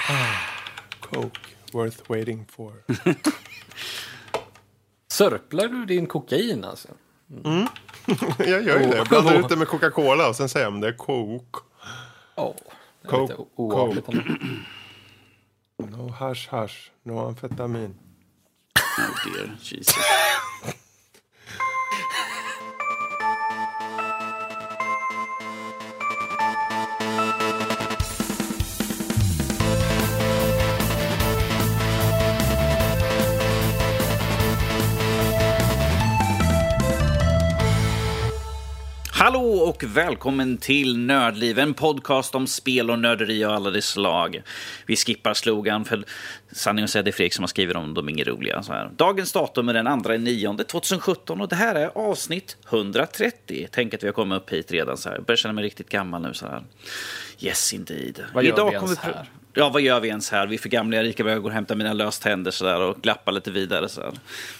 Coke, worth waiting for. Sörplar du din kokain alltså? Jag gör ju det. Jag blandar ut det med Coca-Cola och sen säger jag det är Coke. Det är lite oartigt ändå. No hash, no amfetamin. Oh dear, Jesus. Hallå och välkommen till Nördliv, en podcast om spel och nörderi och alla dess slag. Vi skippar slogan för sanning och säga det är Fredrik som har skrivit om de är inga roliga. Så här. Dagens datum är den 2/9/2017 och det här är avsnitt 130. Tänk att vi har kommit upp hit redan så här. Jag börjar känna mig riktigt gammal nu så här. Yes indeed. Vad gör vi ens här? Ja, vad gör vi ens här? Vi är för gamla, jag rika börjar gå och hämta mina löständer så där och glappa lite vidare så här.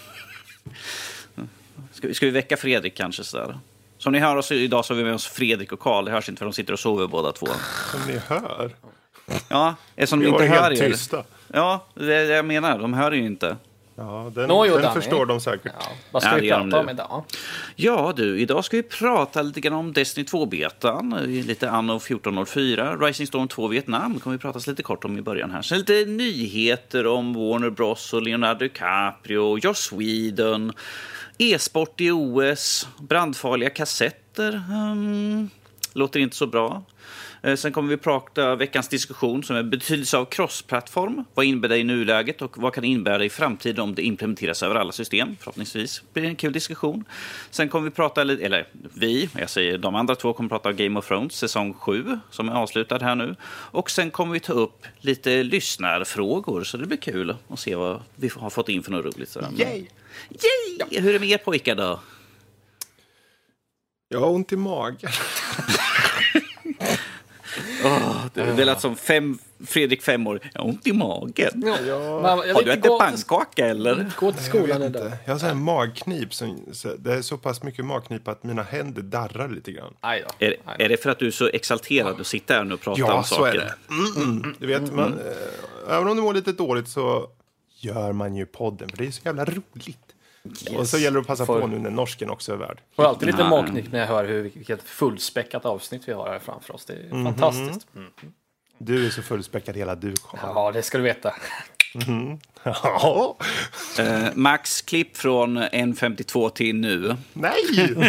Ska vi väcka Fredrik kanske så där? Som ni hör oss idag så har vi med oss Fredrik och Karl. Det hörs inte för de sitter och sover båda två. Som ni hör? Ja, eftersom de inte hör er. Tysta. Ja, det är det jag menar. De hör ju inte. Ja, den förstår de säkert. Ja, vad ska vi prata om idag? Ja du, idag ska vi prata lite grann om Destiny 2-betan. Lite anno 1404. Rising Storm 2 Vietnam kommer vi prata lite kort om i början här. Sen lite nyheter om Warner Bros och Leonardo DiCaprio, Joss Sweden, e-sport i OS, brandfarliga kassetter. Låter inte så bra. Sen kommer vi prata veckans diskussion som är betydelse av cross-plattform. Vad innebär det i nuläget och vad kan det innebära i framtiden om det implementeras över alla system? Förhoppningsvis blir det en kul diskussion. Sen kommer vi prata, de andra två kommer prata om Game of Thrones säsong 7 som är avslutad här nu. Och sen kommer vi ta upp lite lyssnarfrågor så det blir kul att se vad vi har fått in för något roligt. Yay! Yay! Hur är det med er pojkar då? Jag har ont i magen. Det lät som Fredrik 5 år. Jag har ont i magen. Ja. Har du ätit pannkaka eller? Gå till skolan idag. Jag har så här magknip. Det är så pass mycket magknip att mina händer darrar lite grann. Är det för att du är så exalterad och sitter här nu och pratar om saker? Ja, så är det. Du vet, även om du mår lite dåligt så gör man ju podden. För det är så jävla roligt. Yes. Och så gäller det att passa på nu när norsken också är värd. Får alltid lite magknip när jag hör vilket fullspäckat avsnitt vi har här framför oss. Det är fantastiskt. Du är så fullspäckad hela du, Carl. Ja, det ska du veta. Ja. Max, klipp från 1.52 till nu. Nej!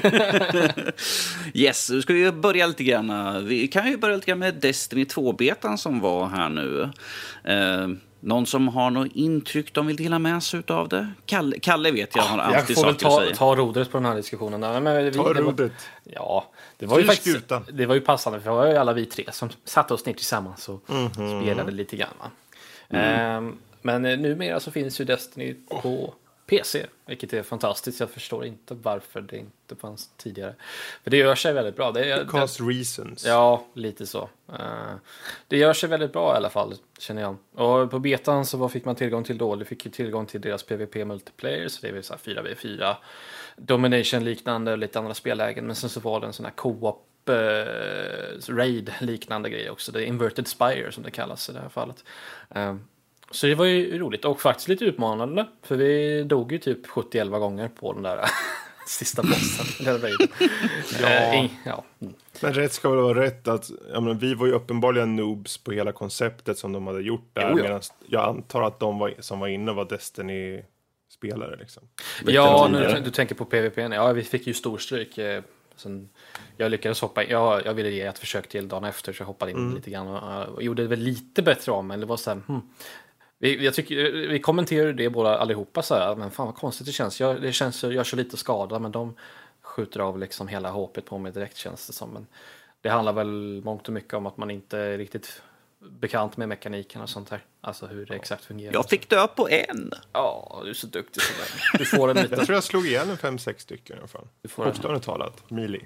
Yes, nu ska vi börja lite grann. Vi kan ju börja lite grann med Destiny 2-betan som var här nu. Någon som har något intryck de vill dela med sig av det? Kalle vet jag har alltid saker att säga. Jag får väl ta rodret på den här diskussionen. Ta rodret. Ja, det var ju faktiskt, det var ju passande för det var ju alla vi tre som satte oss ner tillsammans och spelade lite grann. Men numera så finns ju Destiny på PC, vilket är fantastiskt. Jag förstår inte varför det inte fanns tidigare. För det gör sig väldigt bra. Because reasons. Ja, lite så. Det gör sig väldigt bra i alla fall, känner jag. Och på betan så vad fick man tillgång till då? Du fick ju tillgång till deras PvP multiplayer, så det är väl så här 4v4 domination-liknande och lite andra spellägen. Men sen så var det en sån här co-op raid-liknande grej också. Det är Inverted Spire som det kallas i det här fallet. Så det var ju roligt och faktiskt lite utmanande. För vi dog ju typ 70-11 gånger på den där sista bossen. Ja. Men rätt ska väl vara rätt att vi var ju uppenbarligen noobs på hela konceptet som de hade gjort där. Medan jag antar att de som var inne var Destiny-spelare liksom. Ja, du tänker på PvP. Ja, vi fick ju storstryk. Jag lyckades hoppa in. Jag ville ge ett försök till dagen efter så jag hoppade in lite grann och gjorde det väl lite bättre om. Men det var så här, jag tycker, vi kommenterade det båda allihopa så här, men fan vad konstigt det känns. Jag kör lite skada men de skjuter av liksom hela hoppet på mig direkt känns det som. Men det handlar väl mångt och mycket om att man inte är riktigt bekant med mekaniken och sånt här. Alltså hur det exakt fungerar. Jag fick dö på en. Ja, du är så duktig så där. Du får en liten... Jag tror jag slog igen 5-6 stycken i alla fall. Bokstavligt talat, melee.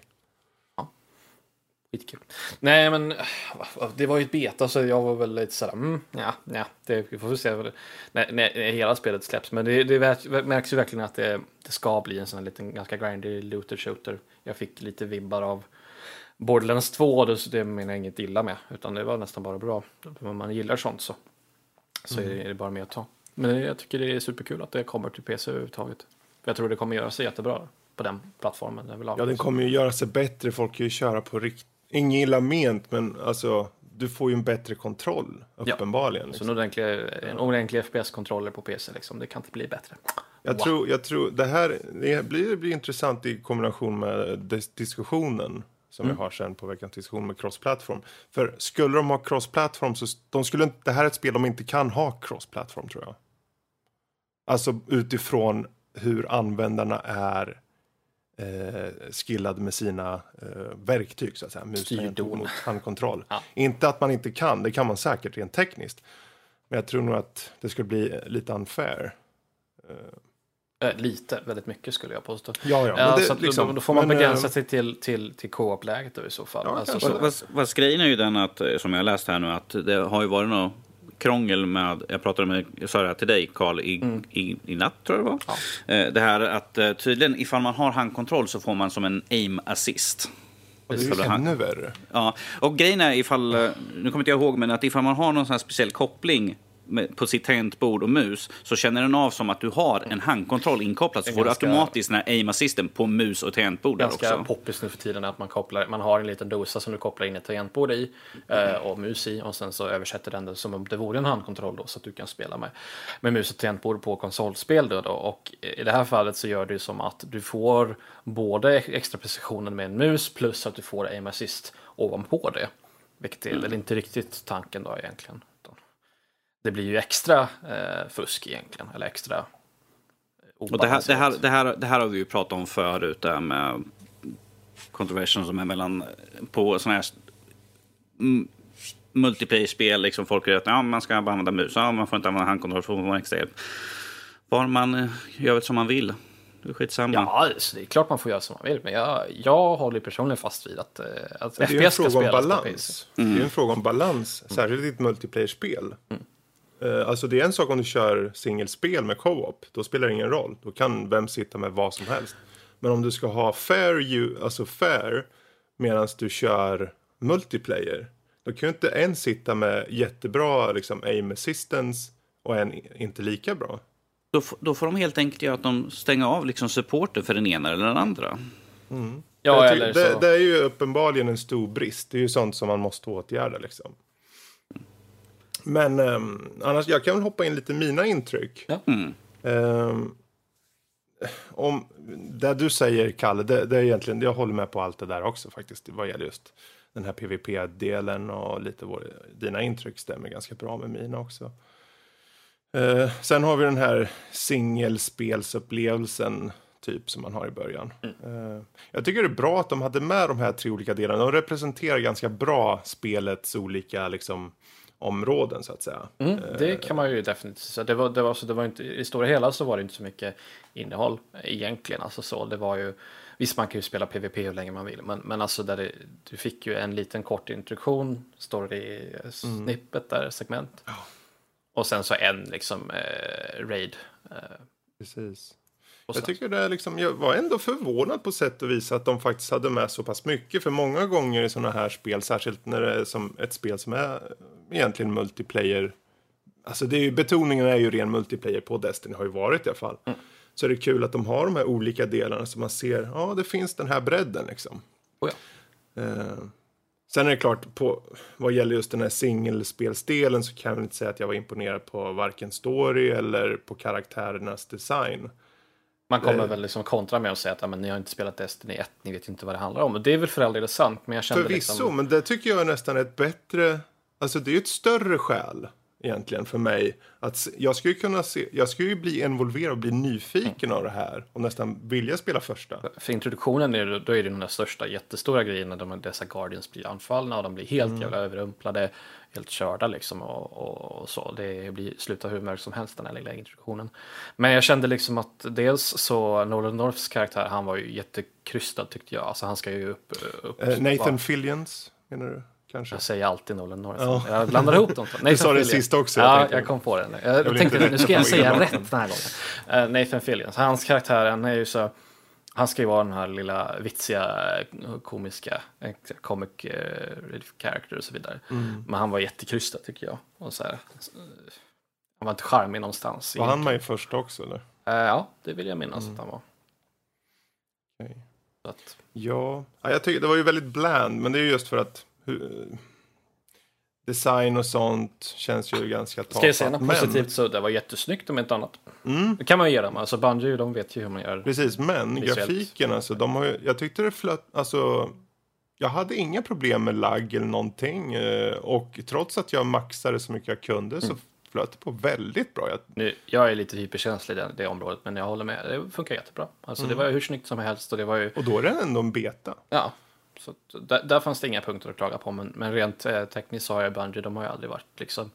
Skitkul. Nej, men det var ju ett beta så jag var väl lite sådär, vi får se när hela spelet släpps. Men det märks ju verkligen att det ska bli en sån här liten ganska grindy looter shooter. Jag fick lite vibbar av Borderlands 2, det menar jag inget illa med, utan det var nästan bara bra. Om man gillar sånt så så är det bara med att ta. Men jag tycker det är superkul att det kommer till PC överhuvudtaget. Jag tror det kommer göra sig jättebra på den plattformen överlag. Ja, den kommer ju göra sig bättre. Folk kan ju köra på ingen illa ment, men alltså du får ju en bättre kontroll, uppenbarligen. Liksom. Så en ordentlig FPS-kontroller på PC, liksom. Det kan inte bli bättre. Jag tror det blir intressant i kombination med diskussionen som vi har sen på veckans diskussion med cross-platform. För skulle de ha cross-platform så det här är ett spel de inte kan ha cross-platform, tror jag. Alltså utifrån hur användarna är skillade med sina verktyg, så att säga. Mus mot handkontroll. Ja. Inte att man inte kan, det kan man säkert rent tekniskt. Men jag tror nog att det skulle bli lite unfair. Väldigt mycket skulle jag påstå. Ja, så liksom, då får man begränsa sig till co-op-läget då i så fall. Ja, alltså, grejen är ju den att, som jag läst här nu, att det har ju varit något krångel med, jag sa det här till dig, Carl, i natt tror jag det var. Ja. Det här att tydligen ifall man har handkontroll så får man som en aim assist. Och det är ju ännu värre. Ja, och grejen är ifall, nu kommer inte jag ihåg, men att ifall man har någon sån här speciell koppling på sitt tangentbord och mus, så känner den av som att du har en handkontroll inkopplad, så får du automatiskt den här aim assisten på mus och tangentbord också. Ganska poppis nu för tiden att man har en liten dosa som du kopplar in ett tangentbord i och mus i, och sen så översätter den det som om det vore en handkontroll då, så att du kan spela med mus och tangentbord på konsolspel då. Och i det här fallet så gör det som att du får både extra precisionen med en mus plus att du får aim assist ovanpå det, vilket är väl inte riktigt tanken då egentligen. Det blir ju extra fusk egentligen, eller extra obalanserat. Det här har vi ju pratat om förut, där med kontroversen som är mellan på sådana här multiplayer-spel, liksom folk är att man ska bara använda mus, man får inte använda handkontroll, får man extra hjälp. Bara man gör det som man vill. Det är skitsamma. Ja, så det är klart man får göra som man vill, men jag håller personligen fast vid att FPS ska spelas på PC. Det är en fråga om balans, särskilt i ett multiplayer-spel. Alltså det är en sak om du kör singelspel med co-op, då spelar det ingen roll. Då kan vem sitta med vad som helst. Men om du ska ha fair medan du kör multiplayer, då kan ju inte en sitta med jättebra liksom aim assistance och en inte lika bra. Då får de helt enkelt göra att de stänger av liksom supporten för den ena eller den andra. Ja, eller så. Det är ju uppenbarligen en stor brist. Det är ju sånt som man måste åtgärda liksom. Men annars, jag kan väl hoppa in lite mina intryck. Ja. Om det du säger, Kalle, det är egentligen, jag håller med på allt det där också faktiskt, vad gäller just den här PvP-delen, och lite dina intryck stämmer ganska bra med mina också. Sen har vi den här singelspelsupplevelsen typ som man har i början. Jag tycker det är bra att de hade med de här 3 olika delarna. De representerar ganska bra spelets olika liksom områden, så att säga. Det kan man ju definitivt säga. Det var inte, i stora hela så var det inte så mycket innehåll egentligen. Alltså så, det var ju, visst man kan ju spela PvP hur länge man vill, men alltså du fick ju en liten kort introduktion, story-snippet där, segment. Och sen så en liksom raid. Precis. Jag tycker det är liksom, jag var ändå förvånad på sätt och vis att de faktiskt hade med så pass mycket. För många gånger i sådana här spel, särskilt när det är som ett spel som är egentligen multiplayer. Alltså betoningen är ju ren multiplayer på Destiny, har ju varit i alla fall. Så är det kul att de har de här olika delarna så man ser, det finns den här bredden liksom. Sen är det klart, vad gäller just den här singelspelsdelen så kan jag inte säga att jag var imponerad på varken story eller på karaktärernas design. Man kommer väl liksom kontra med att säga att ni har inte spelat Destiny 1, ni vet inte vad det handlar om. Och det är väl för alldeles sant, men jag kände förvisso, liksom... men det tycker jag är nästan ett bättre... Alltså det är ju ett större skäl egentligen för mig. Att jag skulle ju bli involverad och bli nyfiken av det här. Och nästan vilja spela första. För introduktionen då är det den där största jättestora grejen när dessa Guardians blir anfallna och de blir helt jävla överrumplade, helt körda liksom och så. Det slutar hur mörkt som helst den här lilla introduktionen. Men jag kände liksom att dels så Nolan Norths karaktär, han var ju jättekrystad tyckte jag. Alltså han ska ju upp Nathan Fillions, menar du? Kanske. Jag säger alltid Nolan North. Ja. Jag blandar ihop dem. Du sa det sist också. Jag kom på den. Jag tänkte nu ska jag säga rätt den här gången. Nathan Fillion. Hans karaktär, han är ju så... Han ska ju vara den här lilla vitsiga, komiska comic character och så vidare. Men han var jättekrystad tycker jag. Och så här, Han var inte charmig någonstans. Var han med i första också, eller? Ja, det vill jag minnas att han var. Okay. Att... Ja, jag tycker det var ju väldigt bland, men det är ju just för att design och sånt känns ju ganska tafatt. Ska jag säga något positivt så det var jättesnyggt om inte annat. Det kan man ju göra, men alltså Bungie, de vet ju hur man gör. Precis, men visuellt. Grafiken, alltså, jag tyckte det jag hade inga problem med lagg eller någonting, och trots att jag maxade så mycket jag kunde så flöt det på väldigt bra. Jag är lite hyperkänslig i det området, men jag håller med. Det funkar jättebra. Alltså det var ju hur snyggt som helst. Och då är det ändå en beta. Ja, så där fanns det inga punkter att klaga på. Men rent tekniskt så har jag Bungie, de har ju aldrig varit liksom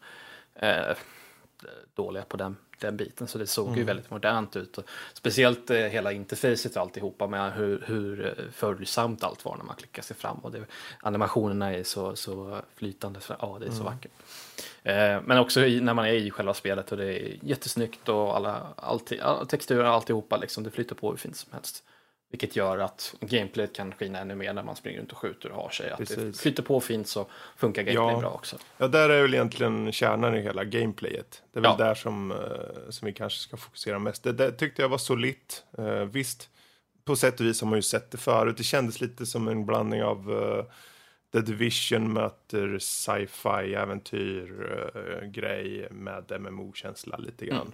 dåliga på den biten. Så det såg ju väldigt modernt ut. Och speciellt hela interfacet och alltihopa med hur följsamt allt var när man klickar sig fram. Och animationerna är så flytande. Så, det är så vackert. Men också när man är i själva spelet och det är jättesnyggt och all texturer och alltihopa liksom, det flyter på hur fint som helst. Vilket gör att gameplayet kan skina ännu mer när man springer runt och skjuter och har sig. Att det flyter på fint så funkar gameplay bra också. Ja, där är väl egentligen kärnan i hela gameplayet. Det är väl där som vi kanske ska fokusera mest. Det tyckte jag var solitt. Visst, på sätt och vis har man ju sett det förut. Det kändes lite som en blandning av The Division möter sci-fi äventyr grej med MMO-känsla lite grann.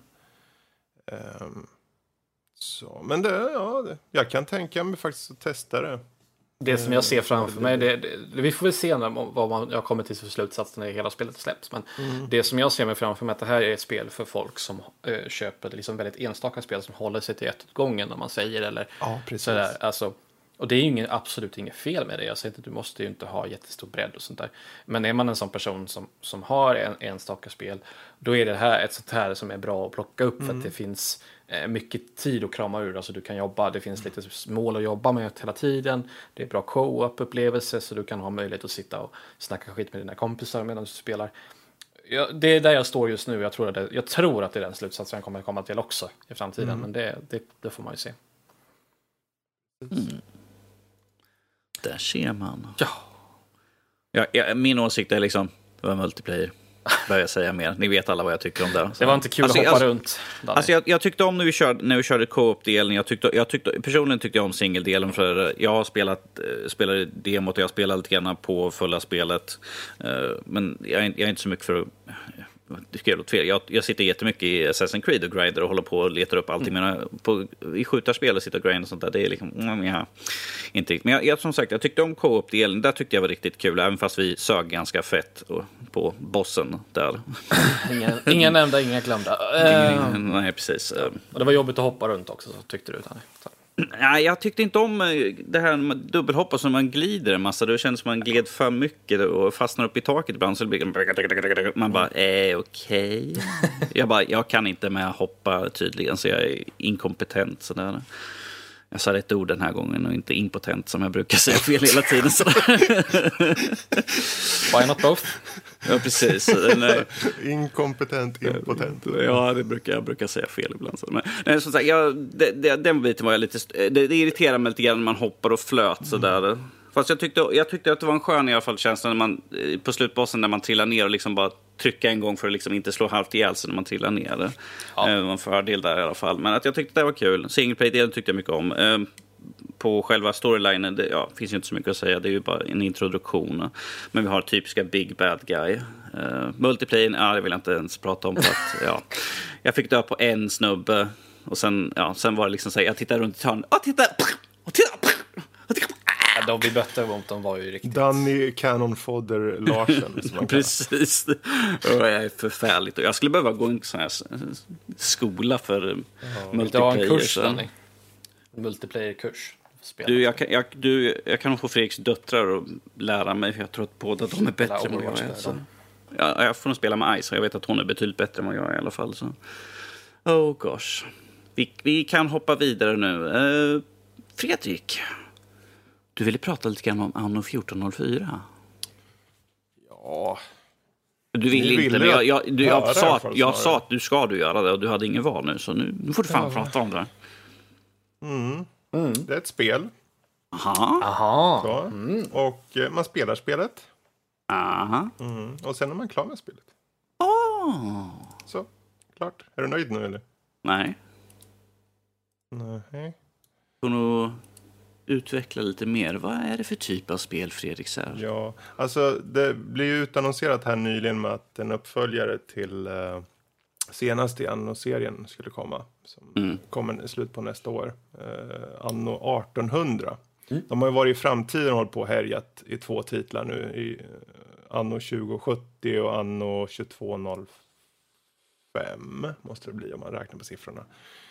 Så, men jag kan tänka mig faktiskt att testa det. Det som jag ser framför mig, vi får väl se jag kommer till slutsatsen när hela spelet släpps. Men det som jag ser mig framför mig är att det här är ett spel för folk som köper liksom väldigt enstaka spel som håller sig till ett åt gången, om man säger. Eller sådär, alltså. Och det är ju absolut inget fel med det. Jag säger inte att du måste ju inte ha jättestor bredd och sånt där. Men är man en sån person som har en enstaka spel, då är det här ett sånt här som är bra att plocka upp för att det finns mycket tid att krama ur. Alltså du kan jobba, det finns lite mål att jobba med hela tiden. Det är bra co-op-upplevelse så du kan ha möjlighet att sitta och snacka skit med dina kompisar medan du spelar. Det är där jag står just nu. Jag tror att det är den slutsatsen jag kommer att komma till också i framtiden. Men det får man ju se. Där ser man. Ja, min åsikt är liksom, det var multiplayer. Behöver jag säga mer. Ni vet alla vad jag tycker om det. Det var inte kul att hoppa runt. Alltså jag tyckte om när vi körde co-op-delen. Personligen tyckte jag om single-delen. För jag har spelade demot och jag spelar lite grann på fulla spelet. Men jag är inte så mycket för att... Jag sitter jättemycket i Assassin's Creed och grinder och håller på och letar upp allting. I skjutarspel och sitter och grinder och sånt där, det är liksom inte riktigt. Men jag som sagt, jag tyckte om co-op-delen. Där tyckte jag var riktigt kul, även fast vi sög ganska fett på bossen där. Inga nämnda, inga glömda. Nej, precis. Och det var jobbigt att hoppa runt också, så tyckte du? Nej, jag tyckte inte om det här med dubbelhoppa som man glider en massa. Det känns som man gled för mycket och fastnar upp i taket ibland. Så det blir man bara, okej. Jag kan inte med hoppa tydligen, så jag är inkompetent. Sådär. Jag sa rätt ord den här gången och inte impotent som jag brukar säga fel hela tiden. Why not both? Ja, precis. Inkompetent, impotent. Ja, jag brukar säga fel ibland. Men som sagt, den biten var jag lite... Det irriterar mig lite grann när man hoppar och flöt sådär. Fast jag tyckte att det var en skön i alla fall känsla när man, på slutbossen när man trillar ner och liksom bara trycka en gång för att liksom inte slå halvt ihjäl sig när man trillar ner. Ja. Det var en fördel där i alla fall. Men att jag tyckte det var kul. Singleplay-delen tyckte jag mycket om. På själva storylinen, finns ju inte så mycket att säga. Det är ju bara en introduktion. Men vi har typiska Big Bad Guy. Multiplayer, det vill jag inte ens prata om. För att, jag fick dö på en snubbe. Och sen var det liksom så här, jag tittade runt i hörnet. Titta! De blir bättre om de var ju riktigt. Danny Canonfodder Larsen. Precis. Jag är förfärligt. Och jag skulle behöva gå en sån här skola för multiplayer. En kurs, Danny. Multiplayer-kurs. Jag kan nog få Fredriks döttrar och lära mig. För jag tror att båda de är bättre än vad jag är. Så. Jag får nog spela med Ice. Jag vet att hon är betydligt bättre än vad jag är i alla fall. Så. Oh gosh. Vi kan hoppa vidare nu. Fredrik. Du ville prata lite grann om Anno 1404. Ja. Du vill inte, men jag sa att du ska göra det och du hade ingen val nu. Så nu får du fan prata om det. Det är ett spel. Aha. Så. Och man spelar spelet. Aha. Och sen är man klar med spelet. Så klart. Är du nöjd nu eller? Nej. Nej. Får nog utveckla lite mer. Vad är det för typ av spel, Fredrik? Ja, alltså det blir ju utannonserat här nyligen med att en uppföljare till senaste Anno-serien skulle komma. Som kommer i slut på nästa år. Anno 1800. De har ju varit i framtiden och hållit på och härjat i 2 titlar nu. I Anno 2070 och Anno 2205 måste det bli om man räknar på siffrorna.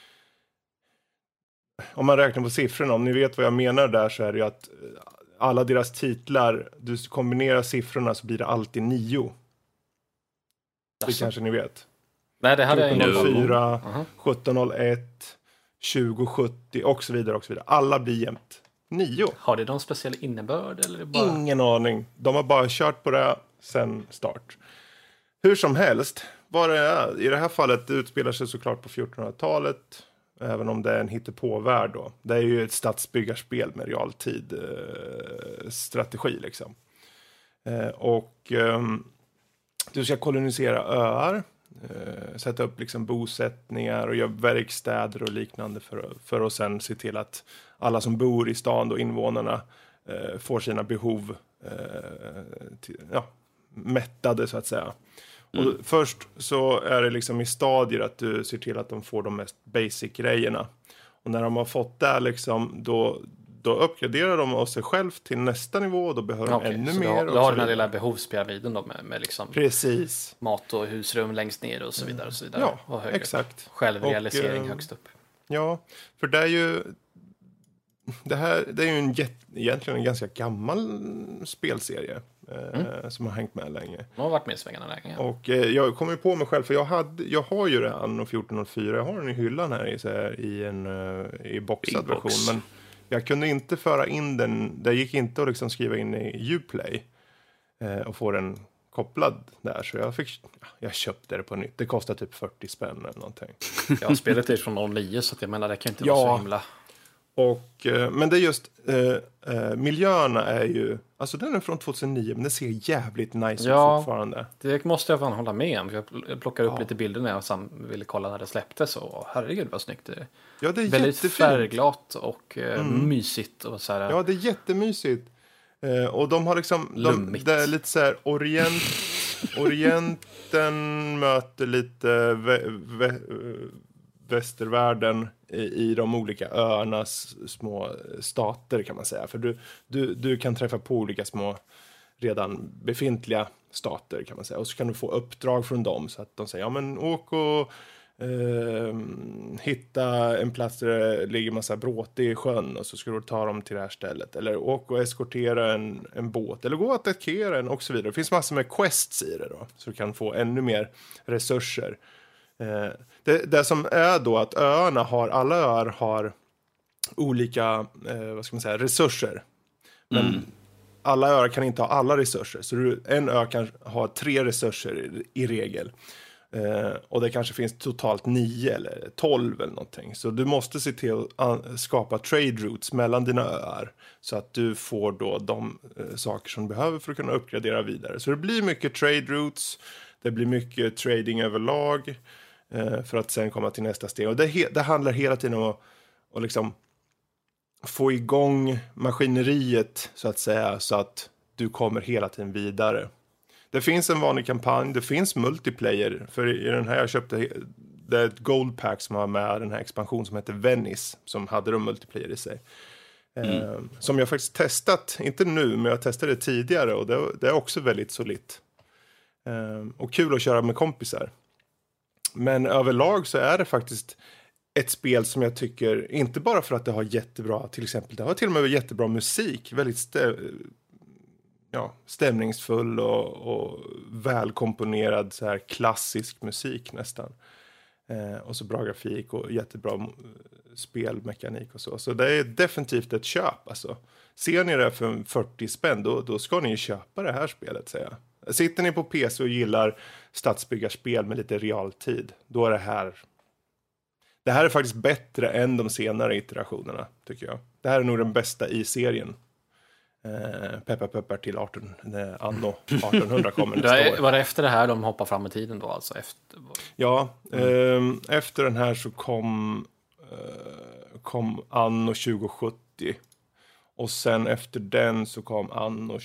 Om man räknar på siffrorna, om ni vet vad jag menar där, så är det ju att alla deras titlar, du kombinerar siffrorna så blir det alltid 9. Det kanske ni vet. Nej, det hade jag inte. 1404, 1701, 2070 och så vidare och så vidare. Alla blir jämnt 9. Har det någon speciell innebörd? Eller bara... Ingen aning. De har bara kört på det sen start. Hur som helst, vad det är, i det här fallet det utspelar sig såklart på 1400-talet. Även om det är en hittepåvärld då. Det är ju ett stadsbyggarspel med realtid strategi liksom. Du ska kolonisera öar. Sätta upp liksom bosättningar och göra verkstäder och liknande för att sen se till att alla som bor i stan och invånarna får sina behov mättade så att säga. Och först så är det liksom i stadier att du ser till att de får de mest basic-grejerna. Och när de har fått det liksom, då uppgraderar de av sig själv till nästa nivå och då behöver de ännu mer. Då har den här lilla behovspyramiden då med liksom precis. Mat och husrum längst ner och så vidare och så vidare. Ja, och exakt. Självrealisering högst upp. Ja, för det är ju det är ju egentligen en ganska gammal spelserie som har hängt med länge. De har varit med i svängarna länge. Och jag kommer ju på mig själv, för jag har ju det Anno 1404. Jag har den i hyllan här i boxad version. Men jag kunde inte föra in den. Det gick inte att liksom skriva in i Uplay och få den kopplad där. Så jag köpte det på nytt. Det kostar typ 40 spänn eller någonting. Ja, spelet är från 09 så att jag menar det kan inte vara så himla... Men det är just miljöerna är ju, alltså den är från 2009 men det ser jävligt nice ut fortfarande. Det måste jag fan hålla med om. Jag plockar upp lite bilder när jag ville kolla när det släpptes och herregud vad snyggt det är. Ja, det är väldigt jättefint. Färgglatt och mysigt och så här. Ja, det är jättemysigt. Och de har liksom det är lite så här Orienten möter lite västervärlden i de olika öarnas små stater kan man säga. För du kan träffa på olika små redan befintliga stater kan man säga. Och så kan du få uppdrag från dem så att de säger, ja men åk och hitta en plats där det ligger massa bråte i sjön och så ska du ta dem till det här stället. Eller åk och eskortera en båt eller gå och attackera en och så vidare. Det finns massor med quests i det då. Så du kan få ännu mer resurser. Det som är då att alla öar har olika resurser. Men alla öar kan inte ha alla resurser. Så en ö kan ha 3 resurser i regel. Och det kanske finns totalt 9 eller 12 eller någonting. Så du måste se till att skapa trade routes mellan dina öar. Så att du får då de saker som du behöver för att kunna uppgradera vidare. Så det blir mycket trade routes. Det blir mycket trading överlag. För att sen komma till nästa steg. Och det handlar hela tiden om att liksom få igång maskineriet så att säga. Så att du kommer hela tiden vidare. Det finns en vanlig kampanj. Det finns multiplayer. För i den här jag köpte, det är ett gold pack som har med den här expansion som heter Venice. Som hade de multiplayer i sig. Som jag faktiskt testat. Inte nu, men jag testade det tidigare. Och det är också väldigt solitt. Och kul att köra med kompisar. Men överlag så är det faktiskt ett spel som jag tycker, inte bara för att det har jättebra, till exempel, det har till och med jättebra musik, väldigt stämningsfull och välkomponerad så här klassisk musik nästan. Och så bra grafik och jättebra spelmekanik och så. Så det är definitivt ett köp alltså. Ser ni det för 40 spänn då ska ni ju köpa det här spelet säger jag. Sitter ni på PC och gillar stadsbyggarspel med lite realtid, då är det här är faktiskt bättre än de senare iterationerna tycker jag. Det här är nog den bästa i serien. peppar till anno 1800 kommer nästa år. Var det efter det här de hoppar fram i tiden då? Alltså efter... Ja, efter den här så kom anno 2070. Och sen efter den så kom anno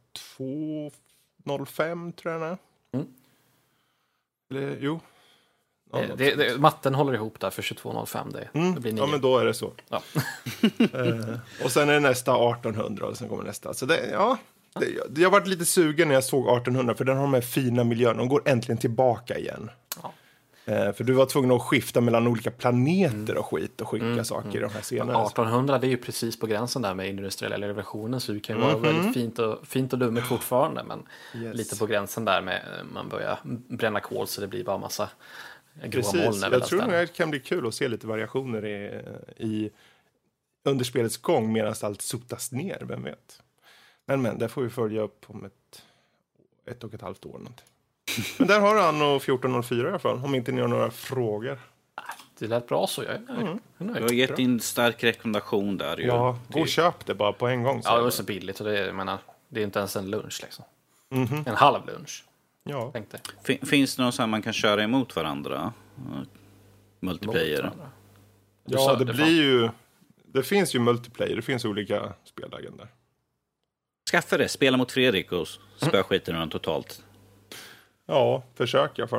2205 tror jag den är. Eller, jo. Matten håller ihop där för 2205. Det blir 9. Ja, men då är det så. Ja. Och sen är det nästa 1800 och sen kommer nästa. Så jag har varit lite sugen när jag såg 1800 för den har de här fina miljöerna. De går äntligen tillbaka igen. Ja. För du var tvungen att skifta mellan olika planeter och skit och skicka saker i de här scenerna. 1800 det är ju precis på gränsen där med industriella revolutionen, så det kan ju vara väldigt fint och dumt fortfarande, men lite på gränsen där med man börjar bränna kol så det blir bara massa grova moln. Jag tror nog det kan bli kul att se lite variationer i under spelets gång medan allt sotas ner, vem vet. Men det får vi följa upp om ett och ett halvt år någonting. Men där har du anno 1404 i alla fall, om inte ni har några frågor. Det lät bra så, jag är nöjd. Du har gett din stark rekommendation där. Ja, gå och köp det bara på en gång. Ja, det var så billigt och det är inte ens en lunch liksom. En halv lunch. Ja. Finns det någon som man kan köra emot varandra? Multiplayer? Ja, det finns ju multiplayer, det finns olika spellägen där. Skaffa det, spela mot Fredrik och spöa skiten ur totalt. Ja, försök i alla fall.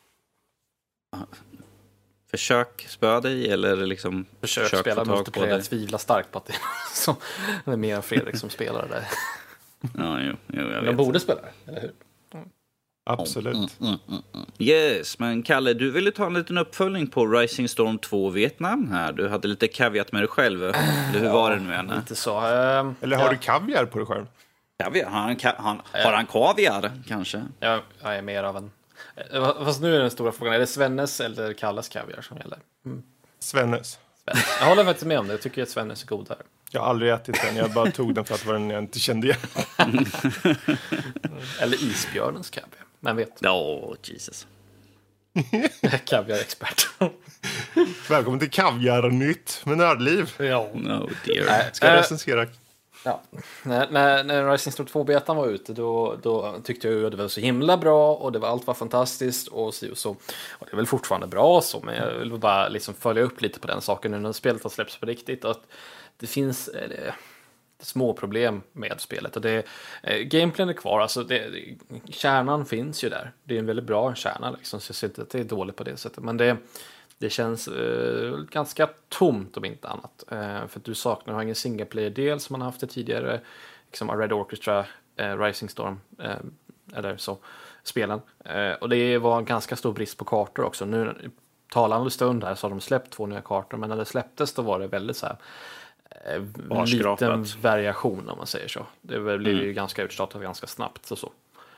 Försök spöa dig eller liksom försök spela multiplayer. Jag tvivlar starkt på att det är mer än Fredrik som spelar där. Ja, jag vet. De borde spela, eller hur? Absolut. Yes, men Kalle, du ville ta en liten uppföljning på Rising Storm 2 Vietnam här. Du hade lite kaviat med dig själv. Eller hur var det nu än? Lite så. Eller har du kaviar på dig själv? Kaviar? Har han kaviar, kanske? Jag är mer av en... Fast nu är den stora frågan, är det Svennes eller Kalles kaviar som gäller? Svennes. Jag håller faktiskt med om det, jag tycker att Svennes är godare. Jag har aldrig ätit den, jag bara tog den för att det var den jag inte kände igen. Eller isbjörnens kaviar, man vet. Jesus. Kaviar-expert. Välkommen till Kaviar-nytt med Nördliv. Ja. No dear. Ska jag recensera? Ja. När Rising Storm 2-betan var ute då tyckte jag att det var så himla bra och allt var fantastiskt och så. Och det är väl fortfarande bra så, men jag vill bara liksom följa upp lite på den saken nu när spelet har släppts på riktigt. Att det finns små problem med spelet och gameplayen är kvar, alltså kärnan finns ju där. Det är en väldigt bra kärna liksom, så jag ser inte att det är dåligt på det sättet, men det känns ganska tomt om inte annat. För att du har ingen single player-del som man har haft det tidigare. Liksom Red Orchestra, Rising Storm eller så, spelen. Och det var en ganska stor brist på kartor också. Nu talande stund här så har de släppt 2 nya kartor, men när det släpptes då var det väldigt så här liten variation om man säger så. Det blev ju ganska utstartat ganska snabbt och så.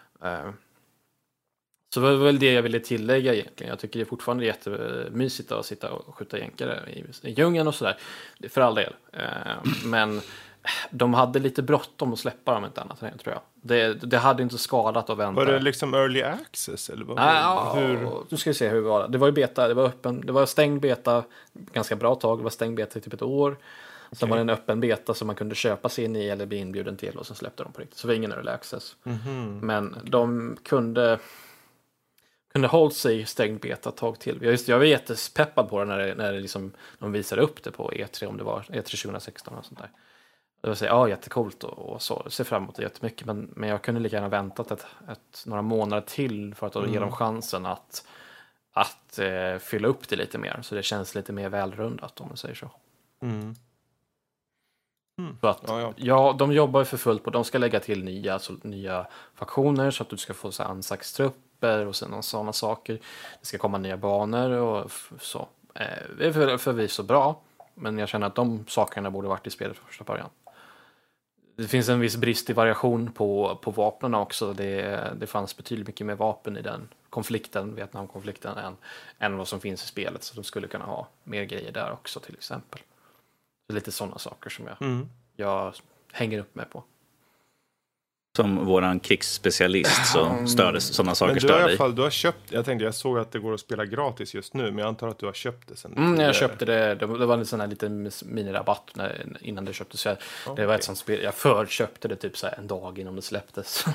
Så det var väl det jag ville tillägga egentligen. Jag tycker det är fortfarande jättemysigt att sitta och skjuta jänkare i djungeln och sådär. För all del. Men de hade lite bråttom att släppa dem inte annat, tror jag. Det hade inte skadat att vänta. Var det liksom early access? Eller vad? Nu ska vi se hur det var. Det var ju beta, det var öppen. Det var stängd beta ganska bra tag. Det var stängd beta i typ ett år. Sen var det en öppen beta som man kunde köpa sig in i eller bli inbjuden till och så släppte de på riktigt. Så det var ingen early access. Men de kunde hållit sig stängd beta ett tag till. Jag var jättepeppad på det när det liksom, de visade upp det på E3, om det var E3 2016 och sånt där. Det var så jättecoolt och så. Jag ser fram emot det jättemycket, men jag kunde lika gärna väntat några månader till för att ge dem chansen att fylla upp det lite mer. Så det känns lite mer välrundat, om man säger så. Så att, de jobbar för fullt på, de ska lägga till nya faktioner så att du ska få så ansakstrupper och sådana saker. Det ska komma nya banor och så. Det är förvisso bra, men jag känner att de sakerna borde varit i spelet från första början. Det finns en viss brist i variation på vapnen också. Det fanns betydligt mycket mer vapen i den konflikten, Vietnamkonflikten, än vad som finns i spelet. Så de skulle kunna ha mer grejer där också, till exempel. Så lite sådana saker som jag hänger upp mig på. Som våran krigsspecialist så stördes sådana saker. Men du har i alla fall, du har köpt, jag såg att det går att spela gratis just nu, men jag antar att du har köpt det sen. Jag köpte det var en sån här liten minirabatt innan det köptes. Så det var ett sånt spel, jag förköpte det typ så här en dag innan det släpptes.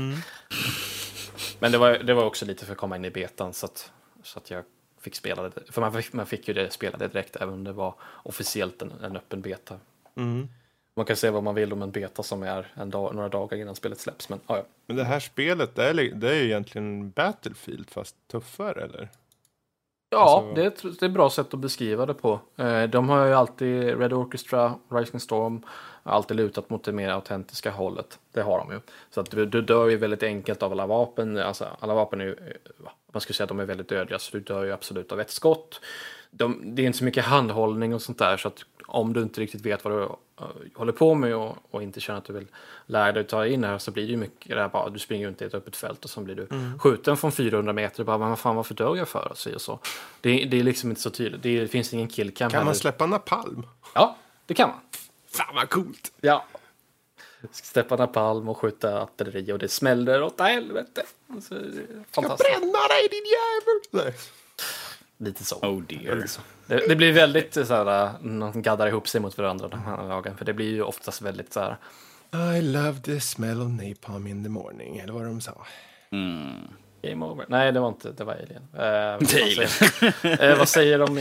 Men det var också lite för att komma in i betan så att jag fick spela det. För man fick ju spela det direkt även om det var officiellt en öppen beta. Man kan säga vad man vill om en beta som är några dagar innan spelet släpps. Men, ja. Men det här spelet, det är ju egentligen Battlefield fast tuffare, eller? Ja, alltså... det är ett bra sätt att beskriva det på. De har ju alltid, Red Orchestra, Rising Storm, alltid lutat mot det mer autentiska hållet. Det har de ju. Så att du dör ju väldigt enkelt av alla vapen. Alltså, alla vapen är ju, man skulle säga att de är väldigt dödliga, så du dör ju absolut av ett skott. Det är inte så mycket handhållning och sånt där, så att om du inte riktigt vet vad du håller på med och inte känner att du vill lära dig att ta in här, så blir det ju mycket det här bara, du springer runt i ett öppet fält och så blir du skjuten från 400 meter och bara, men vad fan, varför dör jag för? Och så. Det är liksom inte så tydligt. Det finns ingen killcam. Kan man släppa napalm? Ja, det kan man. Fan vad coolt! Ja. Släppa napalm och skjuta artilleri och det smäller åt helvete. Alltså, fantastiskt. Jag bränna dig din jävel! Nej. Lite så. Oh dear. Lite så. Det blir väldigt så här, någon gaddar ihop sig mot varandra de här lagen, för det blir ju oftast väldigt så här. I love the smell of napalm in the morning, eller vad de sa. Game over. Nej, det var inte, det var Alien. Vad säger de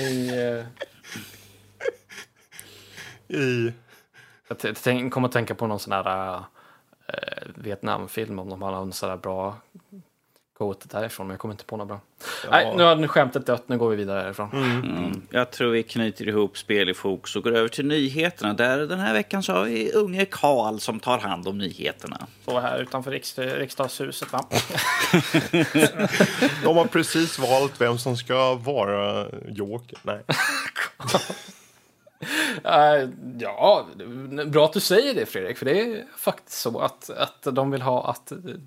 Jag kommer att tänka på någon sån här Vietnamfilm, om de har någon sån här bra quote därifrån, men jag kommer inte på något bra. Ja. Nej, nu har skämtet dött, nu går vi vidare härifrån. Jag tror vi knyter ihop spel i fokus och går över till nyheterna. Där den här veckan så har vi unge Karl som tar hand om nyheterna. Så här utanför riksdagshuset, va? De har precis valt vem som ska vara Joker. Nej. Ja, bra att du säger det, Fredrik, för det är faktiskt så att de vill ha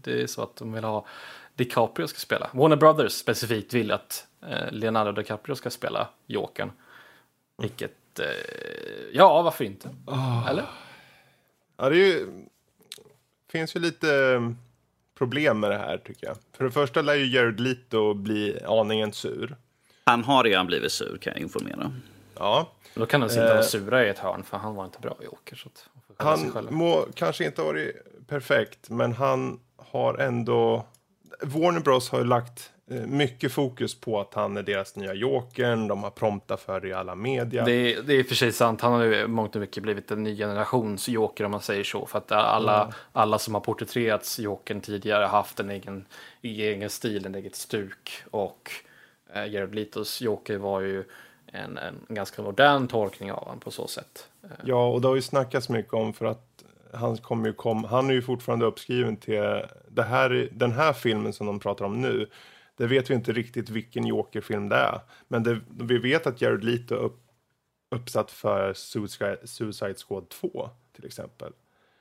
DiCaprio ska spela. Warner Brothers specifikt vill att Leonardo DiCaprio ska spela Jokern. Vilket, ja, varför inte? Eller? Ja, det finns ju lite problem med det här, tycker jag. För det första lär ju Jared Leto bli aningen sur. Han har redan blivit sur, kan jag informera. Ja. Då kan han sitta och sura i ett hörn, för han var inte bra i Joker. Så han må kanske inte ha varit perfekt, men han har ändå... Warner Bros har ju lagt mycket fokus på att han är deras nya Jokern. De har promptat för det i alla media. Det är för sig sant. Han har ju mångt och mycket blivit en ny generations Joker, om man säger så. För att alla som har porträtterats Jokern tidigare har haft en egen stil, en eget stuk. Och Jared Letos Joker var ju en ganska modern tolkning av honom på så sätt. Ja, och det har ju snackats mycket om, för att han är ju fortfarande uppskriven till den här filmen som de pratar om nu. Det vet vi inte riktigt vilken Joker-film det är. Men vi vet att Jared Leto är uppsatt för Suicide Squad 2 till exempel.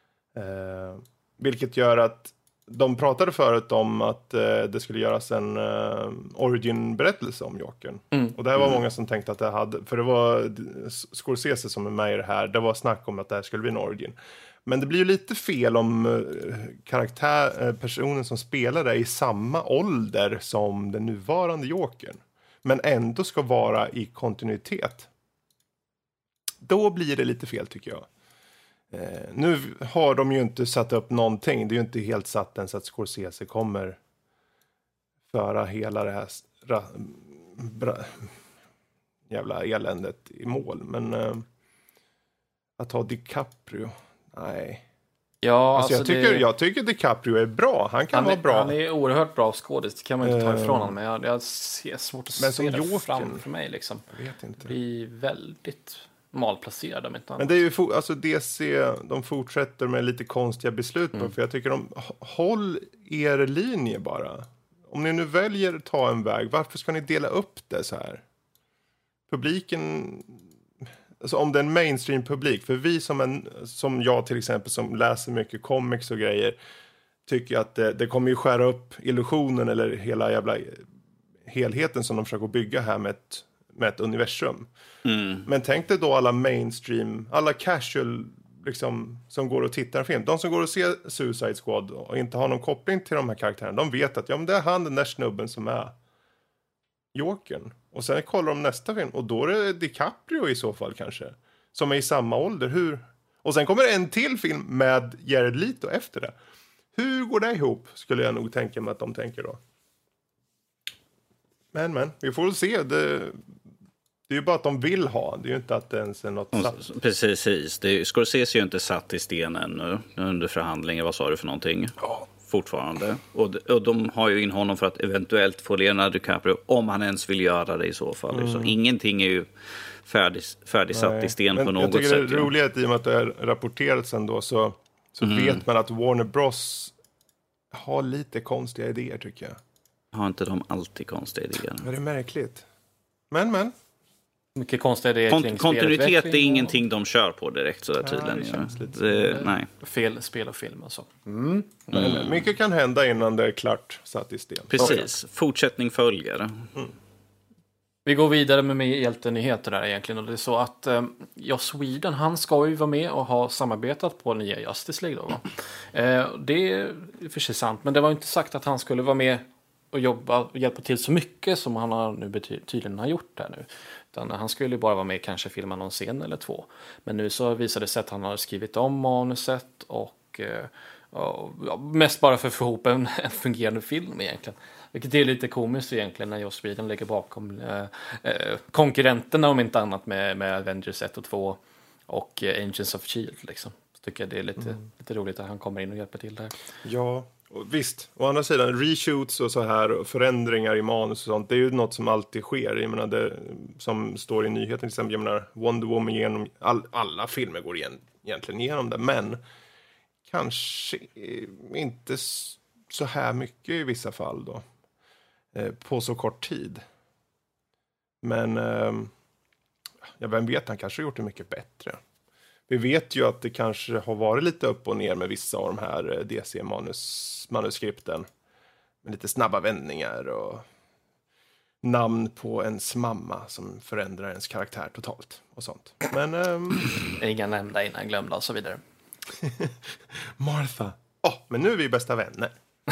Vilket gör att de pratade förut om att det skulle göras en origin-berättelse om Jokern. Och det här var många som tänkte att det hade... För det var Scorsese som är med i det här. Det var snack om att det här skulle bli en origin. Men det blir ju lite fel om personen som spelar det är i samma ålder som den nuvarande Jokern. Men ändå ska vara i kontinuitet. Då blir det lite fel, tycker jag. Nu har de ju inte satt upp någonting. Det är ju inte helt satt än så att Scorsese kommer föra hela det här jävla eländet i mål. Men att ha DiCaprio, nej. Ja, alltså jag tycker DiCaprio är bra. Han kan vara bra. Han är oerhört bra skådis. Det kan man inte ta ifrån honom. Men jag ser svårt att se det framför mig. Liksom. Jag vet inte. Det blir väldigt malplacerade. Men det är ju alltså DC, de fortsätter med lite konstiga beslut på, för jag tycker håll er linje bara. Om ni nu väljer att ta en väg, varför ska ni dela upp det så här? Publiken, alltså om det är en mainstream-publik, för vi som jag till exempel, som läser mycket comics och grejer, tycker att det kommer ju skära upp illusionen eller hela jävla helheten som de försöker bygga här med ett universum. Men tänk dig då alla mainstream, alla casual liksom, som går och tittar en film. De som går och ser Suicide Squad och inte har någon koppling till de här karaktärerna, de vet att men det är han, den där snubben som är Jokern. Och sen kollar de nästa film och då är det DiCaprio i så fall kanske, som är i samma ålder. Och sen kommer en till film med Jared Leto efter det. Hur går det ihop, skulle jag nog tänka mig att de tänker då. Men, vi får väl se. Det är ju bara att de vill ha. Det är ju inte att det ens är något satt. Precis. Scorsese är ju inte satt i sten ännu under förhandlingar. Vad sa du för någonting? Ja. Fortfarande. Och de har ju in honom för att eventuellt få Leonardo DiCaprio, om han ens vill göra det i så fall. Så ingenting är ju färdigsatt i sten på något sätt. Jag tycker det är roligt i och med att det är rapporterats ändå så vet man att Warner Bros har lite konstiga idéer, tycker jag. Har inte de alltid konstiga idéer? Ja, det är märkligt. Men. Mycket konstiga idéer kring kontinuitet är ingenting de kör på direkt så där tydligen. Det känns lite nej. Fel spel och film och så. Mycket kan hända innan det är klart satt i sten. Precis. Fortsättning följer. Vi går vidare med hjältenyheter där egentligen. Och det är så att Joss Whedon, han ska ju vara med och ha samarbetat på nya Justice League då, va? Det är för sig sant, men det var inte sagt att han skulle vara med och jobba och hjälpa till så mycket som han har nu tydligen har gjort där nu. Utan han skulle ju bara vara med, kanske filma någon scen eller två. Men nu så visade det sig att han har skrivit om manuset och mest bara för att få ihop en fungerande film egentligen. Vilket är lite komiskt egentligen när Joss Whedon ligger bakom konkurrenterna om inte annat med Avengers 1 och 2 och Agents of S.H.I.E.L.D. liksom. Så tycker jag det är lite roligt att han kommer in och hjälper till där. Ja, och visst. Å andra sidan, reshoots och så här och förändringar i manus och sånt, det är ju något som alltid sker. Jag menar, det som står i nyheten till exempel, jag menar, Wonder Woman genom alla filmer går egentligen igenom det, men kanske inte så här mycket i vissa fall då. På så kort tid. Men vem vet, han kanske har gjort det mycket bättre. Vi vet ju att det kanske har varit lite upp och ner med vissa av de här DC-manuskripten. Med lite snabba vändningar och namn på ens mamma som förändrar ens karaktär totalt och sånt. Men inga nämnda innan glömda och så vidare. Martha. Men nu är vi bästa vänner.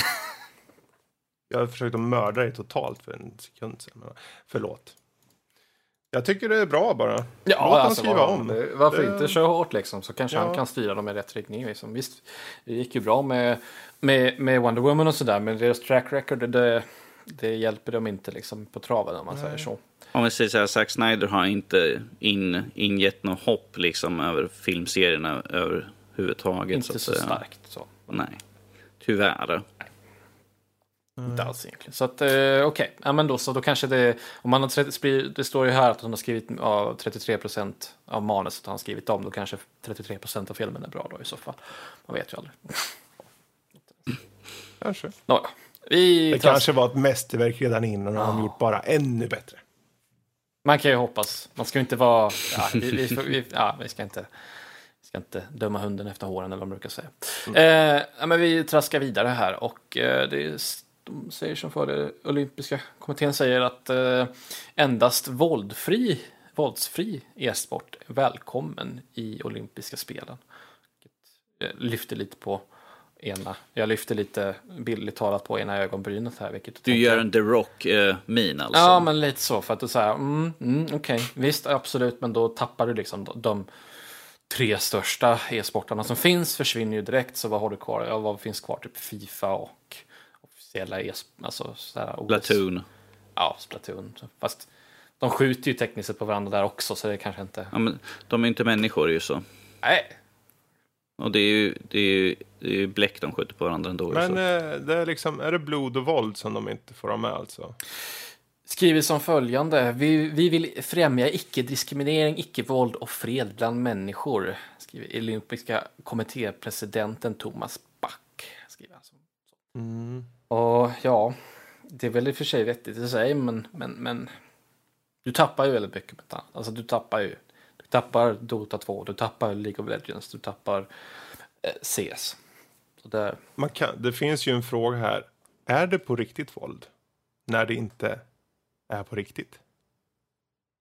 Jag har försökt att mörda dig totalt för en sekund sedan. Förlåt. Jag tycker det är bra bara. Ja, låt alltså, skriva om. Varför inte köra hårt liksom? Så kanske han kan styra dem i rätt riktning. Liksom. Visst, det gick ju bra med Wonder Woman och sådär. Men deras track record, det hjälper dem inte liksom, på traven om man säger så. Om vi säger så här, Zack Snyder har inte ingett något hopp liksom, över filmserierna överhuvudtaget. Inte så starkt så. Nej, tyvärr. Inte alls egentligen. Så att okej. Ja, men då kanske det, om man har det står ju här att han har skrivit 33% av manuset har han skrivit om, då kanske 33% av filmen är bra då i så fall. Man vet ju aldrig. Kanske. Nåja. Det kanske var ett mästerverk redan innan och de gjort bara ännu bättre. Man kan ju hoppas. Man ska ju inte vara vi ska inte döma hunden efter håren eller vad man brukar säga. Men vi traskar vidare här och de säger som för det olympiska kommittén säger att endast våldsfri e-sport är välkommen i olympiska spelen. Lyfter lite på jag lyfter lite bildligt talat på ena ögonbrynet här. Vilket du gör en The Rock-min alltså? Ja, men lite så för att du säger okej, visst, absolut, men då tappar du liksom de 3 största e-sportarna som finns försvinner ju direkt, så vad har du kvar? Ja, vad finns kvar? Typ FIFA och officiella alltså Splatoon. Ja, Splatoon. Fast de skjuter ju tekniskt sett på varandra där också, så det kanske inte... Ja, men de är inte människor ju så. Nej. Och det är ju bläck de skjuter på varandra ändå. Men det är liksom, är det blod och våld som de inte får ha med alltså? Skriver som följande. Vi vill främja icke-diskriminering, icke-våld och fred bland människor. Skriver olympiska kommittépresidenten Thomas Back. Skriver alltså. Och ja, det är väl i och för sig vettigt i sig, men du tappar ju väldigt mycket. Alltså du tappar Dota 2, du tappar League of Legends, du tappar CS. Så där. Det finns ju en fråga här. Är det på riktigt våld när det inte är på riktigt?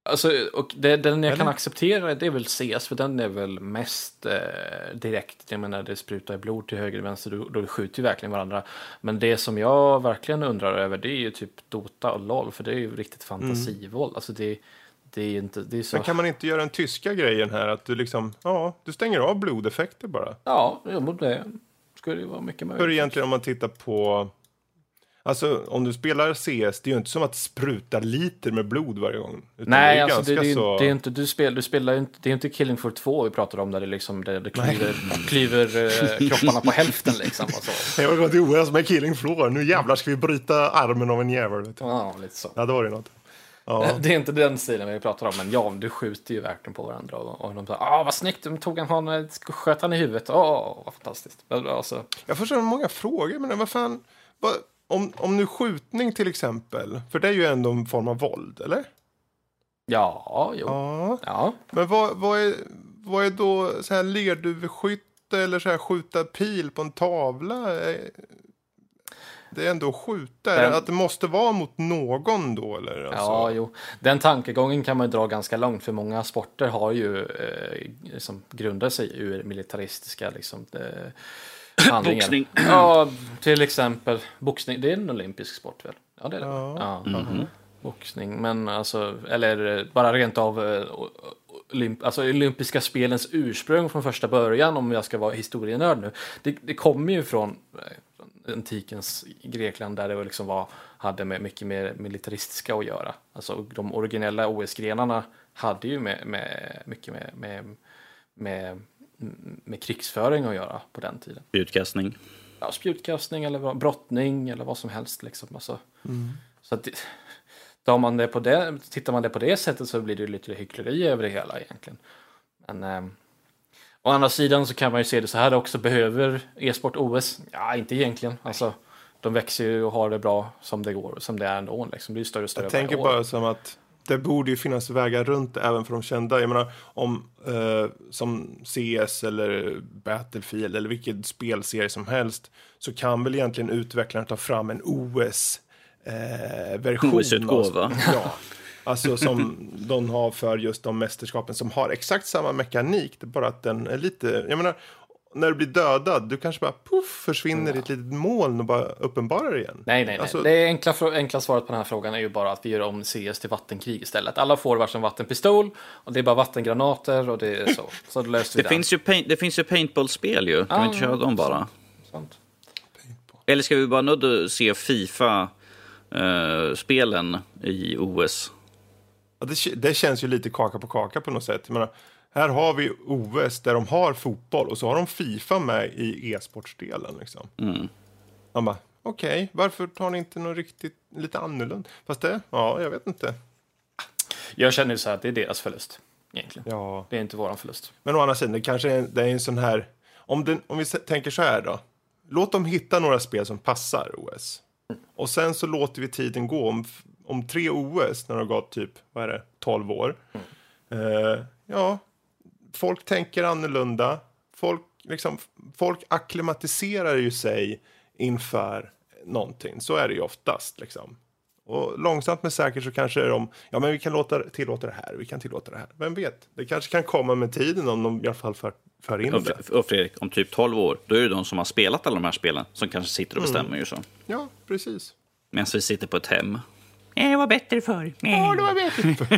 Alltså, och den jag kan acceptera, det är väl CS, för den är väl mest direkt. Jag menar, det sprutar blod till höger och vänster, då skjuter ju verkligen varandra. Men det som jag verkligen undrar över, det är ju typ Dota och LoL, för det är ju riktigt fantasivåld. Alltså det är inte, det är så... Men kan man inte göra den tyska grejen här, att du liksom, du stänger av blodeffekter bara? Ja, det skulle ju vara mycket möjligt. För egentligen om man tittar på... Alltså, om du spelar CS, det är ju inte som att spruta liter med blod varje gång. Utan nej, alltså det är inte, du spelar inte, det är inte Killing Floor 2 vi pratar om, där det liksom det klyver kropparna på hälften liksom. Och så. Jag har gått i OS med Killing Floor, nu jävlar ska vi bryta armen av en jävel. Vet du. Ja, lite så. Ja, det var det något. Ja. Det är inte den stilen vi pratar om, men ja, du skjuter ju verkligen på varandra. Och de säger, vad snyggt, de tog han sköt han i huvudet. Vad fantastiskt. Alltså. Jag får så många frågor, men vad fan... Om nu skjutning till exempel, för det är ju ändå en form av våld, eller? Ja, jo. Ja. Men vad är då så här lerduveskytte eller så här skjuta pil på en tavla? Det är ändå att skjuta. Att det måste vara mot någon då, eller? Alltså. Ja, jo. Den tankegången kan man dra ganska långt, för många sporter har ju liksom grundar sig ur militaristiska liksom... Boxning. Ja, till exempel boxning, det är en olympisk sport väl? Ja, det är det. Ja. Mm-hmm. Boxning, men alltså, eller bara rent av olympiska spelens ursprung från första början, om jag ska vara historienörd nu. Det kommer ju från antikens Grekland, där det liksom hade med mycket mer militaristiska att göra. Alltså de originella OS-grenarna hade ju mycket med krigsföring att göra på den tiden. Spjutkastning. Ja, spjutkastning eller brottning eller vad som helst liksom. Alltså. Så att tittar man det på det sättet, så blir det lite hyckleri över det hela egentligen. Men å andra sidan så kan man ju se det så här också. Behöver e-sport OS? Ja, inte egentligen. Alltså, de växer ju och har det bra som det går, som det är ändå. Liksom. Det blir större och större. Jag tänker bara som att det borde ju finnas vägar runt även för de kända. Jag menar, som CS eller Battlefield eller vilket spelserie som helst, så kan väl egentligen utvecklaren ta fram en OS-version. OS-utgåva. Ja, alltså som de har för just de mästerskapen som har exakt samma mekanik. Det är bara att den är lite... Jag menar, när du blir dödad, du kanske bara försvinner i ett litet moln och bara uppenbarar igen. Nej. Alltså, det enkla svaret på den här frågan är ju bara att vi gör om CS till vattenkrig istället. Alla får varsin vattenpistol och det är bara vattengranater och det är så. Så det löser vi det finns ju paintball-spel ju. Kan vi inte köra dem bara? Sant. Eller ska vi bara se FIFA-spelen i OS? Ja, det känns ju lite kaka på kaka på något sätt. Jag menar, här har vi OS där de har fotboll och så har de FIFA med i e-sportsdelen liksom. Man bara, okej, varför tar ni inte något riktigt lite annorlunda? Fast jag vet inte. Jag känner ju så här att det är deras förlust egentligen. Ja. Det är inte våran förlust. Men å andra sidan, det är en sån här, om vi tänker så här då. Låt dem hitta några spel som passar OS. Och sen så låter vi tiden gå om 3 OS när det har gått typ, 12 år. Folk tänker annorlunda. Folk akklimatiserar ju sig inför någonting. Så är det ju oftast liksom. Och långsamt men säkert så kanske men vi kan tillåta det här. Vi kan tillåta det här. Vem vet? Det kanske kan komma med tiden om de i alla fall för in det. Och Fredrik, om typ 12 år, då är det de som har spelat alla de här spelen som kanske sitter och bestämmer ju så. Ja, precis. Medan vi sitter på ett hem. Det var bättre förr. Ja, det var bättre förr.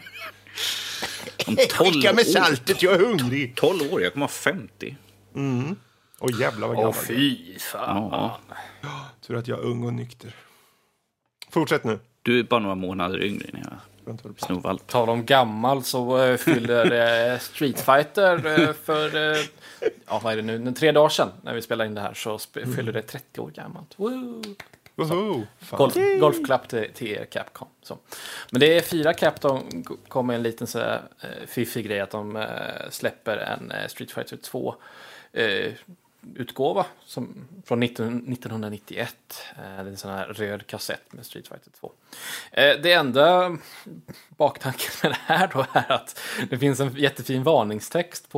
Om 12 skicka med saltet, jag är hungrig. 12 år, jag kommer vara 50. Och jävlar vad gammal. Fy fan. Ja. Tur att jag är ung och nykter. Fortsätt nu. Du är bara några månader yngre än jag. Snovall. Tal om gammal, så fyller Street Fighter för vad är det nu, 3 dagar sedan när vi spelade in det här, så fyller det 30 år gammalt. Golfklapp till er Capcom. Så. Men det är 4 Capcom kom med en liten så här fiffig grej att de släpper en Street Fighter 2 utgåva från 1991. Det är en sån här röd kassett med Street Fighter 2. Det enda baktanken med det här då är att det finns en jättefin varningstext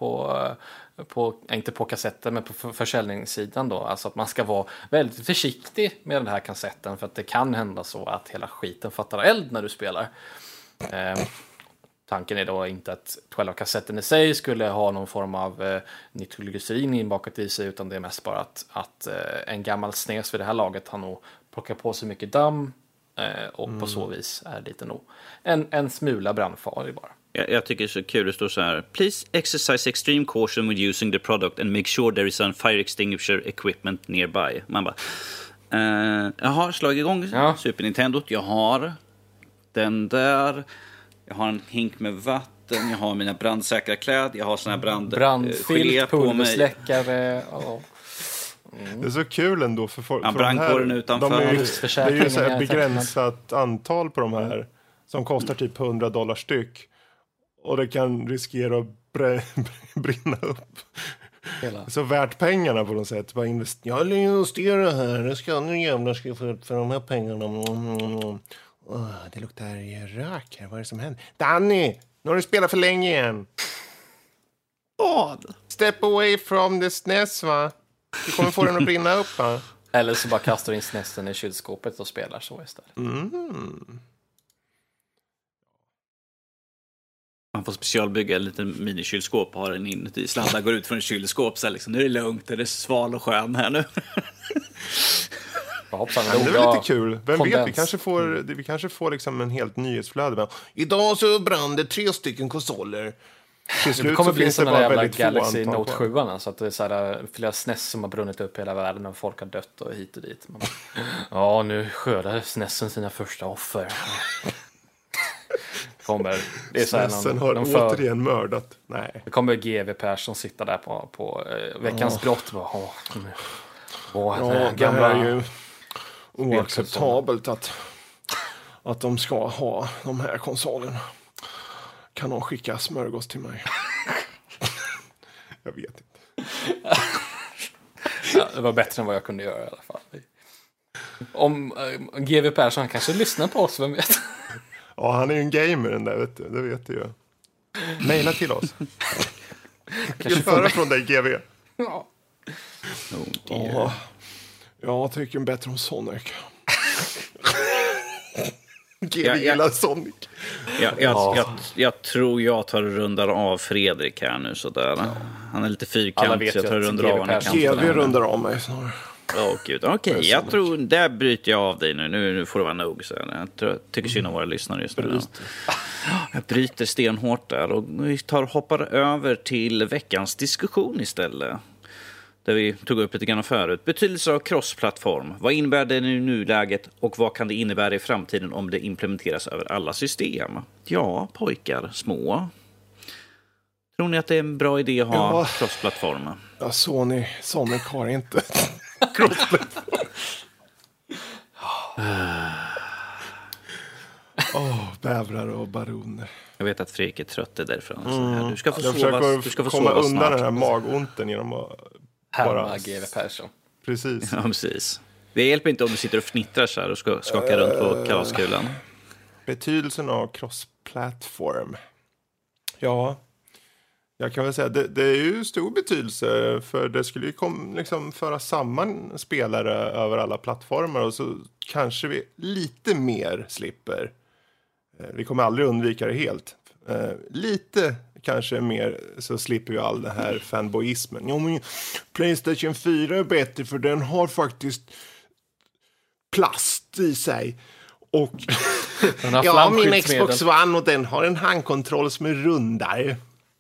inte på kassetten men på försäljningssidan då. Alltså att man ska vara väldigt försiktig med den här kassetten, för att det kan hända så att hela skiten fattar eld när du spelar. Tanken är då inte att själva kassetten i sig skulle ha någon form av nitroglycerin inbakat i sig, utan det är mest bara att en gammal SNES vid det här laget har nog plockat på sig mycket damm och på så vis är lite nog en smula brandfarlig bara. Jag tycker det är så kul, det står så här: Please exercise extreme caution with using the product and make sure there is a fire extinguisher equipment nearby. Man bara, jag har slagit igång Super Nintendo, jag har den där, jag har en hink med vatten, jag har mina brandsäkra kläder, jag har såna här brandfilt, pulversläckare. Det är så kul ändå för folk. Brandkåren utanför. Det är ju så ett begränsat antal på de här som kostar typ $100 styck. Och det kan riskera att brinna upp. Så värt pengarna på något sätt. Jag investerar här. Det ska nu jävlar ska få ut för de här pengarna. Det luktar rök här. Vad är det som händer? Danny! Nu har du spelat för länge igen. Vad? Step away from the SNES, va? Du kommer få den att brinna upp, va? Eller så bara kastar in SNESen i kylskåpet och spelar så istället. Man får specialbygga en liten minikylskåp och ha den inuti. Sladdar går ut från ett kylskåp så liksom, nu är det lugnt, det är sval och skön här nu. Hoppsan, det är väl lite kul. Vem vet, vi kanske får liksom en helt nyhetsflöde. Men idag så brann det 3 stycken konsoler. Det kommer bli sådana jävla Galaxy Note 7, så att det är så här, flera SNES som har brunnit upp hela världen och folk har dött och hit och dit. Ja, nu skördar SNESen sina första offer. Det är så här SNESen har återigen mördat. Nej. Det kommer GW Persson sitta där på veckans brott. Det är ju oacceptabelt att de ska ha de här konsolerna. Kan de skicka smörgås till mig? Jag vet inte. Det var bättre än vad jag kunde göra i alla fall. Om GW Persson kanske lyssnar på oss, vem vet? Ja, han är ju en gamer den där, vet du. Det vet du ju. Maila till oss. Vill höra från dig, GW. Ja. Jag tycker bättre om Sonic. GW gillar Sonic. Jag tror jag tar rundar av Fredrik här nu sådär. Han är lite fyrkant, så jag tar rundar av honom. GW rundar av mig snarare. Okej, jag tror där bryter jag av dig nu får det vara nog. Så jag tycker synd om våra lyssnare just nu. Jag bryter stenhårt där och vi hoppar över till veckans diskussion istället. Där vi tog upp lite grann förut. Betydelse av crossplattform. Vad innebär det i nuläget och vad kan det innebära i framtiden om det implementeras över alla system? Ja, pojkar, små. Tror ni att det är en bra idé att ha crossplattform? Ja, Sonic har inte crossplattform. Bävrar och baroner. Jag vet att Fredrik är trött därför. Du ska få sova komma undan snart. Den här magonten genom att bara GW Persson. Precis. Ja, precis. Det hjälper inte om du sitter och fnittrar så här och skakar runt på kalaskulan. Betydelsen av cross-platform. Ja, jag kan väl säga det är ju stor betydelse, för det skulle ju liksom föra samman spelare över alla plattformar och så kanske vi lite mer slipper. Vi kommer aldrig undvika det helt. Lite kanske mer så slipper vi all det här fanboyismen. Ja, men PlayStation 4 är bättre för den har faktiskt plast i sig. Och ja, min Xbox One och den har en handkontroll som är rundare.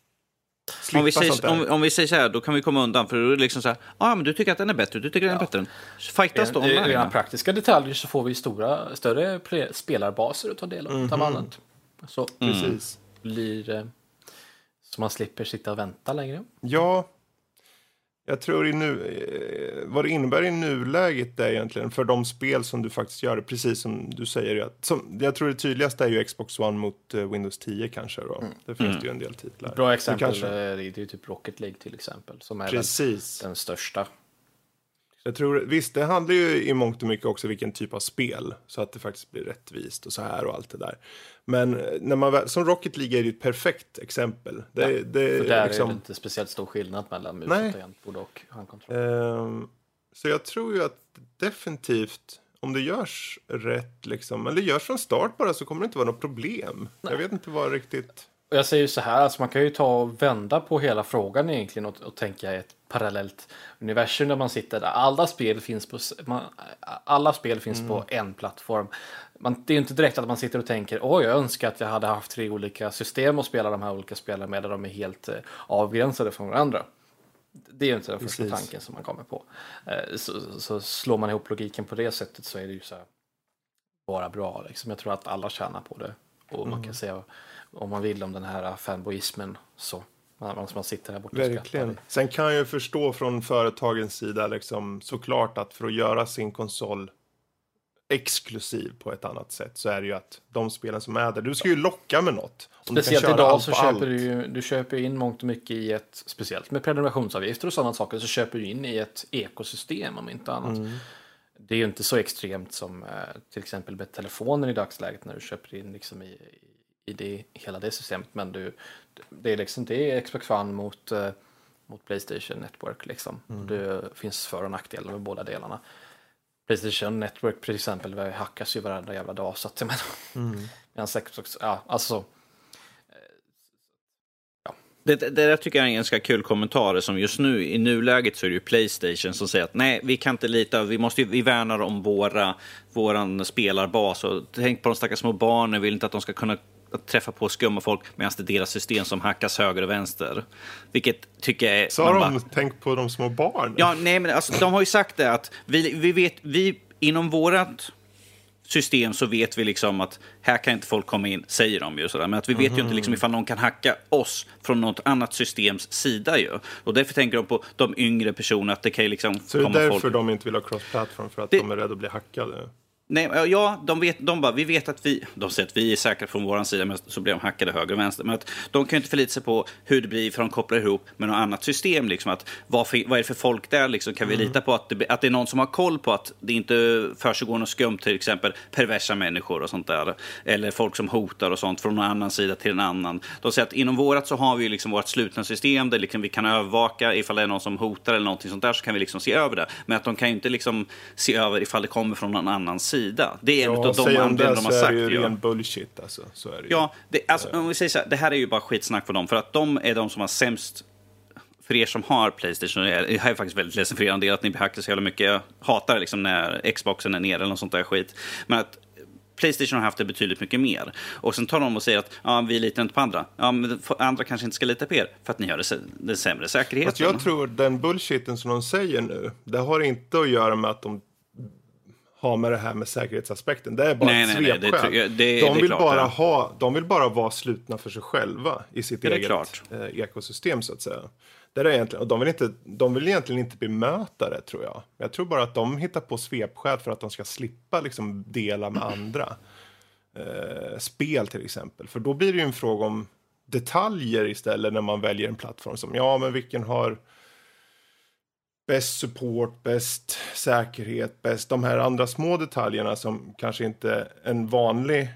Om vi säger så här, då kan vi komma undan. För då är det liksom så här, men du tycker att den är bättre, du tycker den är bättre. Fightas då online. I praktiska detaljer så får vi större spelarbaser att ta del av annat. Så precis blir så man slipper sitta och vänta längre. Ja, jag tror vad det innebär i nuläget är egentligen för de spel som du faktiskt gör, precis som du säger. Jag tror det tydligaste är ju Xbox One mot Windows 10 kanske då. Det finns det ju en del titlar. Bra exempel det är ju typ Rocket League till exempel, som är den största. Jag tror, visst, det handlar ju i mångt och mycket också vilken typ av spel, så att det faktiskt blir rättvist och så här och allt det där. Men när man som Rocket League är det ett perfekt exempel. För där liksom, är det inte speciellt stor skillnad mellan mus och tangentbord och handkontroll. Så jag tror ju att definitivt, om det görs rätt liksom, eller görs från start bara, så kommer det inte vara något problem. Nej. Jag vet inte vad riktigt... Jag säger så här, alltså man kan ju ta och vända på hela frågan egentligen och tänka ett parallellt universum där man sitter där. Alla spel finns på en plattform. Det är ju inte direkt att man sitter och tänker, jag önskar att jag hade haft 3 olika system att spela de här olika spelen med, där de är helt avgränsade från varandra. Det är ju inte den första tanken som man kommer på. Så slår man ihop logiken på det sättet, så är det ju så här bara bra. Liksom. Jag tror att alla tjänar på det. Och man kan säga, om man vill, om den här fanboismen, så man sitter här borta. Verkligen. Sen kan jag ju förstå från företagens sida liksom, såklart att för att göra sin konsol exklusiv på ett annat sätt, så är det ju att de spelen som är där, du ska ju locka med något. Speciellt idag så köper du köper in mångt och mycket i ett, speciellt med prenumerationsavgifter och sådana saker, så köper du in i ett ekosystem om inte annat. Det är ju inte så extremt som till exempel med telefoner i dagsläget, när du köper in liksom i hela det systemet, men det är liksom, det är Xbox One mot PlayStation Network liksom. Det finns för- och nackdelar med båda delarna. PlayStation Network till exempel hackas ju varandra jävla dag, så att jag menar Xbox, Det där tycker jag är en ganska kul kommentar, som just nu, i nuläget så är det ju PlayStation som säger att nej, vi kan inte lita, vi värnar om våran spelarbas, och tänk på de stackars små barnen, vill inte att de ska kunna träffa på skumma folk, medan det är deras system som hackas höger och vänster. Vilket tycker jag är... Så har de tänkt på de små barnen? Ja, nej, men alltså, de har ju sagt det att vi inom vårat system så vet vi liksom att här kan inte folk komma in, säger de ju sådär. Men att vi vet ju inte liksom ifall någon kan hacka oss från något annat systems sida ju. Och därför tänker de på de yngre personerna, att det kan ju liksom så komma folk... Så det är därför de inte vill ha cross-platform, för att de är rädda att bli hackade? Nej, vi vet att de säger att vi är säkra från våran sida, men så blir de hackade höger och vänster. Men att de kan inte förlita sig på hur det blir, för de kopplar ihop med något annat system. Liksom, att vad är det för folk där? Liksom, kan vi lita på att det är någon som har koll på att det inte försiggår något skumt, till exempel perversa människor och sånt där. Eller folk som hotar och sånt från någon annan sida till en annan. De säger att inom vårat så har vi liksom vårt slutna system där liksom vi kan övervaka ifall det är någon som hotar eller någonting sånt där, så kan vi liksom se över det. Men att de kan ju inte liksom se över ifall det kommer från någon annan sida. Det är en av de anledningar de har sagt. Det är ju ren bullshit alltså. Så är det ju. Ja, om vi säger så här, det här är ju bara skitsnack för dem, för att de är de som har sämst. För er som har PlayStation, jag är faktiskt väldigt ledsen för er del att ni blir hackade så jävla mycket. Jag hatar liksom när Xboxen är nere eller något sånt där skit. Men att PlayStation har haft det betydligt mycket mer. Och sen tar de och säger att vi litar inte på andra. Ja, men andra kanske inte ska lita på er för att ni har den sämre säkerheten. Fast jag tror den bullshiten som de säger nu, det har inte att göra med att de har med det här med säkerhetsaspekten. Det är bara ett svepskäl. De vill bara vara slutna för sig själva i sitt eget ekosystem, så att säga. Det är egentligen, och de vill egentligen inte bemöta det, tror jag. Jag tror bara att de hittar på svepskäl för att de ska slippa liksom dela med andra. Spel till exempel. För då blir det ju en fråga om detaljer istället, när man väljer en plattform som, men vilken har bäst support, bäst säkerhet, bäst de här andra små detaljerna som kanske inte en vanlig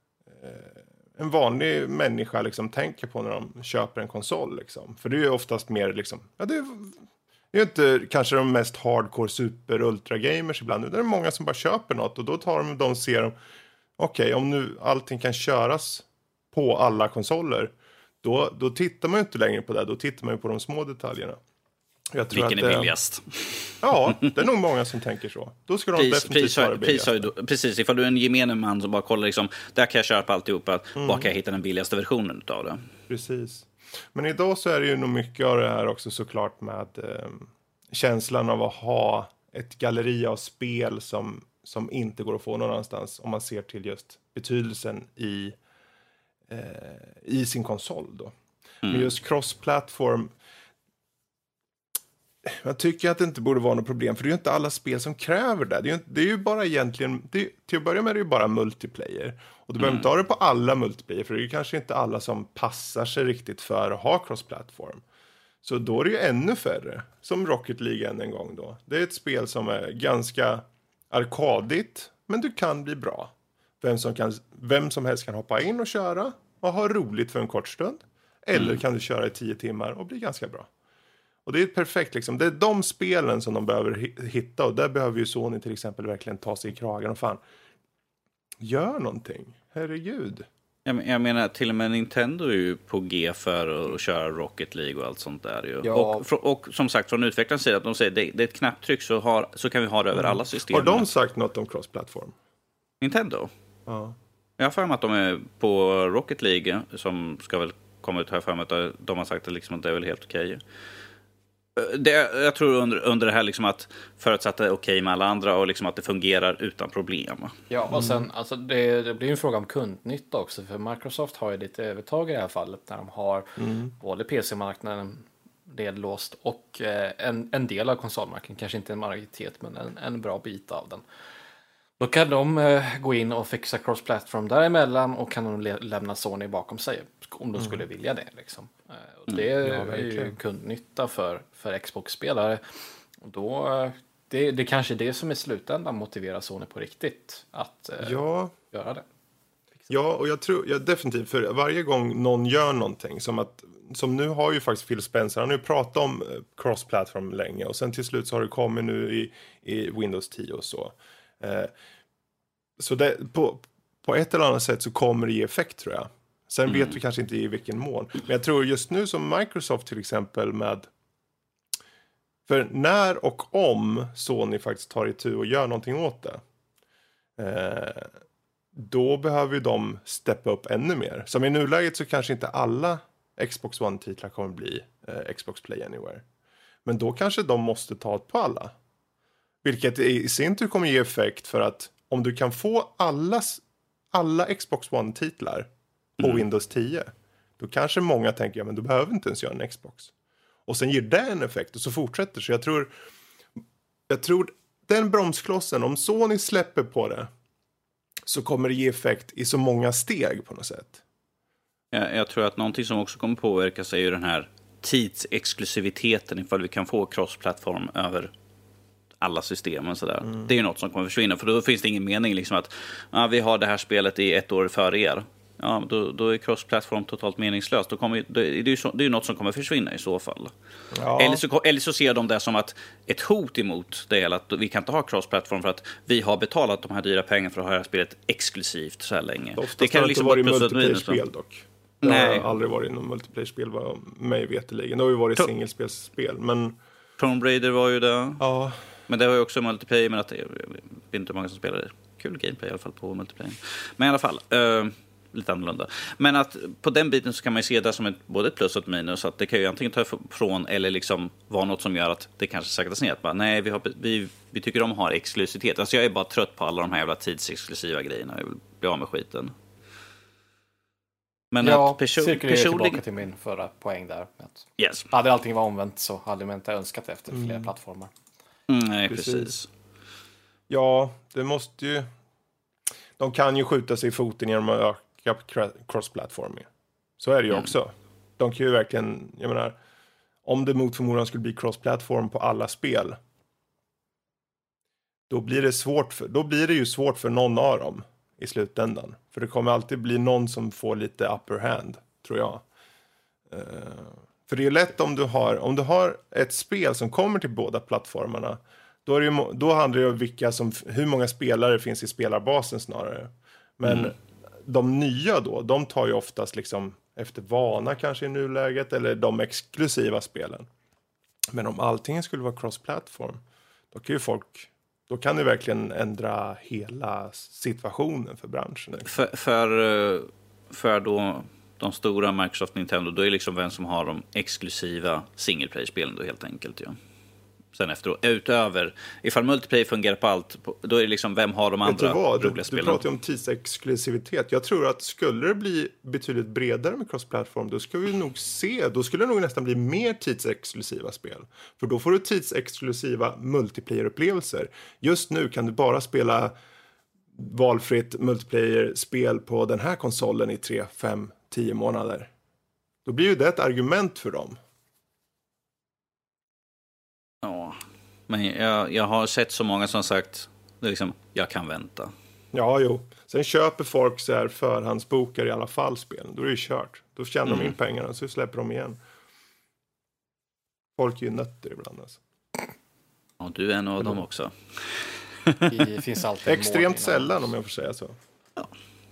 människa liksom tänker på när de köper en konsol liksom. För det är ju oftast mer liksom, det är ju inte kanske de mest hardcore super ultra gamers ibland, utan det är många som bara köper något, och då tar de ser de okej, om nu allting kan köras på alla konsoler, då tittar man ju inte längre på det, då tittar man ju på de små detaljerna. Vilken är billigast? Ja, det är nog många som tänker så. Då ska de definitivt vara billigast. Precis, ifall du är en gemene man som bara kollar liksom, där kan jag köra på alltihopa, var kan jag hitta den billigaste versionen av det? Precis. Men idag så är det ju nog mycket av det här också såklart med känslan av att ha ett galleri av spel som inte går att få någon annanstans, om man ser till just betydelsen i sin konsol då. Men just cross-platform, jag tycker att det inte borde vara något problem, för det är ju inte alla spel som kräver det. Det är ju bara egentligen, till att börja med är det ju bara multiplayer. Och du behöver inte ha det på alla multiplayer, för det är ju kanske inte alla som passar sig riktigt för att ha cross-platform. Så då är det ju ännu färre, som Rocket League en gång då. Det är ett spel som är ganska arkadigt, men du kan bli bra. Vem som helst kan hoppa in och köra och ha roligt för en kort stund. Eller kan du köra i 10 timmar och bli ganska bra. Och det är perfekt liksom. Det är de spelen som de behöver hitta. Och där behöver ju Sony till exempel verkligen ta sig i kragen. Och fan, gör någonting. Herregud. Jag menar, till och med Nintendo är ju på G för att köra Rocket League och allt sånt där. Ju. Ja. Och som sagt, från utvecklarens sida, att de säger det är ett knapptryck så kan vi ha det över alla system. Har de sagt något om cross-platform? Nintendo? Ja. Jag har för mig att de är på Rocket League, som ska väl komma ut här för mig, att de har sagt att, liksom, att det är väl helt okej. Jag tror under det här liksom att förutsatt det är okej med alla andra och liksom att det fungerar utan problem. Ja, och sen alltså det blir en fråga om kundnytta också, för Microsoft har ju lite övertag i det här fallet när de har både PC-marknaden nedlåst och en del av konsolmarknaden, kanske inte en majoritet men en bra bit av den. Då kan de gå in och fixa cross-platform däremellan och kan de lämna Sony bakom sig om de skulle vilja det. Liksom. Och det är ju kundnytta för Xbox-spelare. Och då, det kanske är det som i slutändan motiverar Sony på riktigt att göra det. Ja, och jag tror definitivt, för varje gång någon gör någonting, som nu har ju faktiskt Phil Spencer, han har ju pratat om cross-platform länge och sen till slut så har det kommit nu i Windows 10 och så. Så det, på ett eller annat sätt så kommer det ge effekt, tror jag. Sen vet vi kanske inte i vilken mån. Men jag tror just nu som Microsoft till exempel för när och om Sony faktiskt tar itu och gör någonting åt det, då behöver ju de steppa upp ännu mer. Som i nuläget så kanske inte alla Xbox One-titlar kommer bli Xbox Play Anywhere. Men då kanske de måste ta på alla. Vilket i sin tur kommer ge effekt, för att om du kan få alla Xbox One-titlar på Windows 10, då kanske många tänker, ja men du behöver inte ens göra en Xbox. Och sen ger det en effekt och så fortsätter. Så jag tror den bromsklossen, om Sony släpper på det, så kommer det ge effekt i så många steg på något sätt. Jag tror att någonting som också kommer påverka sig är ju den här tidsexklusiviteten, ifall vi kan få cross-plattform över alla system och sådär. Det är ju något som kommer försvinna, för då finns det ingen mening liksom att vi har det här spelet i 1 år före er. Ja, då är cross-platform totalt meningslöst. Det är ju något som kommer försvinna i så fall. Ja. Eller så ser de det som att ett hot emot det hela, att vi kan inte ha cross-platform för att vi har betalat de här dyra pengarna för att ha det här spelet exklusivt så här länge. Det kan liksom vara multiplayer-spel dock. Det har aldrig varit någon multiplayer-spel, mig veterligen. Det har ju varit singelspelsspel, men Tomb Raider var ju det. Ja. Men det var ju också multiplayer, men att jag vet inte hur många som spelar det. Kul gameplay i alla fall på multiplayer. Men i alla fall, lite annorlunda. Men att på den biten så kan man ju se det som både ett plus och ett minus. Att det kan ju antingen ta ifrån eller liksom vara något som gör att det kanske saktas ner. Att bara, nej, vi tycker de har exklusivitet. Alltså jag är bara trött på alla de här jävla tidsexklusiva grejerna. Jag vill bli av med skiten. Men att cirkulerar tillbaka till min förra poäng där. Yes. Hade allting var omvänt så hade man inte önskat efter fler plattformar. Nej, precis. Ja, det måste ju... De kan ju skjuta sig i foten genom att öka cross-platforming. Så är det ju också. De kan ju verkligen... Jag menar, om det mot förmodan skulle bli cross-platform på alla spel, då blir det ju svårt för någon av dem i slutändan. För det kommer alltid bli någon som får lite upper hand, tror jag. För det är lätt om du har ett spel som kommer till båda plattformarna, då handlar det om hur många spelare finns i spelarbasen snarare. Men de nya då, de tar ju oftast liksom efter vana kanske i nuläget, eller de exklusiva spelen. Men om allting skulle vara cross-platform, då kan det verkligen ändra hela situationen för branschen. För då de stora Microsoft och Nintendo, då är liksom vem som har de exklusiva single-player-spelen då helt enkelt. Ja. Sen efteråt, utöver, ifall multiplayer fungerar på allt, då är det liksom vem har de andra roliga spelen. Du pratar ju om tidsexklusivitet. Jag tror att skulle det bli betydligt bredare med cross-platform, då skulle det nog nästan bli mer tidsexklusiva spel. För då får du tidsexklusiva multiplayer-upplevelser. Just nu kan du bara spela valfritt multiplayer-spel på den här konsolen i 3, 5, 10 månader. Då blir ju det ett argument för dem. Ja, men jag har sett så många som sagt, det är liksom, jag kan vänta. Ja, jo. Sen köper folk så här förhandsbokar i alla fall spelen. Då är det ju kört. Då tjänar de in pengarna, så släpper de igen. Folk är ju nötter ibland alltså. Ja, du är en av dem också. Det finns alltid extremt sällan om jag får säga så. Ja.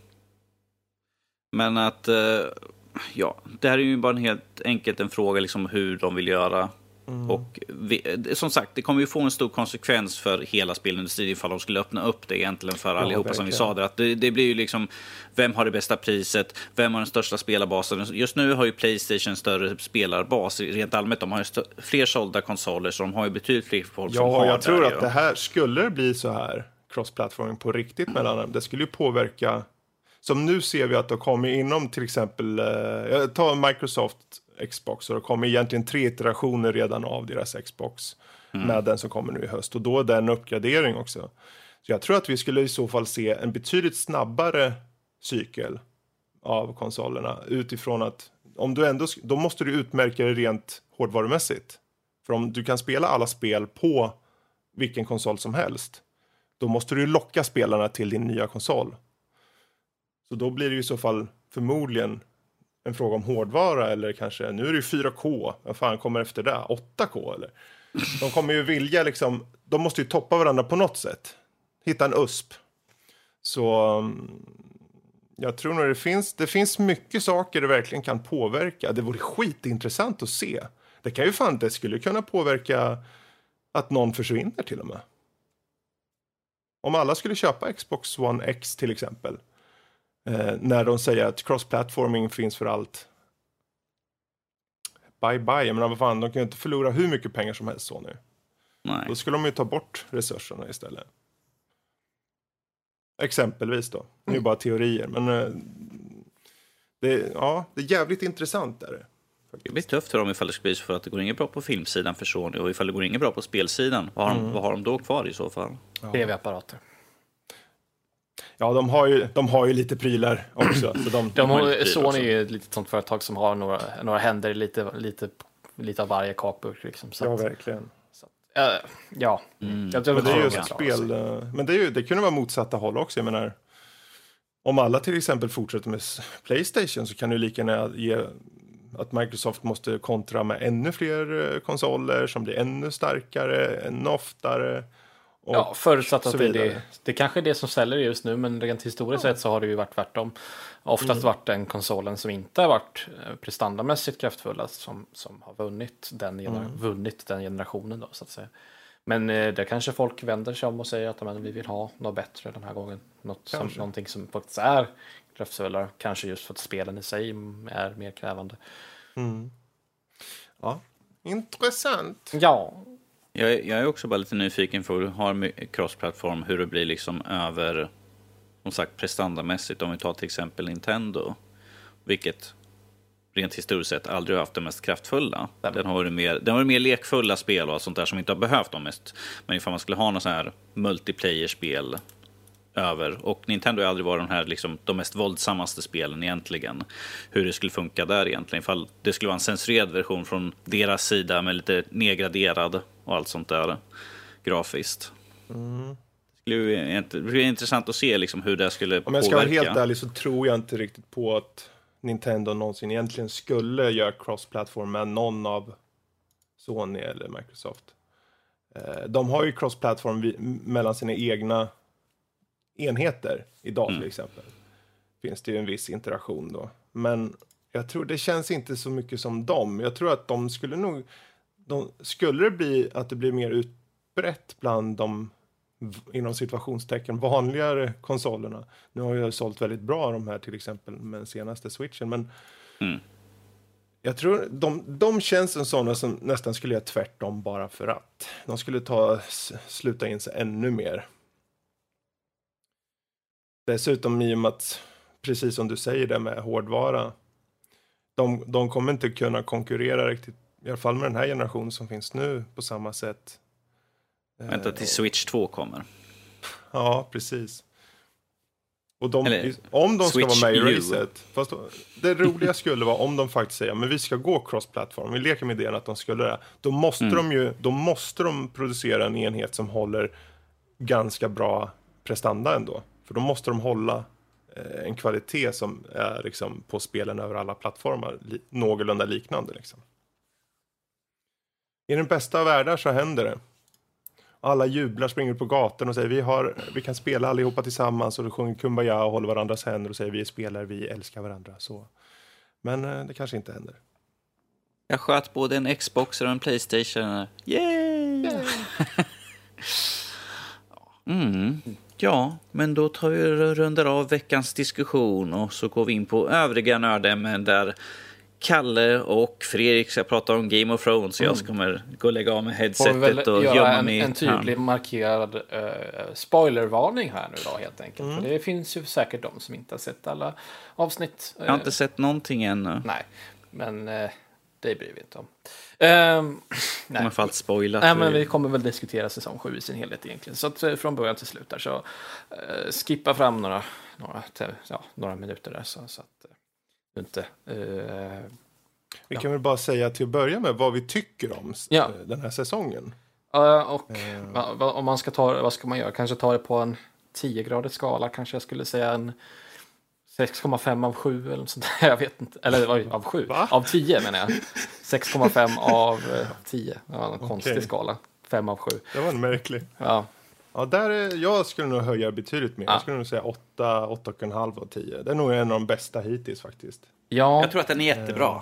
Men att ja, det här är ju bara helt enkelt en fråga liksom hur de vill göra. Och som sagt, det kommer ju få en stor konsekvens för hela spelindustrin ifall de skulle öppna upp det egentligen för allihopa verkligen. Som vi sa där. Att det blir ju liksom, vem har det bästa priset? Vem har den största spelarbasen? Just nu har ju PlayStation större spelarbas rent allmänt. De har ju fler sålda konsoler, så de har ju betydligt fler folk som har. Jag tror att det här skulle bli så här cross-platforming på riktigt mellan dem. Det skulle ju påverka, som nu ser vi att det kommer inom till exempel, ta Microsoft Xbox, och det kommer egentligen 3 iterationer redan av deras Xbox med den som kommer nu i höst, och då är det en uppgradering också. Så jag tror att vi skulle i så fall se en betydligt snabbare cykel av konsolerna, utifrån att om du ändå, då måste du utmärka det rent hårdvarumässigt. För om du kan spela alla spel på vilken konsol som helst, då måste du locka spelarna till din nya konsol. Så då blir det ju i så fall förmodligen en fråga om hårdvara, eller kanske, nu är det ju 4K, vad fan kommer efter det? 8K eller? De kommer ju vilja liksom, de måste ju toppa varandra på något sätt. Hitta en USP. Så jag tror nog det finns mycket saker det verkligen kan påverka. Det vore skitintressant att se. Det kan ju fan, det skulle kunna påverka att någon försvinner till och med. Om alla skulle köpa Xbox One X till exempel. När de säger att cross-platforming finns för allt. Bye bye. Men vad fan, de kan ju inte förlora hur mycket pengar som helst så nu. Nej. Då skulle de ju ta bort resurserna istället. Exempelvis då. Det är bara teorier. Men det är jävligt intressant där. Det blir tufft för dem ifall det skulle bli så, för att det går inget bra på filmsidan för Sony, och ifall det går inget bra på spelsidan. Vad har de då kvar i så fall? Ja. TV-apparater. Ja, de har ju lite prylar också. Så Sony är ju ett litet sånt företag som har några händer lite av varje kakburk. Liksom, så ja, verkligen. Ja. Men det är ju ett spel. Men det kunde vara motsatta håll också. Jag menar, om alla till exempel fortsätter med PlayStation, så kan du lika gärna ge att Microsoft måste kontra med ännu fler konsoler som blir ännu starkare, ännu oftare. Ja, förutsatt att det kanske är det som säljer just nu, men rent historiskt sett så har det ju varit tvärtom. Oftast varit den konsolen som inte har varit prestandamässigt kraftfullast som har vunnit den generationen då, så att säga. Men där kanske folk vänder sig om och säger att vi vill ha något bättre den här gången. Någonting som faktiskt är kraftfullare, kanske just för att spelen i sig är mer krävande. Ja, intressant. Ja. Jag är också bara lite nyfiken för hur du har cross-plattform, hur det blir liksom över, som sagt, prestandamässigt. Om vi tar till exempel Nintendo, vilket rent historiskt sett aldrig har haft det mest kraftfulla. Den har varit mer lekfulla spel och sånt där som inte har behövt dem mest. Men ifall man skulle ha något så här multiplayer-spel över, och Nintendo har aldrig varit de mest våldsammaste spelen egentligen, hur det skulle funka där egentligen, ifall det skulle vara en censurerad version från deras sida med lite nedgraderad och allt sånt där grafiskt. Det skulle bli intressant att se liksom hur det skulle påverka. Om jag ska vara helt ärlig så tror jag inte riktigt på att Nintendo någonsin egentligen skulle göra cross-platform med någon av Sony eller Microsoft. De har ju cross-platform mellan sina egna enheter idag till exempel. Finns det ju en viss interaktion då. Men jag tror det känns inte så mycket som dem. Jag tror att de skulle det bli att det blir mer utbrett bland de, inom situationstecken, vanligare konsolerna. Nu har jag sålt väldigt bra de här till exempel med den senaste Switchen, men jag tror de känns som sådana som nästan skulle göra tvärtom bara för att. De skulle sluta in sig ännu mer. Dessutom i och med att, precis som du säger det med hårdvara, de kommer inte kunna konkurrera riktigt, i alla fall med den här generationen som finns nu, på samma sätt. Vänta till Switch 2 kommer. Ja, precis. Och om de ska vara med i racet, fast det roliga skulle vara om de faktiskt säger men vi ska gå cross-platform, vi leker med idén att de skulle det, då måste de producera en enhet som håller ganska bra prestanda ändå. För då måste de hålla en kvalitet som är liksom på spelen över alla plattformar någorlunda liknande liksom. I den bästa av världar så händer det. Alla jublar, springer på gatan och säger vi kan spela allihopa tillsammans, och då sjunger Kumbaya och håller varandras händer och säger vi är spelare, vi älskar varandra. Så. Men det kanske inte händer. Jag sköt både en Xbox och en PlayStation. Yay! Ja, men då tar vi och rundar av veckans diskussion och så går vi in på övriga nördämnen där Kalle och Fredrik ska prata om Game of Thrones. Så jag kommer gå och lägga av med headsetet och gömma mig. En tydlig markerad spoilervarning här nu då, helt enkelt. För det finns ju säkert de som inte har sett alla avsnitt. Jag har inte sett någonting ännu. Nej, men det bryr vi inte om. Nej. Fallt spoilat. Nej, men vi kommer väl diskutera säsong 7 i sin helhet egentligen. Så att från början till slut där så skippa fram några minuter där så att inte... Vi kan väl bara säga till att börja med vad vi tycker om den här säsongen. Om man ska ta, vad ska man göra? Kanske ta det på en 10-gradig skala. Kanske jag skulle säga en 6,5 av 7 eller något sånt där. Jag vet inte. Eller av 7. Va? Av 10 menar jag. 6,5 av 10. Ja, en konstig skala. 5 av 7. Det var en märklig. Ja. Ja, jag skulle nog höja betydligt mer. Jag skulle nog säga 8,5 av 10. Det är nog en av de bästa hittills faktiskt. Ja. Jag tror att den är jättebra.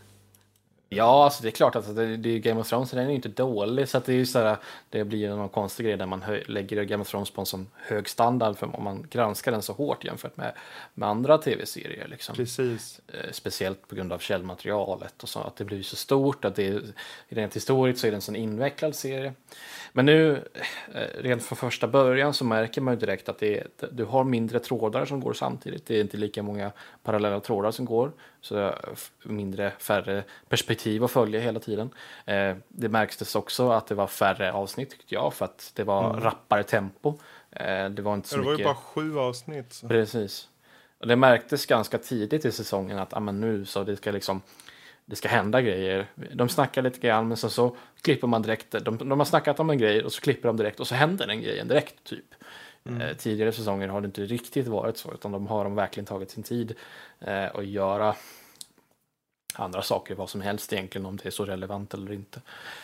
Ja, alltså det är klart att det är Game of Thrones, så den är ju inte dålig, så att det är ju sådär, det blir någon konstig grej där man lägger Game of Thrones på en sån hög standard, för om man granskar den så hårt jämfört med andra tv-serier liksom. Precis. Speciellt på grund av källmaterialet och så, att det blir så stort att det är, rent historiskt så är det en sån invecklad serie. Men nu, rent från första början så märker man ju direkt att du har mindre trådar som går samtidigt. Det är inte lika många parallella trådar som går. Så färre perspektiv att följa hela tiden. Det märktes också att det var färre avsnitt tyckte jag. För att det var rappare tempo. Det var inte så mycket... Det var ju bara 7 avsnitt. Så. Precis. Och det märktes ganska tidigt i säsongen att nu så det ska hända grejer. De snackar lite grann, men så klipper man direkt. De har snackat om en grej och så klipper de direkt och så händer den grejen direkt typ. Tidigare säsonger har det inte riktigt varit så, utan de har verkligen tagit sin tid att göra andra saker, vad som helst egentligen, om det är så relevant eller inte.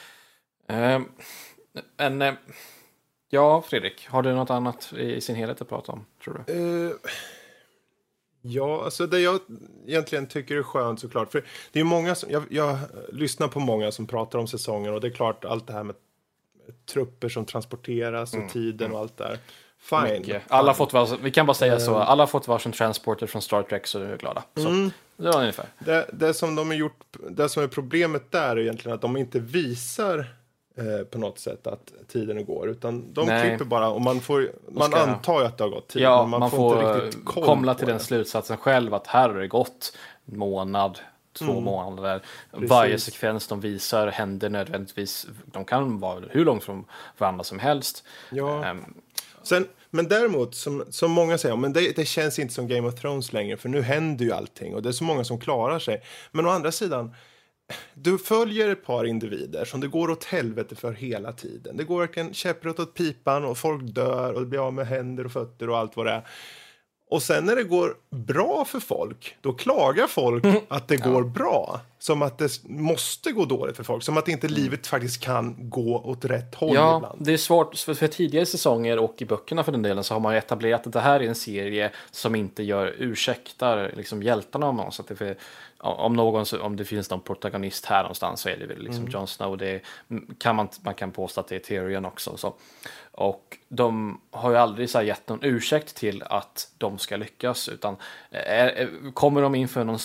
Ja, Fredrik, har du något annat i sin helhet att prata om, tror du? Ja, alltså det jag egentligen tycker är skönt såklart. För det är många som, jag lyssnar på många som pratar om säsongen, och det är klart allt det här med trupper som transporteras och tiden och allt där. Fine. Alla fått vi kan bara säga så, alla har fått varsin transporter från Star Trek, så är vi glada. Så, det var ungefär. Det som de har gjort, det som är problemet där är egentligen att de inte visar på något sätt att tiden går, utan de klipper bara, och man antar ju att det har gått tid, ja, men man får inte riktigt koll komma till den slutsatsen själv att här har det gått månad, 2 månader. Varje sekvens de visar händer nödvändigtvis, de kan vara hur långt från varandra som helst. Ja. Men däremot, som många säger, men det känns inte som Game of Thrones längre, för nu händer ju allting och det är så många som klarar sig. Men å andra sidan, du följer ett par individer som det går åt helvete för hela tiden. Det går verkligen käpprätt åt pipan och folk dör och det blir av med händer och fötter och allt vad det är. Och sen när det går bra för folk, då klagar folk att det går bra. Som att det måste gå dåligt för folk. Som att inte livet faktiskt kan gå åt rätt håll ibland. Ja, det är svårt. För tidigare säsonger och i böckerna för den delen så har man etablerat att det här är en serie som inte ursäktar liksom hjältarna av någon. Så att det om det finns någon protagonist här någonstans så är det väl liksom Jon Snow. Man kan påstå att det är Tyrion också. Så. Och de har ju aldrig så gett någon ursäkt till att de ska lyckas, utan kommer de inför någon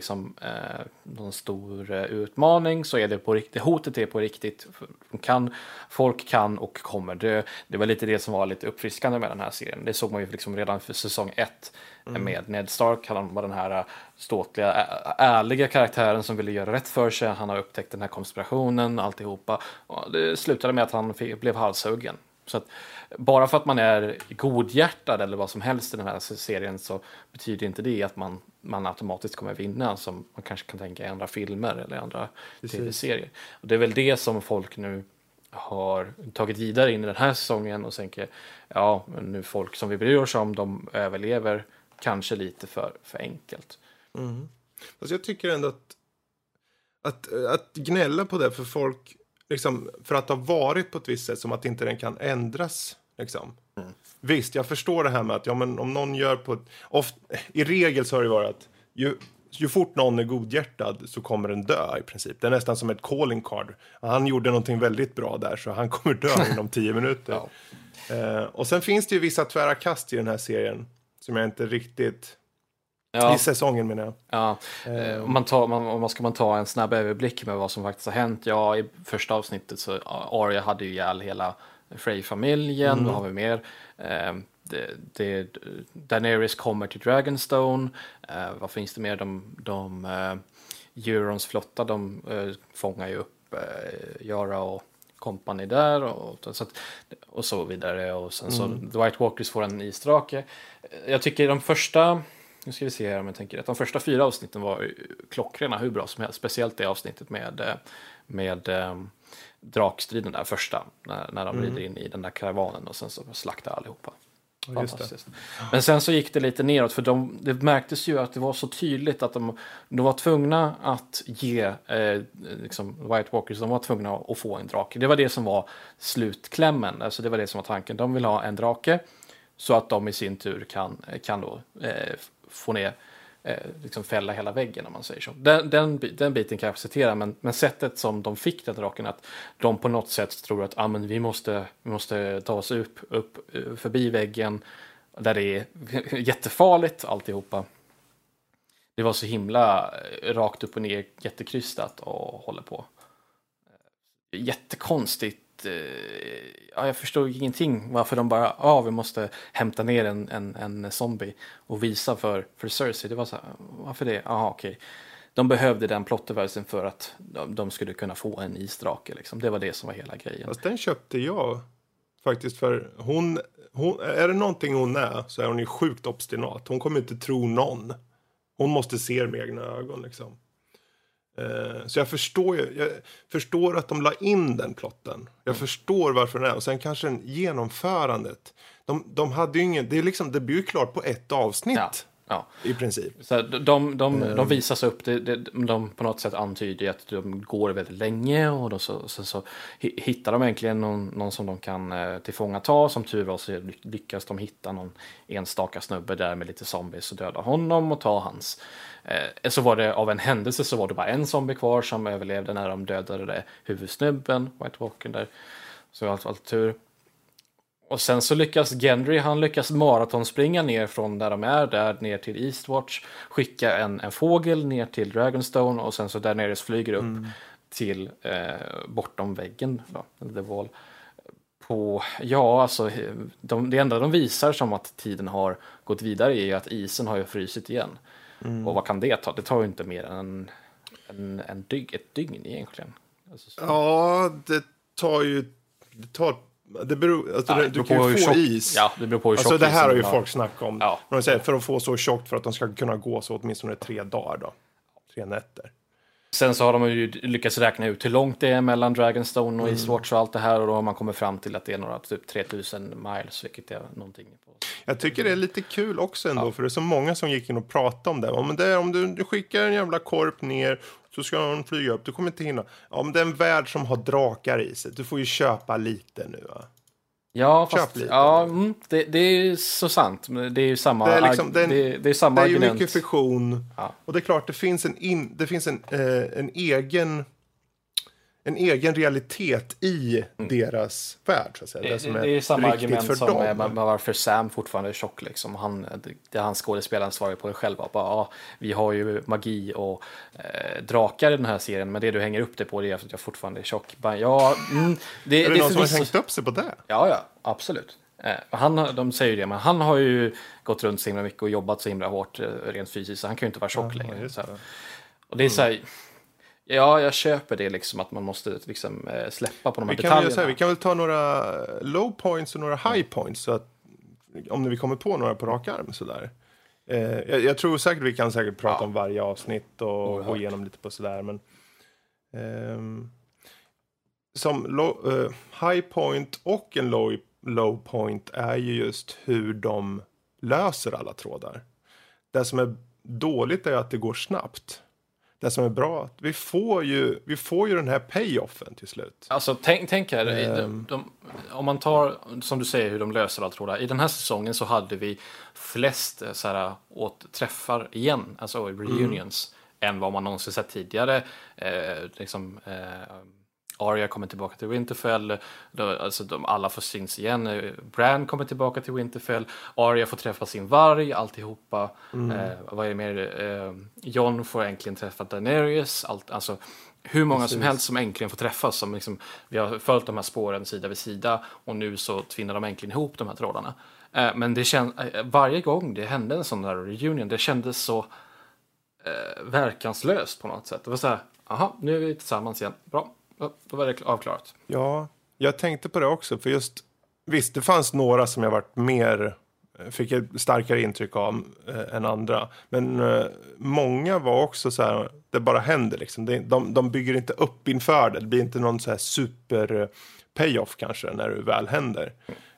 stor utmaning så är det på riktigt, hotet är på riktigt. Folk kan och kommer dö. Det var lite det som var lite uppfriskande med den här serien. Det såg man ju liksom redan för säsong 1 med Ned Stark. Han var den här ståtliga, ärliga karaktären som ville göra rätt för sig. Han har upptäckt den här konspirationen, alltihopa. Och det slutade med att han blev halshuggen. Så att bara för att man är godhjärtad eller vad som helst i den här serien så betyder inte det att man automatiskt kommer vinna, som man kanske kan tänka i andra filmer eller andra tv-serier. Och det är väl det som folk nu har tagit vidare in i den här säsongen och tänker, ja, men nu folk som vi bryr oss om, de överlever kanske lite för enkelt. Alltså jag tycker ändå att gnälla på det, för folk liksom, för att ha varit på ett visst sätt, som att inte den kan ändras. Liksom. Visst, jag förstår det här med att men om någon gör på i regel så har det varit att ju fort någon är godhjärtad så kommer den dö i princip. Det är nästan som ett calling card. Han gjorde någonting väldigt bra där, så han kommer dö inom 10 minuter. Och sen finns det ju vissa tvära kast i den här serien som jag inte riktigt... I säsongen menar jag. Ja. Om man ska ta en snabb överblick med vad som faktiskt har hänt. Ja, i första avsnittet så Arya hade ju ihjäl hela Frey-familjen. Vad har vi mer? Daenerys kommer till Dragonstone. Vad finns det mer? De Eurons flotta, de fångar ju upp Yara och kompani där och så vidare. Och sen så The White Walkers får en isdrake. Jag tycker de första... Nu ska vi se här om jag tänker rätt. De första 4 avsnitten var klockrena hur bra som helst. Speciellt det avsnittet med drakstriden där första. När de rider in i den där karavanen och sen så slaktar allihopa. Fantastiskt. Men sen så gick det lite neråt, för det märktes ju att det var så tydligt att de var tvungna att ge liksom White Walkers, de var tvungna att få en drake. Det var det som var slutklämmen. Alltså det var det som var tanken. De vill ha en drake så att de i sin tur kan då få ner liksom fälla hela väggen, om man säger så. Den biten kan jag acceptera, men sättet som de fick den draken, att de på något sätt tror att vi måste ta oss upp förbi väggen där det är jättefarligt alltihopa. Det var så himla rakt upp och ner, jättekrystat och håller på. Jättekonstigt. Jag förstod ingenting varför de bara vi måste hämta ner en zombie och visa för Cersei. Det var så här, varför det? Okej. De behövde den plotterversen för att de skulle kunna få en isdrake liksom. Det var det som var hela grejen. Fast den köpte jag faktiskt, för hon är det någonting hon är, så är hon ju sjukt obstinat. Hon kommer inte tro någon. Hon måste se det med egna ögon liksom. Så jag förstår att de la in den plotten. Jag förstår varför den är. Och sen kanske genomförandet. De hade ju ingen... Det blir ju klart på ett avsnitt. Ja. I princip. Så de visas upp. De på något sätt antyder att de går väldigt länge. Och då så hittar de egentligen någon som de kan tillfångata. Som tur var så lyckas de hitta någon enstaka snubbe där med lite zombies och döda honom och ta hans... Så var det av en händelse så var det bara en zombie kvar som överlevde när de dödade huvudsnubben, White Walker där. Så allt tur. Och sen så lyckas Gendry, han lyckas maratonspringa ner från där de är, där ner till Eastwatch, skicka en fågel ner till Dragonstone och sen så Daenerys flyger upp till bortom väggen då, The Wall. Det enda de visar som att tiden har gått vidare är ju att isen har ju frysit igen. Och vad kan det ta? Det tar ju inte mer än ett dygn egentligen. Alltså, det beror, du kan ju få is. Ja, det beror på hur tjock det här har ju folk snackat om. Ja. För att få så tjockt för att de ska kunna gå så åtminstone 3 dagar då. 3 nätter. Sen så har de ju lyckats räkna ut hur långt det är mellan Dragonstone och Eastwatch och allt det här. Och då har man kommit fram till att det är några typ 3000 miles, vilket är någonting på. Jag tycker det är lite kul också ändå, för det är så många som gick in och pratade om det. Om du skickar en jävla korp ner så ska de flyga upp, du kommer inte hinna. Om det är en värld som har drakar i sig, du får ju köpa lite nu va? Ja, fast, det är så sant. Det är ju samma, det är liksom, det är samma argument. Det är ju mycket fiktion. Ja. Och det är klart, det finns en egen realitet i deras värld. Så att säga. Det är samma argument som med varför Sam fortfarande är tjock. Liksom. Han skådespelaren svarar på det själva. Vi har ju magi och drakar i den här serien, men det du hänger upp det på det är att jag fortfarande är tjock. Är det någon som har hängt upp sig på det? Ja, absolut. De säger ju det, men han har ju gått runt så himla mycket och jobbat så himla hårt rent fysiskt, så han kan ju inte vara tjock längre. Och det är så här, jag köper det liksom, att man måste liksom släppa på de här detaljerna. Vi kan väl ta några low points och några high points, så att om vi kommer på några på rak arm sådär. Jag tror säkert vi kan prata om varje avsnitt och gå igenom lite på sådär, men som high point och en low point är ju just hur de löser alla trådar. Det som är dåligt är att det går snabbt. det som är bra. Vi får ju den här payoffen till slut. Alltså tänk här, om man tar, som du säger, hur de löser allt trådar. I den här säsongen så hade vi flest så här, återträffar igen, alltså reunions, än vad man någonsin sett tidigare. Arya kommer tillbaka till Winterfell, alla får syns igen. Bran kommer tillbaka till Winterfell, Arya får träffa sin varg, alltihopa. Vad är det mer? Jon får äntligen träffa Daenerys. Alltså hur många som helst som äntligen får träffas. Som liksom, vi har följt de här spåren sida vid sida och nu så tvinnar de äntligen ihop de här trådarna. Men det varje gång det hände en sån där reunion, det kändes så verkanslöst på något sätt. Det var så här, aha, nu är vi tillsammans igen, bra. Då var det avklarat. Ja, jag tänkte på det också. För just, visst, det fanns några som jag fick ett starkare intryck av än andra. Men många var också så här, det bara händer liksom. De bygger inte upp inför det. Det blir inte någon så här super payoff kanske när det väl händer.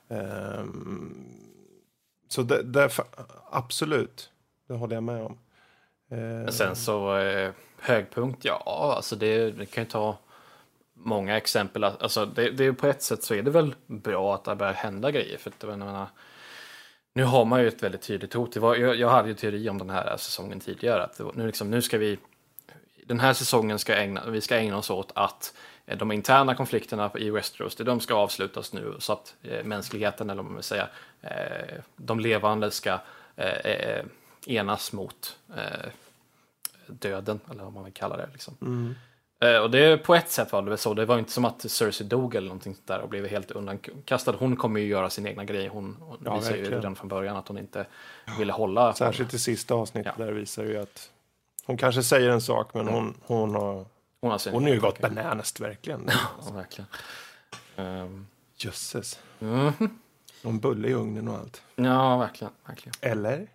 Så det absolut, det håller jag med om. Sen så högpunkt, ja, alltså det kan ju ta många exempel. Alltså det på ett sätt så är det väl bra att det börjar hända grejer. För att jag menar, nu har man ju ett väldigt tydligt hot. Jag hade ju teori om den här säsongen tidigare. Att nu ska vi, den här säsongen vi ska ägna oss åt att de interna konflikterna i Westeros, de ska avslutas nu. Så att mänskligheten, eller vad man vill säga, de levande ska enas mot döden, eller vad man vill kalla det liksom. Och det på ett sätt var det väl så. Det var inte som att Cersei dog eller någonting där och blev helt undankastad. Hon kommer ju göra sin egna grej. Hon visar ju redan från början att hon inte ville hålla. Särskilt i sista avsnittet där visar ju att hon kanske säger en sak, men hon är ju gått bananas verkligen. Ja, verkligen. Jösses. Någon bulle i ugnen och allt. Ja, verkligen. Eller?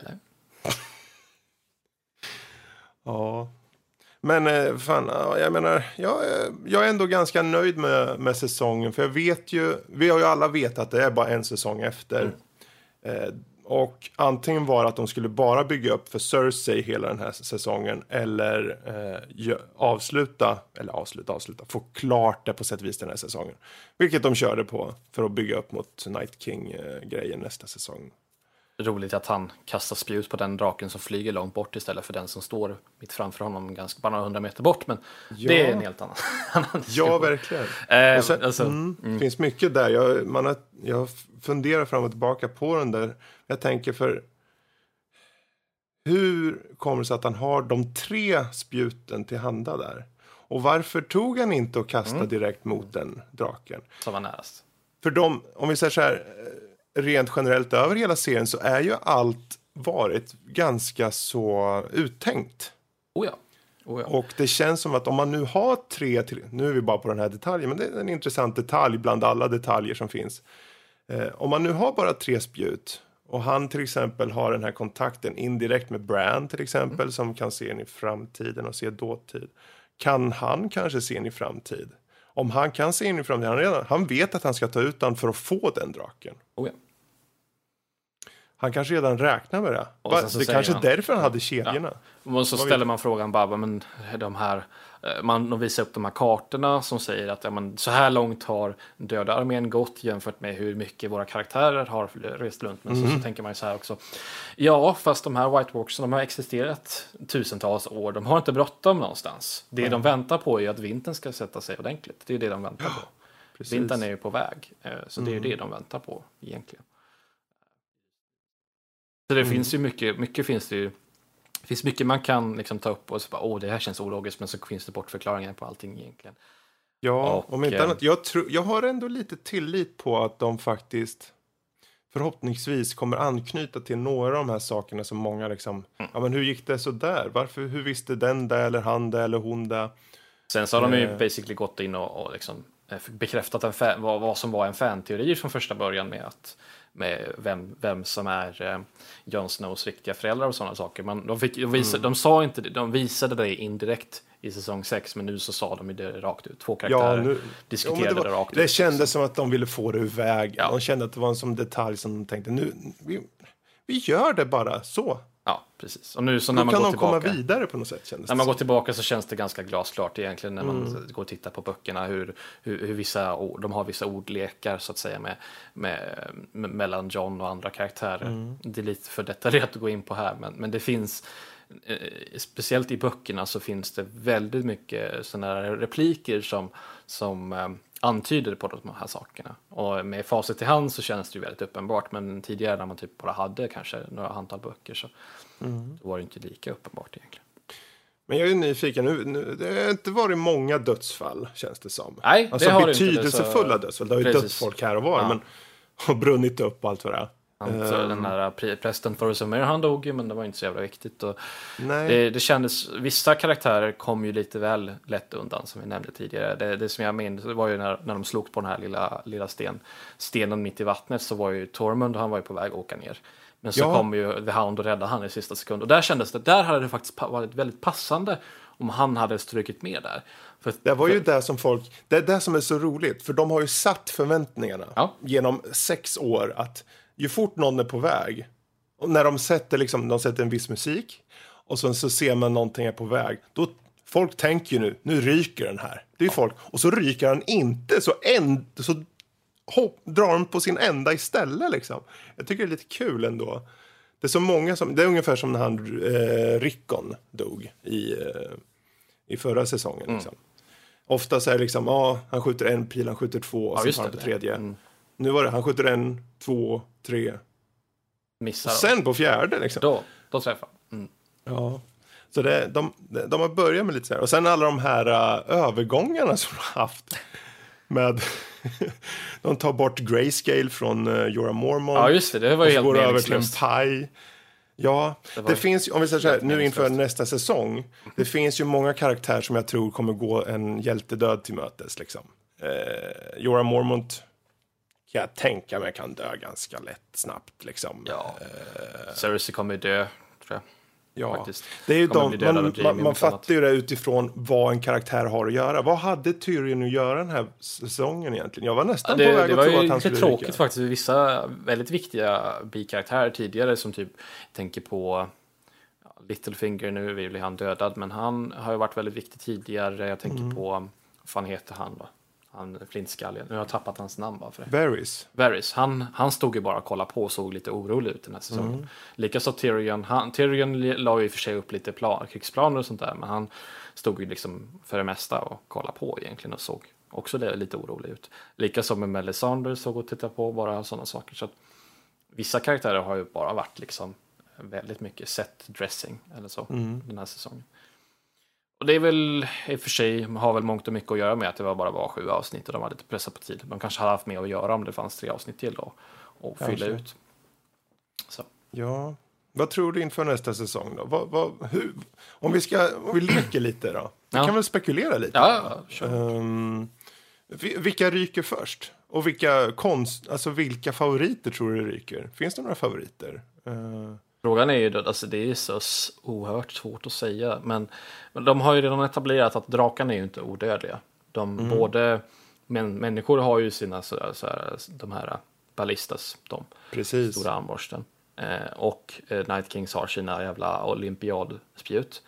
Ja. Men fan, jag menar, jag är ändå ganska nöjd med säsongen. För jag vet ju, vi har ju alla vetat att det är bara en säsong efter. Och antingen var att de skulle bara bygga upp för Cersei hela den här säsongen. Eller avsluta, få klart det på sätt och vis den här säsongen. Vilket de körde på för att bygga upp mot Night King-grejen nästa säsong. Roligt att han kastar spjut på den draken som flyger långt bort istället för den som står mitt framför honom ganska bara några 100 meter bort. Men det är en helt annan Ja, verkligen. Det finns mycket där. Jag funderar fram och tillbaka på den där. Jag tänker hur kommer det sig att han har de 3 spjuten till handa där? Och varför tog han inte och kastade direkt mot den draken? Som var närast. För om vi säger så här, rent generellt över hela serien så är ju allt varit ganska så uttänkt. Oh ja. Och det känns som att om man nu har 3, nu är vi bara på den här detaljen, men det är en intressant detalj bland alla detaljer som finns. Om man nu har bara 3 spjut och han till exempel har den här kontakten indirekt med Bran till exempel som kan se in i framtiden och se dåtid. Kan han kanske se in i framtid? Om han kan se in i framtiden, han vet att han ska ta ut den för att få den draken. Oh ja. Han kanske redan räknar med det. Det kanske är därför han hade kedjorna. Ja. Och så ställer man frågan bara, men de visar upp de här kartorna som säger att så här långt har döda armén gått jämfört med hur mycket våra karaktärer har rest runt. Men så tänker man ju så här också. Ja, fast de här White Walkers, de har existerat tusentals år. De har inte bråttom någonstans. Det de väntar på är att vintern ska sätta sig ordentligt. Det är det de väntar på. Precis. Vintern är ju på väg. Så det är det de väntar på egentligen. Så det finns ju mycket finns det ju. Det finns mycket man kan liksom ta upp och så bara, det här känns ologiskt, men så finns det bortförklaringar på allting egentligen. Ja, om inte annat, jag har ändå lite tillit på att de faktiskt förhoppningsvis kommer anknyta till några av de här sakerna som många liksom, ja men hur gick det så där? Hur visste den där eller han där eller hon där? Sen så har de ju basically gått in och liksom bekräftat vad som var en fanteori från första början med vem som är Jon Snows riktiga föräldrar och sådana saker. Men de visade det indirekt i säsong 6, men nu så sa de ju det rakt ut. 2 karaktärer diskuterade det rakt ut. Det kändes som att de ville få det ur vägen. Ja. De kände att det var en sån detalj som de tänkte, vi gör det bara så. Ja, precis. Och nu så när man går tillbaka, komma vidare på något sätt, när man går tillbaka så känns det ganska glasklart egentligen när man går och tittar på böckerna hur vissa de har vissa ordlekar så att säga mellan John och andra karaktärer. Det är lite för detaljerat att gå in på här, men det finns speciellt i böckerna så finns det väldigt mycket sådana här repliker som antyder på de här sakerna. Och med facit i hand så känns det ju väldigt uppenbart, men tidigare när man typ bara hade kanske några antal böcker så då var det inte lika uppenbart egentligen. Men jag är nyfiken, nu det har inte varit många dödsfall känns det som. Nej, alltså det har betydelsefulla inte, dödsfall. Det har ju dött folk här och var, men har brunnit upp och allt vad det är. Den här prästen Thoros of Myr, han dog ju, men det var inte så jävla viktigt. Och det kändes, vissa karaktärer kom ju lite väl lätt undan, som vi nämnde tidigare. Det som jag minns, det var ju när de slog på den här lilla stenen mitt i vattnet, så var ju Tormund, han var ju på väg att åka ner. Men så kom ju The Hound och räddade han i sista sekund. Och där kändes där hade det faktiskt varit väldigt passande om han hade strukit med där. Det var ju det som folk, det är det som är så roligt, för de har ju satt förväntningarna genom 6 år att ju fort någon är på väg, och när de sätter en viss musik och så ser man någonting är på väg, då folk tänker ju nu ryker den här. Det är folk, och så ryker han inte, så drar de på sin ända istället liksom. Jag tycker det är lite kul ändå. Det är så många det är ungefär som när han Rickon dog i förra säsongen liksom. Ofta så är det liksom, han skjuter en pil, han skjuter 2 och så tar han på tredje. Nu var det, han skjuter 1, 2, 3. Missar. Och sen på 4:e liksom. Då träffar. Ja. Så de har börjat med lite så här. Och sen alla de här övergångarna som de har haft. Med de tar bort Grayscale från Jorah Mormont. Ja, just det var ju helt meningslöst. Över till en pie. Ja, det finns, om vi säger så här, nu inför nästa säsong, det finns ju många karaktärer som jag tror kommer gå en hjältedöd till mötes liksom. Jorah Mormont kan jag tänka mig kan dö ganska snabbt liksom. Ja. Cersei kommer dö, tror jag. Ja, faktiskt. Det är ju man fattar ju det utifrån vad en karaktär har att göra. Vad hade Tyrion att göra den här säsongen egentligen? Jag var nästan på väg att tro att han skulle ryka. Det var ju tråkigt faktiskt. Vissa väldigt viktiga bikaraktärer tidigare som typ tänker på Littlefinger, nu blir han dödad, men han har ju varit väldigt viktig tidigare. Jag tänker på, vad fan heter han då? Han flintskallen. Nu har jag tappat hans namn bara för det. Varys. Han stod ju bara och kollade på och såg lite orolig ut den här säsongen. Likaså Tyrion la ju för sig upp lite krigsplaner och sånt där, men han stod ju liksom för det mesta och kollade på egentligen och såg också lite orolig ut. Likaså med Melisandre såg och tittade på, bara sådana saker. Så att vissa karaktärer har ju bara varit liksom väldigt mycket set dressing eller så den här säsongen. Och det är väl i och för sig, har väl mångt och mycket att göra med att det var 7 avsnitt och de var lite pressade på tid. De kanske hade haft mer att göra om det fanns 3 avsnitt till då och fylla ut. Så. Ja, vad tror du inför nästa säsong då? Om vi leker lite då. Vi kan väl spekulera lite. Ja, sure. Vilka ryker först? Och vilka favoriter tror du ryker? Finns det några favoriter? Frågan är ju då, alltså det är så oerhört svårt att säga, men de har ju redan etablerat att drakarna är ju inte odödliga. Både människor har ju sina de här ballistas, de stora armborsten, och Night Kings har sina jävla olympiadspjut.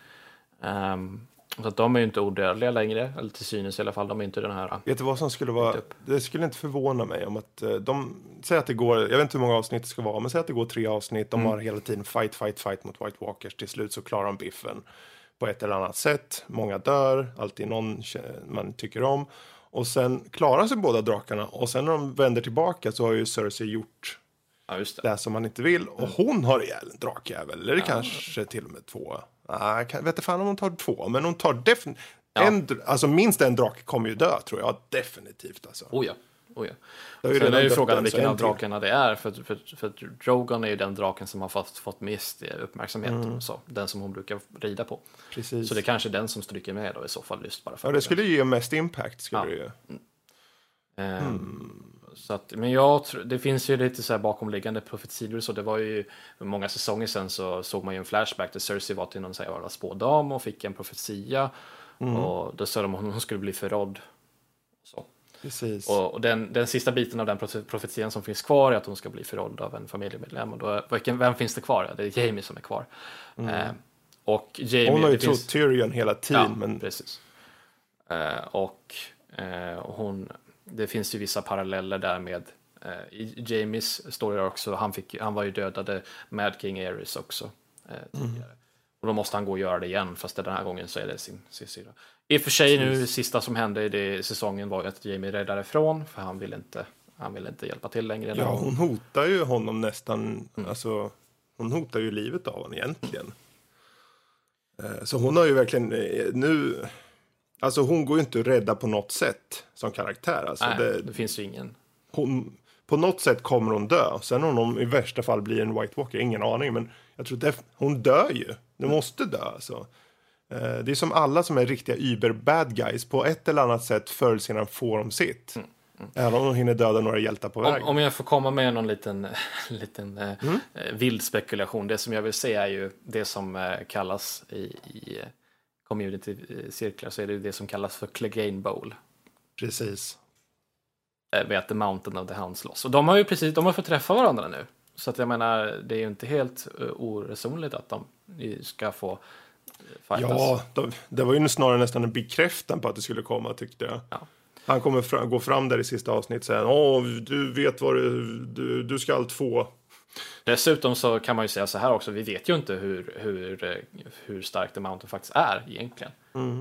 Så att de är ju inte odödliga längre, eller till synes i alla fall, de är inte den här. Vet du vad som skulle vara, det skulle inte förvåna mig om att de säger att det går, jag vet inte hur många avsnitt det ska vara, men säg att det går 3 avsnitt, de har hela tiden fight mot White Walkers, till slut så klarar de biffen på ett eller annat sätt, många dör, alltid någon man tycker om, och sen klarar sig båda drakarna, och sen när de vänder tillbaka så har ju Cersei gjort det som man inte vill, och hon har ihjäl en drakjävel, eller kanske till och med 2. Jag vet inte fan om hon tar 2, men hon tar definitivt alltså minst en drake kommer ju dö, tror jag, definitivt alltså. Oh ja. Sen är ju frågan vilken av drakarna det är, för Drogon är ju den draken som har fått mest uppmärksamhet, så den som hon brukar rida på. Precis. Så det är kanske den som stryker med då i så fall, just bara för. Ja, det skulle ge mest impact skulle det ju. Så att, men jag tror, det finns ju lite så här bakomliggande profetior, så det var ju många säsonger sedan så såg man ju en flashback där Cersei var till någon så här spådam och fick en profetia, och då sa de att hon skulle bli förrådd. Så. Precis. Och den sista biten av den profetian som finns kvar är att hon ska bli förrådd av en familjemedlem. Och då, vem finns det kvar? Det är Jaime som är kvar. Och Jaime, hon har ju trott Tyrion hela tiden. Ja, men... precis. Det finns ju vissa paralleller där med i Jaimes story också. Han var ju dödade Mad King Aerys också tidigare. Och då måste han gå och göra det igen, fast den här gången så är det sin syrra. I och för sig nu, det sista som hände i det säsongen var att Jaime räddade ifrån, för han ville inte hjälpa till längre. Ja, hon hotar ju honom nästan, alltså hon hotar ju livet av honom egentligen. Så hon har ju verkligen nu, alltså hon går ju inte att rädda på något sätt som karaktär. Alltså nej, det finns ju ingen. På något sätt kommer hon dö. Sen om hon i värsta fall blir en White Walker, ingen aning. Men jag tror hon dör ju. Hon måste dö. Alltså. Det är som alla som är riktiga Uber bad guys. På ett eller annat sätt förr eller senare får de sitt. Även om de hinner döda några hjältar på väg. Om jag får komma med någon liten vild spekulation. Det som jag vill säga är ju det som kallas i community-cirklar, så är det som kallas för Clegane Bowl. Precis. Vet The Mountain of the Hounds loss. Och de har fått träffa varandra nu. Så att jag menar, det är ju inte helt oresonligt att de ska få fightas. Ja, det var ju snarare nästan en bekräftan på att det skulle komma, tyckte jag. Ja. Han kommer gå fram där i sista avsnitt och säga, du vet vad du ska allt få. Dessutom så kan man ju säga så här också, vi vet ju inte hur stark The Mountain faktiskt är egentligen.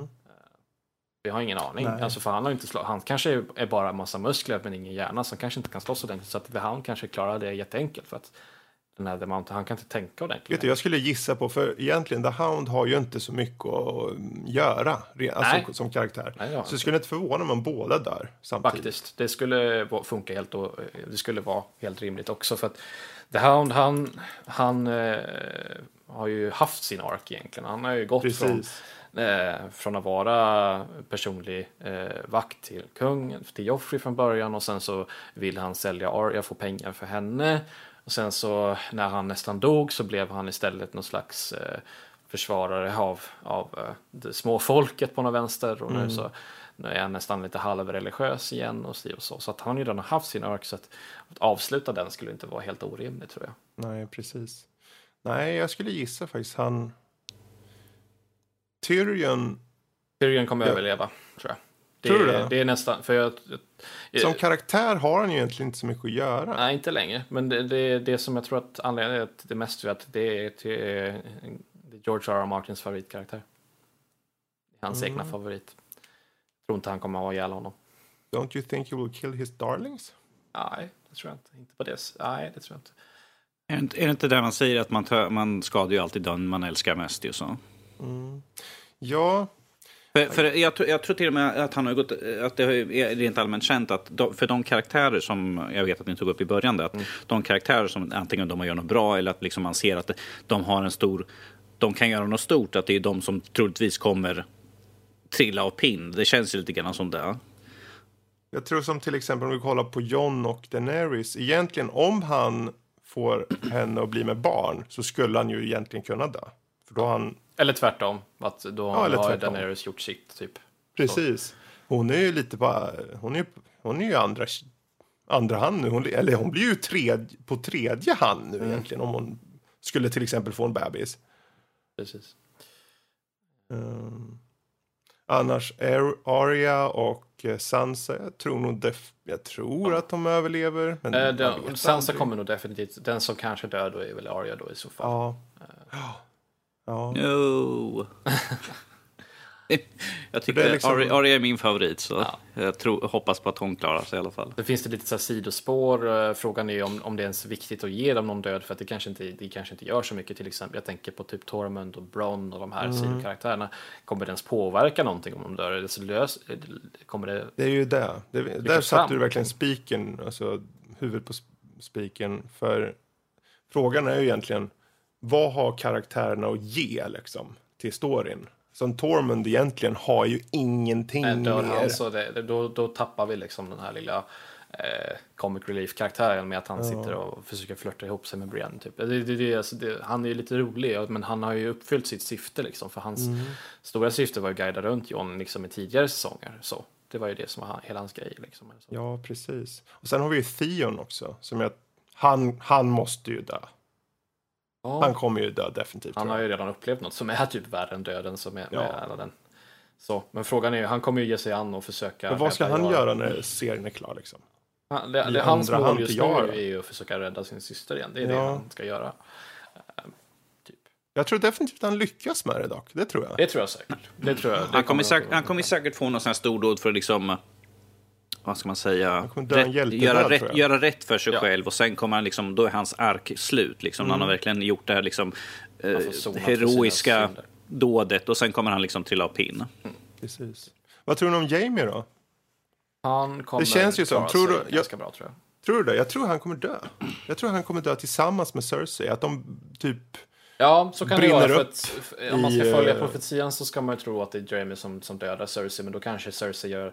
Vi har ingen aning. Alltså, för han har inte han kanske är bara en massa muskler men ingen hjärna, som kanske inte kan slåss ordentligt, så att han kanske klarar det jätteenkelt, för att den här The Mountain, han kan inte tänka ordentligt. Vet du, jag skulle gissa på, för egentligen The Hound har ju inte så mycket att göra alltså, som karaktär. Nej, så det skulle inte förvåna mig om båda där samtidigt. Faktiskt, det skulle funka helt, och det skulle vara helt rimligt också, för att The Hound, han har ju haft sin ark egentligen. Han har ju gått från att vara personlig vakt till kung, till Joffrey från början, och sen så vill han sälja Arya, få pengar för henne, och sen så när han nästan dog så blev han istället någon slags försvarare av det små folket på någon vänster, och nu är han nästan lite halvreligiös igen och så att han ju redan har haft sin ark, så att avsluta den skulle inte vara helt orimligt, tror jag. Nej, precis. Nej, jag skulle gissa faktiskt Tyrion kommer överleva, tror jag. Det är nästan, för som karaktär har han ju egentligen inte så mycket att göra. Nej, inte längre. Men det som jag tror att anledningen är det mest är att det är George R. R. Martins favoritkaraktär. Hans egna favorit. Jag tror inte han kommer att ha ihjäl honom. Don't you think you will kill his darlings? Nej, det tror jag inte. Inte på det. Nej, det tror jag inte. Är det inte där man säger att man skadar ju alltid den man älskar mest, ju så? Ja. För jag tror till och med att han har gått, att det är rent allmänt känt att för de karaktärer som jag vet att ni tog upp i början där, att de karaktärer som antingen de har gjort något bra, eller att liksom man ser att de har en stor, de kan göra något stort, att det är de som troligtvis kommer trilla av pinn. Det känns ju lite grann som det. Jag tror som till exempel om vi kollar på Jon och Daenerys, egentligen om han får henne att bli med barn så skulle han ju egentligen kunna dö. För då han... Eller tvärtom, att då har Daenerys gjort sitt typ. Precis. Så. Hon är ju lite bara, hon är ju andra hand nu. Hon blir ju på tredje hand nu egentligen, om hon skulle till exempel få en bebis. Precis. Annars Arya och Sansa, jag tror att de överlever. Men Sansa kommer nog definitivt. Den som kanske dör då är väl Arya då i så fall. Ja. No. Jag tycker liksom... Arya är min favorit, så jag hoppas på att hon klarar sig i alla fall. Det finns det lite så här sidospår. Frågan är om det är ens viktigt att ge dem någon död, för att det kanske inte gör så mycket. Till exempel, jag tänker på typ Tormund och Bronn och de här sidokaraktärerna. Kommer det ens påverka någonting om de dör? Det är ju det. Där satte du verkligen spiken, alltså huvudet på spiken. För frågan är ju egentligen, vad har karaktärerna att ge liksom, till storyn? Som Tormund egentligen har ju ingenting mer. Så då tappar vi liksom den här lilla comic relief-karaktären med att han sitter och försöker flirta ihop sig med Brienne. Typ. Han är ju lite rolig, men han har ju uppfyllt sitt syfte. Liksom, för hans stora syfte var att guida runt Jon liksom, i tidigare säsonger. Så. Det var ju det som var hela hans grej. Liksom. Ja, precis. Och sen har vi ju Theon också. Som han måste ju dö. Ja. Han kommer ju dö definitivt. Han har ju redan upplevt något som är typ värre än döden. Som är med alla den. Så, men frågan är ju, han kommer ju ge sig an och försöka... Men vad ska han göra när serien är klar liksom? Det hans mål just nu är ju att försöka rädda sin syster igen. Det är det han ska göra. Typ. Jag tror definitivt att han lyckas med det dock. Det tror jag. Det tror jag säkert. Det tror jag. Han kommer säkert få någon sån här stordåd för att liksom... Vad ska man säga? Göra rätt för sig själv. Och sen kommer han liksom... Då är hans ark slut. Liksom, han har verkligen gjort det här liksom... heroiska dådet. Och sen kommer han liksom trilla av pinn. Precis. Vad tror ni om Jaime då? Han kommer det känns ju som, ganska bra tror jag. Tror du det? Jag tror han kommer dö. Jag tror han kommer dö tillsammans med Cersei. Att de typ så kan det vara. För att, om man ska följa profetian så ska man ju tro att det är Jaime som dödar Cersei. Men då kanske Cersei gör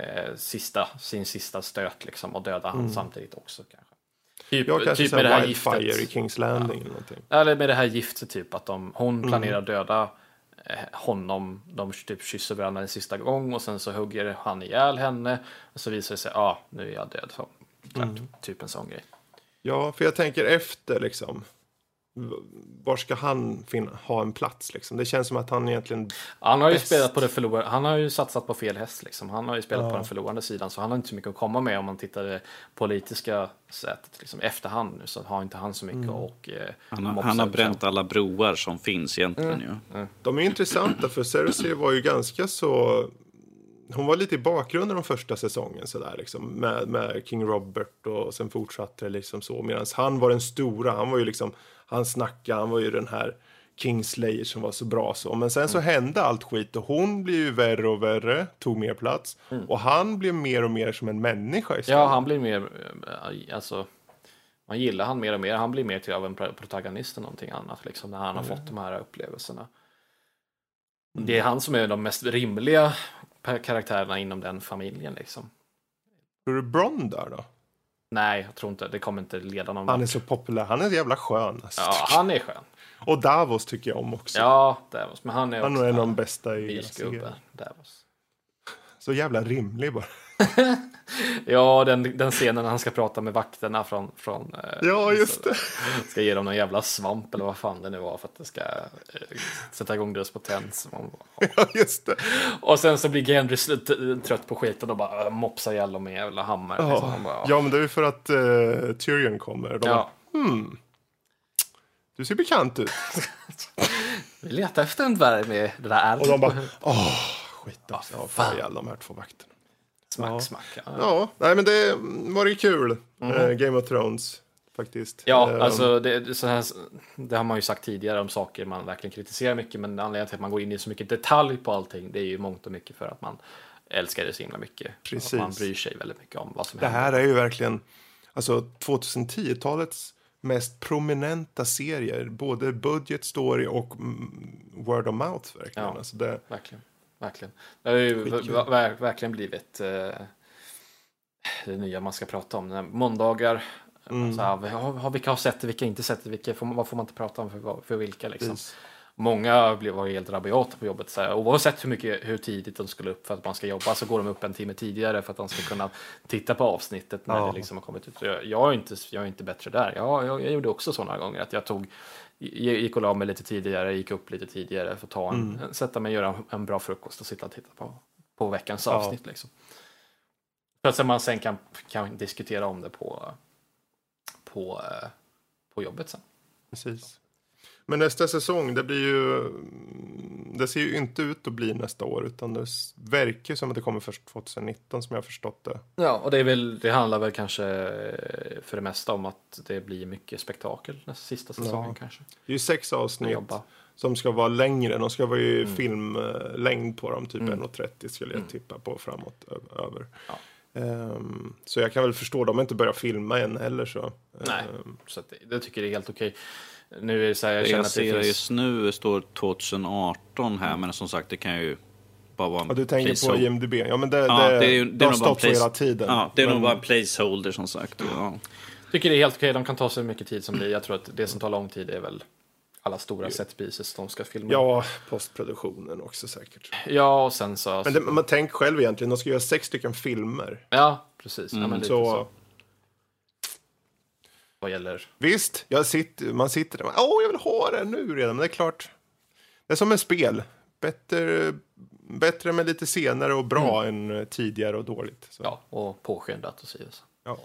sin sista stöt liksom, och dödar han samtidigt också kanske. Typ med det här giftet i King's Landing eller någonting. Eller med det här giftet typ att hon planerar döda honom, de typ kysser varandra en sista gång och sen så hugger han ihjäl henne och så visar det sig, nu är jag död. Så, typ en sån grej. Ja, för jag tänker efter liksom, var ska han ha en plats liksom? Det känns som att han egentligen han har ju spelat på det förlorande, han har ju satsat på fel häst liksom. Han har ju spelat på den förlorande sidan, så han har inte så mycket att komma med om man tittar det politiska sättet liksom. Efterhand nu så har inte han så mycket och han har bränt alla broar som finns egentligen De är intressanta för Cersei var ju ganska så, hon var lite i bakgrunden de första säsongen så där liksom med King Robert och sen fortsatte det liksom så, medan han var den stora, han var ju liksom, han snackade, han var ju den här Kingslayer som var så bra så, men sen så hände allt skit och hon blev ju värre och värre, tog mer plats och han blev mer och mer som en människa istället. Ja, han blir mer, alltså man gillar han mer och mer, han blir mer till av en protagonist än någonting annat liksom, när han har fått de här upplevelserna. Det är han som är de mest rimliga karaktärerna inom den familjen liksom. Tror du Bronn där då? Nej, jag tror inte. Det kommer inte leda någon. Han är så populär. Han är jävla skön. Alltså. Ja, han är skön. Och Davos tycker jag om också. Ja, Davos. Men han är också en av de bästa i hela Davos. Så jävla rimlig bara. Ja, den scenen när han ska prata med vakterna från ja, just det. Ska ge dem någon jävla svamp eller vad fan det nu var för att det ska sätta igång deras potens. Ja, just det. Och sen så blir Gendry trött på skiten och bara mopsar ihjäl dem med jävla hammare. Ja, liksom. ja, men det är ju för att Tyrion kommer. Bara, du ser bekant ut. Vi letar efter en dvärg med det där ärret. Och de bara, skit alltså. Ja, fan ihjäl de här 2 vakterna. Smack. Ja, nej men det var ju kul. Game of Thrones faktiskt. Ja, alltså det har man ju sagt tidigare om saker man verkligen kritiserar mycket, men anledningen till att man går in i så mycket detalj på allting, det är ju mångt och mycket för att man älskar det så himla mycket. Precis. Att man bryr sig väldigt mycket om vad som händer. Det här är ju verkligen alltså 2010-talets mest prominenta serier, både budget, story och word of mouth verkligen. Ja, alltså det... verkligen. Det har ju verkligen blivit det nya man ska prata om. Måndagar, vilka har sett det, vilka inte sett det, vad får man inte prata om för vilka liksom. Många var helt rabiata på jobbet. Så här, oavsett hur tidigt de skulle upp för att man ska jobba så går de upp en timme tidigare för att de ska kunna titta på avsnittet när det liksom har kommit ut. Jag är inte bättre där. Jag gjorde också sådana gånger att jag gick och la mig lite tidigare, gick upp lite tidigare för att sätta mig och göra en bra frukost och sitta och titta på veckans avsnitt. Liksom. För att man sen kan diskutera om det på jobbet sen. Precis. Men nästa säsong, det ser ju inte ut att bli nästa år, utan det verkar som att det kommer först 2019 som jag har förstått det. Ja, och det handlar väl kanske för det mesta om att det blir mycket spektakel nästa sista säsongen kanske. Det är ju 6 avsnitt som ska vara längre, de ska vara ju filmlängd på dem, typ 1:30 skulle jag tippa på framåt över. Ja. Så jag kan väl förstå, de har inte börjat filma än heller så. Nej, så att det tycker jag är helt okej. Nu är det så här, jag ser just nu står 2018 här, men som sagt det kan ju bara vara en du tänker på IMDb. Ja, men det har stått så hela tiden. Ja, det är nog bara en placeholder som sagt. Ja. Tycker det är helt okej, de kan ta så mycket tid som blir. Jag tror att det som tar lång tid är väl alla stora set pieces de ska filma. Ja, postproduktionen också säkert. Ja, och sen så... Men man tänker själv egentligen, de ska göra 6 stycken filmer. Ja, precis. Ja, men lite så. Vad gäller... Visst, man sitter där. Jag vill ha det nu redan. Men det är klart, det är som en spel. Bättre med lite senare och bra än tidigare och dåligt. Så. Ja, och påskyndat och så. Ja.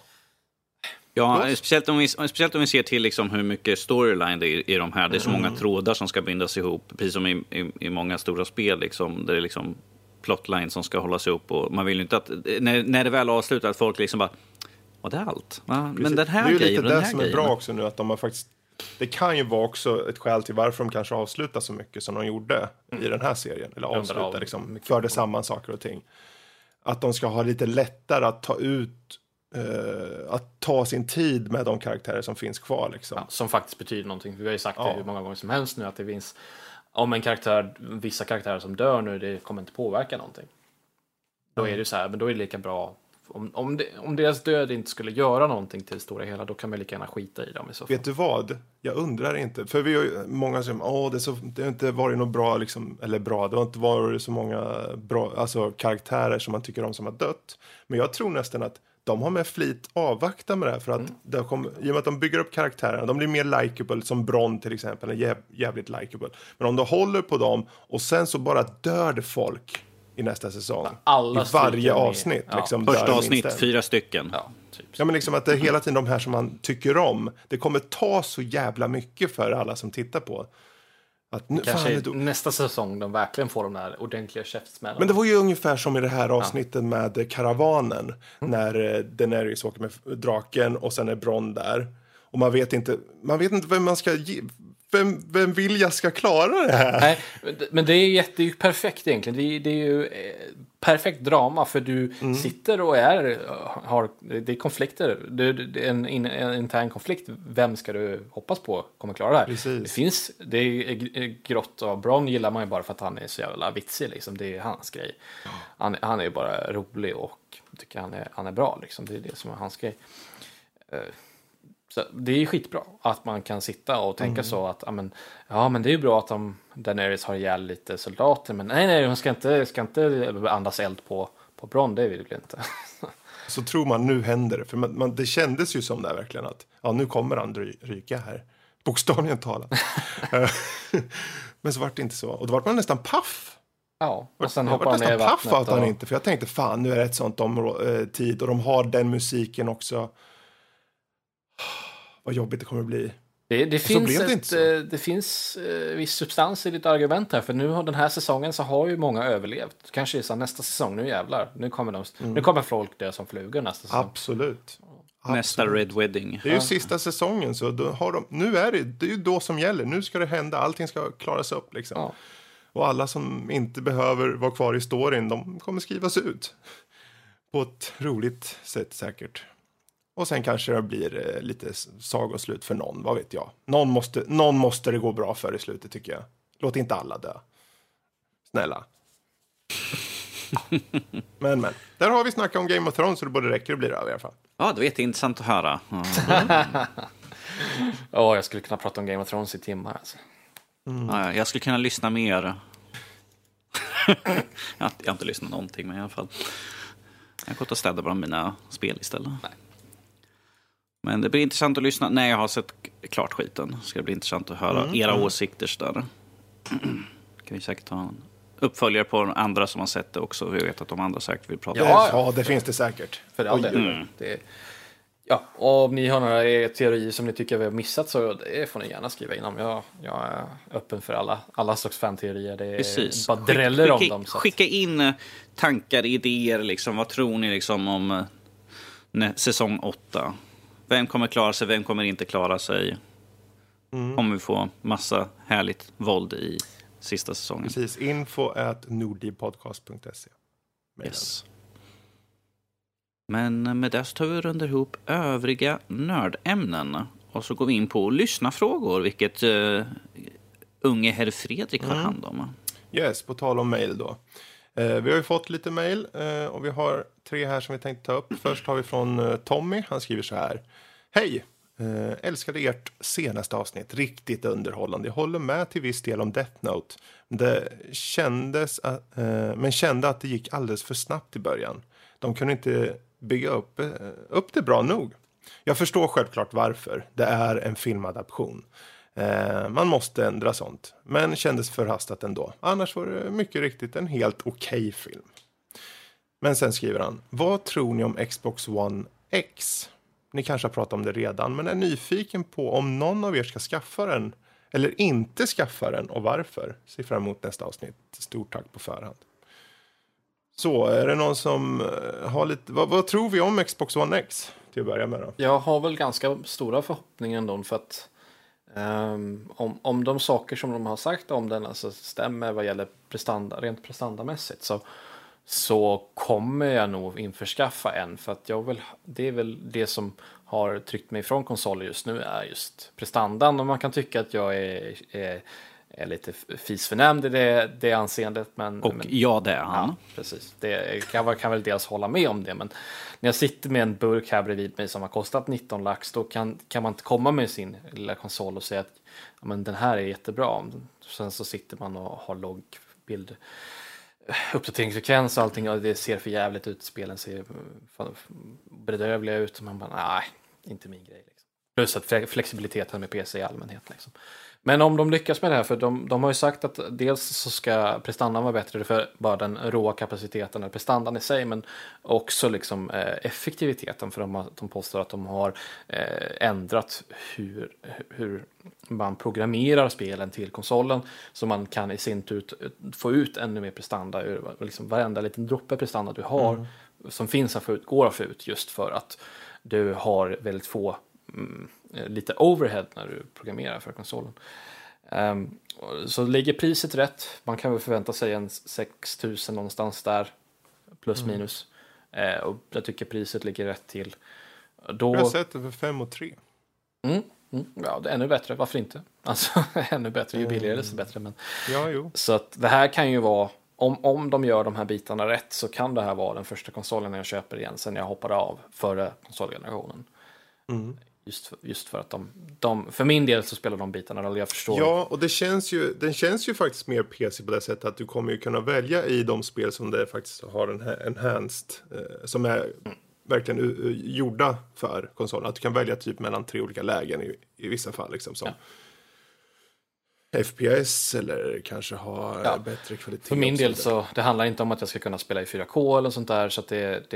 Ja, speciellt om vi ser till liksom hur mycket storyline det är i de här. Det är så många trådar som ska bindas ihop. Precis som i många stora spel. Liksom, där det är liksom plotline som ska hållas upp. Och man vill ju inte att... När det väl avslutar att folk liksom bara... Och det är allt. Va? Men den här grejen... Det är ju lite det som är bra också nu. Att de har faktiskt... Det kan ju vara också ett skäl till varför de kanske avslutar så mycket som de gjorde i den här serien. Eller avslutar liksom. Förde samman saker och ting. Att de ska ha lite lättare att ta ut... att ta sin tid med de karaktärer som finns kvar liksom. Ja, som faktiskt betyder någonting. Vi har ju sagt det hur många gånger som helst nu att det finns om vissa karaktärer som dör nu, det kommer inte påverka någonting. Då är det ju så här, men då är det lika bra om deras död inte skulle göra någonting till det stora hela, då kan man lika gärna skita i dem i så fall. Vet du vad? Jag undrar inte, för vi har ju många som det har inte varit något bra liksom, eller bra, det har inte varit så många bra alltså karaktärer som man tycker om som har dött. Men jag tror nästan att de har med flit avvakta med det här för att i och med att de bygger upp karaktärerna, de blir mer likeable, som Bronn till exempel, är jävligt likeable. Men om de håller på dem och sen så bara dör det folk i nästa säsong. I varje avsnitt. Liksom, första avsnitt, 4 stycken. Ja, typ. Ja, men liksom att det är hela tiden de här som man tycker om. Det kommer ta så jävla mycket för alla som tittar på. Att nu, kanske nästa säsong de verkligen får de där ordentliga käftsmällarna. Men det var ju ungefär som i det här avsnittet med karavanen. När Daenerys åker med draken och sen är Bronn där. Och man vet inte vem man ska ge. Vem vill jag ska klara det här? Nej, men det är ju perfekt egentligen. Det är ju perfekt drama för du sitter och det är konflikter. Det är en intern konflikt. Vem ska du hoppas på kommer klara det här? Precis. Det är grått och Bronn gillar man ju bara för att han är så jävla vitsig liksom. Det är hans grej. Han är ju bara rolig och tycker han är bra liksom. Det är det som är hans grej. Så det är ju skitbra att man kan sitta och tänka så att men det är ju bra att Daenerys har ihjäl lite soldater, men nej hon ska inte andas eld på Bronn, det vill vi inte. Så tror man nu händer det, för det kändes ju som det verkligen att nu kommer han ryka här, bokstavligen talat. Men så var det inte så, och då var man nästan paff. Ja, och sen hoppar han ner i vattnet. Paff att han inte, för jag tänkte fan, nu är det ett sånt tid och de har den musiken också. Vad jobbigt det kommer att bli. Det finns viss substans i ditt argument här. För nu den här säsongen så har ju många överlevt. Kanske är nästa säsong, nu jävlar. Nu kommer folk där som flugor nästa säsong. Absolut. Nästa Red Wedding. Det är ju sista säsongen. Så då har nu är det är ju då som gäller. Nu ska det hända. Allting ska klaras upp liksom. Ja. Och alla som inte behöver vara kvar i storyn, de kommer skrivas ut. På ett roligt sätt säkert. Och sen kanske det blir lite sagoslut för någon, vad vet jag. Någon måste det gå bra för i slutet, tycker jag. Låt inte alla dö. Snälla. men. Där har vi snackat om Game of Thrones, så det både räcker och blir över i alla fall. Ja, det är intressant att höra. Jag skulle kunna prata om Game of Thrones i timmar. Alltså. Ja, jag skulle kunna lyssna mer. Jag har inte lyssnat någonting, men i alla fall. Jag har gått och städat bland mina spel istället. Nej. Men det blir intressant att lyssna. Nej, jag har sett klart skiten. Ska det bli intressant att höra era åsikter där. Kan vi säkert ta en uppföljare på andra som har sett det också. Vi vet att de andra säkert vill prata. Ja, det finns det säkert. För all det. Ja, och om ni har några teorier som ni tycker vi har missat, så det får ni gärna skriva in om. Jag är öppen för alla slags fan-teorier. Det är precis. Bara dräller om dem. Så skicka in tankar, idéer. Liksom. Vad tror ni liksom om säsong 8? Vem kommer klara sig, vem kommer inte klara sig? Kommer vi få massa härligt våld i sista säsongen. Precis, info@nordlivpodcast.se. Yes. Men med det så tar vi runder ihop övriga nördämnen. Och så går vi in på lyssnarfrågor, vilket unge herr Fredrik har hand om. Yes, på tal om mejl då. Vi har ju fått lite mejl och vi har 3 här som vi tänkte ta upp. Först har vi från Tommy, han skriver så här. Hej, älskade ert senaste avsnitt. Riktigt underhållande. Jag håller med till viss del om Death Note. Det kändes men kände att det gick alldeles för snabbt i början. De kunde inte bygga upp det bra nog. Jag förstår självklart varför. Det är en filmadaption. Man måste ändra sånt. Men kändes förhastat ändå. Annars var det mycket riktigt en helt okej film. Men sen skriver han: vad tror ni om Xbox One X? Ni kanske har pratat om det redan, men är nyfiken på om någon av er ska skaffa den eller inte skaffa den och varför. Se fram emot nästa avsnitt. Stort tack på förhand. Så, är det någon som har lite... Vad tror vi om Xbox One X till att börja med då? Jag har väl ganska stora förhoppningar ändå, för att om de saker som de har sagt om den alltså stämmer vad gäller rent prestandamässigt, så kommer jag nog införskaffa en, för att det är väl det som har tryckt mig från konsoler just nu, är just prestandan, och man kan tycka att jag är lite fisförnämnd i det anseendet, men ja, det är han. Ja, precis. Det kan väl dels hålla med om det, men när jag sitter med en burk här bredvid mig som har kostat 19 lax, då kan man inte komma med sin lilla konsol och säga att ja, men den här är jättebra. Sen så sitter man och har loggbild, uppdateringsfrekvens och allting, och det ser för jävligt ut, spelen ser bedrövliga ut, och man bara, nej, inte min grej liksom. Plus att flexibiliteten med PC i allmänhet liksom. Men om de lyckas med det här, för de har ju sagt att dels så ska prestandan vara bättre för bara den råa kapaciteten, eller prestandan i sig, men också liksom effektiviteten, för de påstår att de har ändrat hur man programmerar spelen till konsolen, så man kan i sin tur få ut ännu mer prestanda ur liksom varenda liten droppe prestanda du har som finns att få ut, går att få ut, just för att du har väldigt få lite overhead när du programmerar för konsolen. Så ligger priset rätt. Man kan väl förvänta sig en 6 000 någonstans där, plus minus. Och jag tycker priset ligger rätt till. Jag har sett det för 5 och 3. Ja, det är ännu bättre. Varför inte? Alltså, ännu bättre. Ju billigare desto bättre. Men... Ja, jo. Så att det här kan ju vara, om de gör de här bitarna rätt, så kan det här vara den första konsolen jag köper igen sen jag hoppade av förra konsolgenerationen. Just för att de för min del så spelar de bitarna, och jag förstår. Ja, och den känns ju faktiskt mer PC på det sättet att du kommer ju kunna välja i de spel som det faktiskt har en enhanced, som är verkligen gjorda för konsolen. Att du kan välja typ mellan 3 olika lägen i vissa fall liksom, som FPS, eller kanske ha bättre kvalitet. För min del så det handlar inte om att jag ska kunna spela i 4K eller sånt där, så att det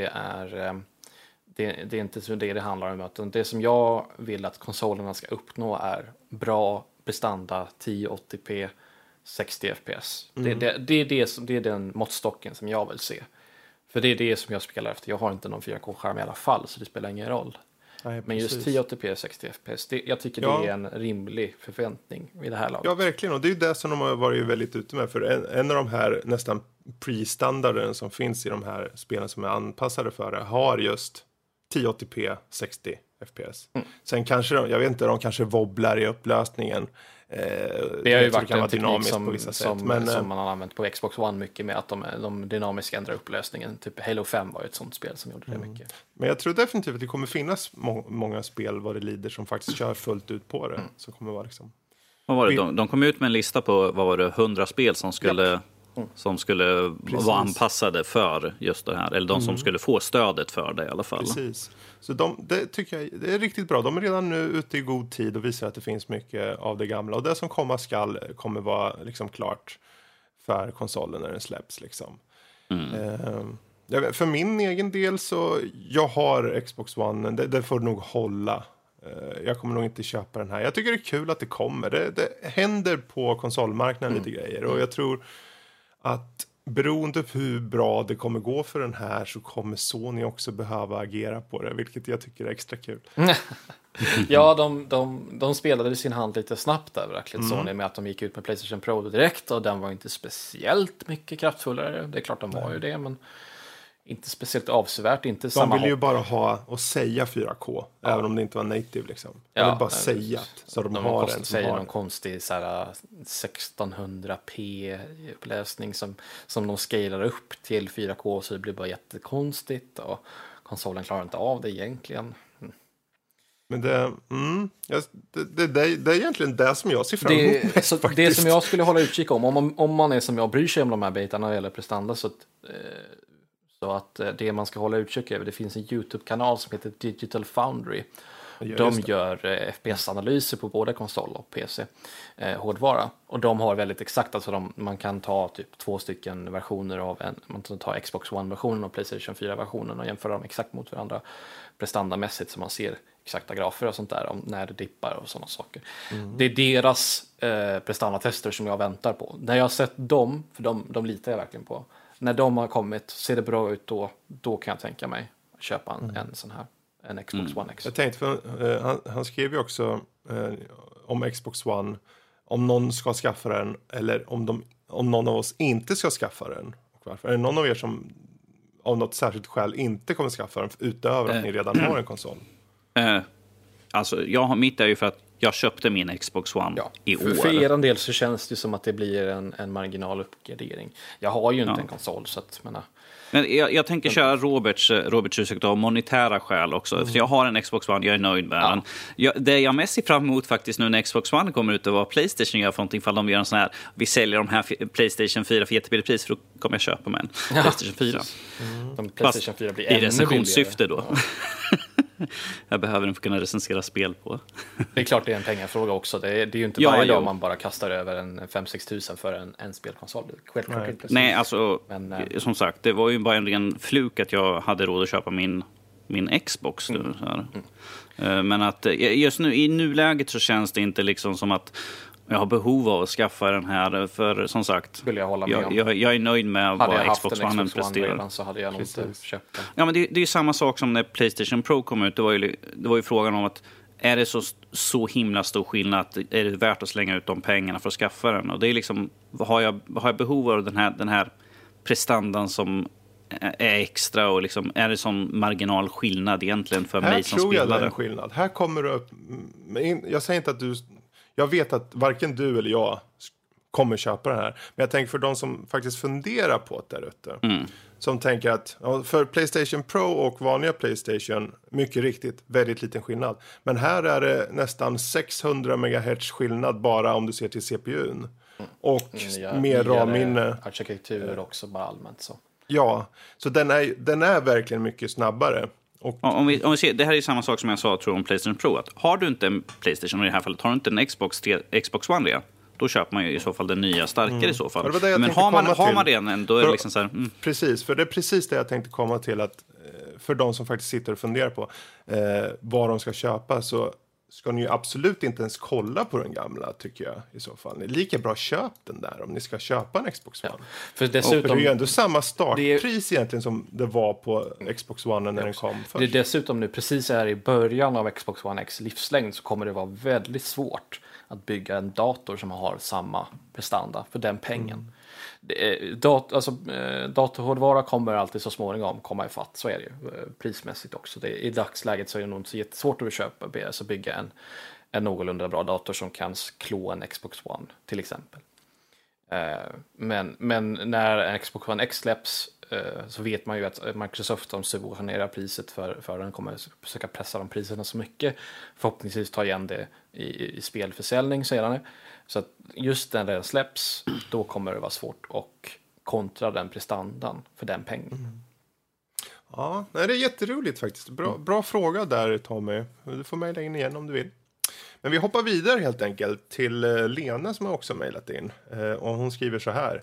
är inte så det handlar om. Utan det som jag vill att konsolerna ska uppnå är bra prestanda, 1080p, 60 fps. Det är den måttstocken som jag vill se. För det är det som jag spelar efter. Jag har inte någon 4K-skärm i alla fall, så det spelar ingen roll. Nej, men just 1080p, 60 fps, jag tycker det är en rimlig förväntning i det här laget. Ja, verkligen. Och det är ju det som de har varit väldigt ute med. För en av de här nästan pre-standarden som finns i de här spelen som är anpassade för det har just 1080p 60 fps. Sen kanske jag vet inte, de kanske wobblar i upplösningen. Det har ju varit en teknik som man har använt på Xbox One mycket, med att de dynamiskt ändrar upplösningen. Typ Halo 5 var ju ett sånt spel som gjorde det mycket. Men jag tror definitivt att det kommer finnas många spel vad det lider som faktiskt kör fullt ut på det. Så kommer det vara liksom... Vad var det? De kom ut med en lista på, vad var det, 100 spel som skulle... som skulle vara anpassade för just det här. Eller de som skulle få stödet för det i alla fall. Precis. Så det tycker jag det är riktigt bra. De är redan nu ute i god tid och visar att det finns mycket av det gamla. Och det som kommer vara liksom klart för konsolen när den släpps. Liksom. För min egen del så jag har Xbox One. Det får nog hålla. Jag kommer nog inte köpa den här. Jag tycker det är kul att det kommer. Det händer på konsolmarknaden lite grejer. Och jag tror att beroende på hur bra det kommer gå för den här, så kommer Sony också behöva agera på det, vilket jag tycker är extra kul. Ja, de spelade sin hand lite snabbt där verkligen, Sony, med att de gick ut med PlayStation Pro direkt, och den var inte speciellt mycket kraftfullare. Det är klart de var ju det, men inte speciellt avsevärt. Inte de ville ju bara ha och säga 4K, även om det inte var native liksom. De vill bara säga att så de har en. Säger någon konstig så här 1600p upplösning som de scalar upp till 4K, så det blir bara jättekonstigt, och konsolen klarar inte av det egentligen. Men det är egentligen det som jag ser fram emot mest, det som jag skulle hålla utkik om man är som jag bryr sig om de här bitarna när det gäller prestanda, så att det man ska hålla utkik över, det finns en YouTube-kanal som heter Digital Foundry. De gör FPS-analyser på både konsol och PC hårdvara, och de har väldigt exakt, alltså man kan ta typ 2 stycken versioner av man kan ta Xbox One-versionen och PlayStation 4-versionen och jämföra dem exakt mot varandra prestandamässigt, så man ser exakta grafer och sånt där om när det dippar och sådana saker. Det är deras prestandatester som jag väntar på. När jag har sett dem, för de litar jag verkligen på, när de har kommit, ser det bra ut, då kan jag tänka mig att köpa en sån här, en Xbox One X. Jag tänkte, för han skrev ju också om Xbox One, om någon ska skaffa den eller om någon av oss inte ska skaffa den. Och varför? Är det någon av er som av något särskilt skäl inte kommer skaffa den utöver att ni redan har en konsol? Alltså, mitt är ju för att jag köpte min Xbox One i år. För er del så känns det som att det blir en marginal uppgradering. Jag har ju inte en konsol, så att men jag tänker köra Roberts ursäkt av monetära skäl också. För jag har en Xbox One, jag är nöjd med den. Det jag mest ser fram emot faktiskt nu när Xbox One kommer ut, och vad PlayStation gör för någonting, ifall de gör en sån här, vi säljer de här PlayStation 4 för jättebilligt pris, för då kommer jag köpa med en PlayStation 4. PlayStation 4 blir i recensionssyfte då. Jag behöver den för att kunna recensera spel på. Det är klart det är en pengafråga också. Det är ju inte varje dag man bara kastar över en 5-6 tusen för en spelkonsol. Självklart inte. Nej, alltså som sagt, det var ju bara en ren fluk att jag hade råd att köpa min Xbox nu. Så här. Men att just nu i nuläget så känns det inte liksom som att jag har behov av att skaffa den här, för som sagt, skulle jag hålla med om. Jag är nöjd med vad Xbox One presterar. Redan, så hade jag nog inte köpt den. Ja, men det är ju samma sak som när PlayStation Pro kom ut. Det var ju frågan om att är det så himla stor skillnad, att är det värt att slänga ut de pengarna för att skaffa den? Och det är liksom, har jag behov av den här prestandan som är extra, och liksom, är det sån marginal skillnad egentligen för mig som spelare? Här tror jag det är en skillnad. Här kommer det upp, jag säger inte att jag vet att varken du eller jag kommer köpa den här. Men jag tänker för de som faktiskt funderar på det där ute. Som tänker att för PlayStation Pro och vanliga PlayStation, mycket riktigt, väldigt liten skillnad. Men här är det nästan 600 MHz skillnad bara om du ser till CPUn. Och mer RAM-minne. Arkitektur också bara allmänt så. Ja, så den är verkligen mycket snabbare. Och om vi ser, det här är samma sak som jag sa, tror jag, om PlayStation Pro. Att har du inte en PlayStation, i det här fallet har du inte en Xbox One, då köper man ju i så fall den nya starkare i så fall. Men har man den, då är det liksom så här. Precis, för det är precis det jag tänkte komma till, att för de som faktiskt sitter och funderar på vad de ska köpa, så ska ni ju absolut inte ens kolla på den gamla, tycker jag i så fall. Det är lika bra köp den där om ni ska köpa en Xbox One. För dessutom, och det är ju ändå samma startpris egentligen som det var på Xbox One när den kom först. Det är dessutom nu precis här i början av Xbox One X livslängd, så kommer det vara väldigt svårt att bygga en dator som har samma prestanda för den pengen. Datorhårdvara kommer alltid så småningom komma ifatt, så är det ju prismässigt också. I dagsläget så är det nog inte jättesvårt att bygga en någorlunda bra dator som kan klå en Xbox One till exempel. Men när en Xbox One X släpps, så vet man ju att Microsoft subventionerar priset för den, kommer försöka pressa de priserna så mycket, förhoppningsvis ta igen det i spelförsäljning sedan. Så att just när den släpps, då kommer det vara svårt att kontra den prestandan för den pengen. Ja, det är jätteroligt faktiskt. Bra fråga där, Tommy. Du får mejla in igen om du vill. Men vi hoppar vidare helt enkelt till Lena som har också mejlat in. Och hon skriver så här.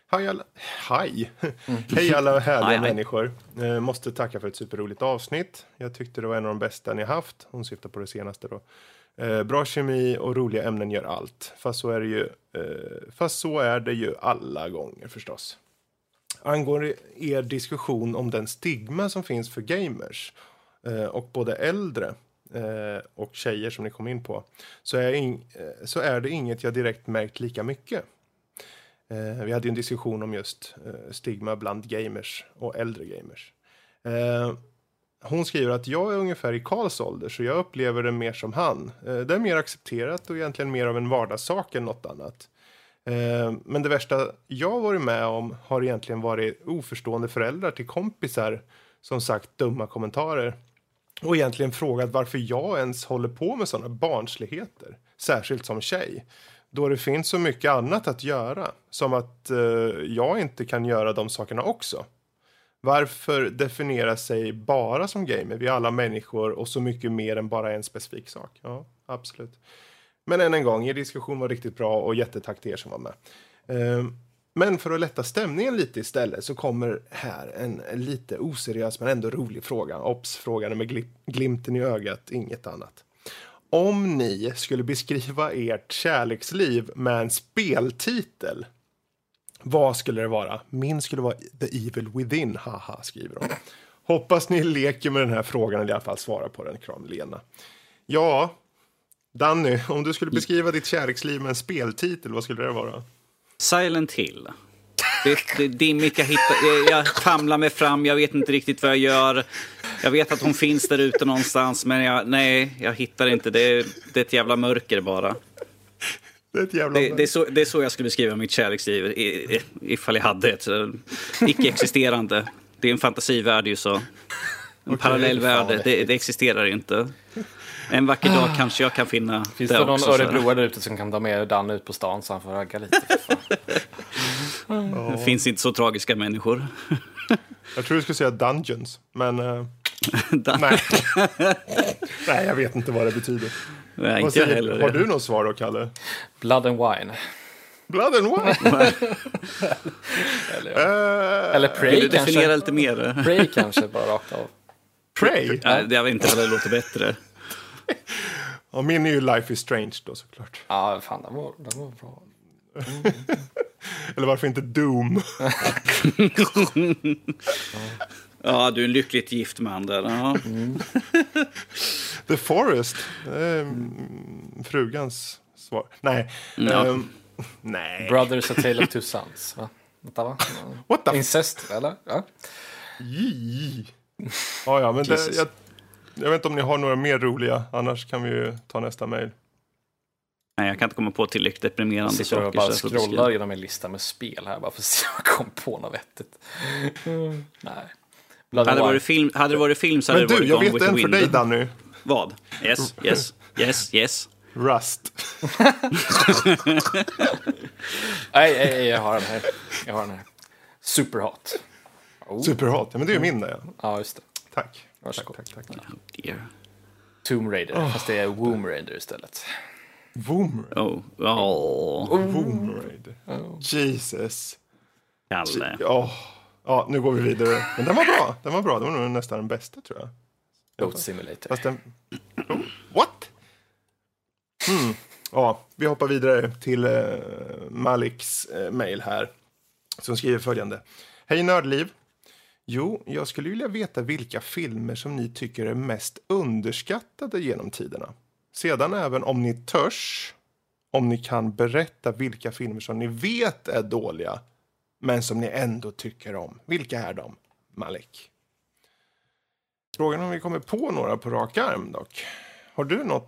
Hej alla härliga människor. Måste tacka för ett superroligt avsnitt. Jag tyckte det var en av de bästa ni haft. Hon syftar på det senaste då. Bra kemi och roliga ämnen gör allt. Fast så är det ju alla gånger förstås. Angående er diskussion om den stigma som finns för gamers och både äldre och tjejer som ni kom in på, så är det inget jag direkt märkt lika mycket. Vi hade ju en diskussion om just stigma bland gamers och äldre gamers. Hon skriver att jag är ungefär i Karls ålder, så jag upplever det mer som han. Det är mer accepterat och egentligen mer av en vardagssak än något annat. Men det värsta jag varit med om har egentligen varit oförstående föräldrar till kompisar som sagt dumma kommentarer. Och egentligen frågat varför jag ens håller på med sådana barnsligheter. Särskilt som tjej. Då det finns så mycket annat att göra. Som att jag inte kan göra de sakerna också. Varför definiera sig bara som gamer? Vi är alla människor och så mycket mer än bara en specifik sak. Ja, absolut. Men än en gång, er diskussion var riktigt bra och jättetack till er som var med. Men för att lätta stämningen lite istället så kommer här en lite oseriös men ändå rolig fråga. Frågan med glimten i ögat, inget annat. Om ni skulle beskriva ert kärleksliv med en speltitel, vad skulle det vara? Min skulle vara The Evil Within, haha, skriver de. Hoppas ni leker med den här frågan eller i alla fall svarar på den, kram Lena. Ja, Danny, om du skulle beskriva ditt kärleksliv med en speltitel, vad skulle det vara? Silent Hill. Det är dimmigt, jag famlar mig fram, jag vet inte riktigt vad jag gör. Jag vet att hon finns där ute någonstans, men jag hittar inte. Det är ett jävla mörker bara. Det är så jag skulle beskriva mitt kärleksliv ifall jag hade ett icke-existerande. Det är en fantasivärld ju så. En parallell värld, det existerar inte. En vacker dag kanske jag kan finna. Finns det någon örebroare där ute som kan ta med Dan ut på stan så han får ragga lite? Det finns inte så tragiska människor. Jag tror du skulle säga Dungeons, men nej. Nej, jag vet inte vad det betyder. Nej, inte jag heller. Har du något svar då, Kalle? Blood and Wine. Blood and Wine? Eller Prey kanske. Definiera lite mer. Prey kanske, bara rakt av. Prey? Jag vet inte vad det låter bättre. Ja, min är ju Life is Strange då såklart. Ja, fan, den var bra. Eller varför inte Doom? Ja, du är en lyckligt gift man där. Ja. The Forest. Frugans svar. Nej. Nej. Brothers A Tale of Two Sons. Va? What the Incest, eller? Ja. Ja, men jag vet inte om ni har några mer roliga. Annars kan vi ju ta nästa mejl. Nej, jag kan inte komma på tillräckligt deprimerande saker. Jag bara scrollar genom en lista med spel här bara för att se om jag kom på något vettigt. Nej. Hade det varit film så hade det varit Gone with the Wind. Men du, jag vet en för dig, Danny. Vad? Yes. Rust. Nej, jag har den här. Superhot. Superhot, ja, men det är min där. Ja, just det. Tack. Tack. Dear. Tomb Raider, fast det är Womb Raider istället. Womb Raider. Jesus. Kalle. Ja, nu går vi vidare. Men den var bra. Det var nog nästan den bästa, tror jag. Goat Simulator. Fast what? Ja, vi hoppar vidare till Maliks mail här. Som skriver följande. Hej Nördliv. Jo, jag skulle vilja veta vilka filmer som ni tycker är mest underskattade genom tiderna. Sedan även om ni törs, om ni kan berätta vilka filmer som ni vet är dåliga, men som ni ändå tycker om. Vilka är de, Malik? Frågan om vi kommer på några på rak arm dock. Har du något?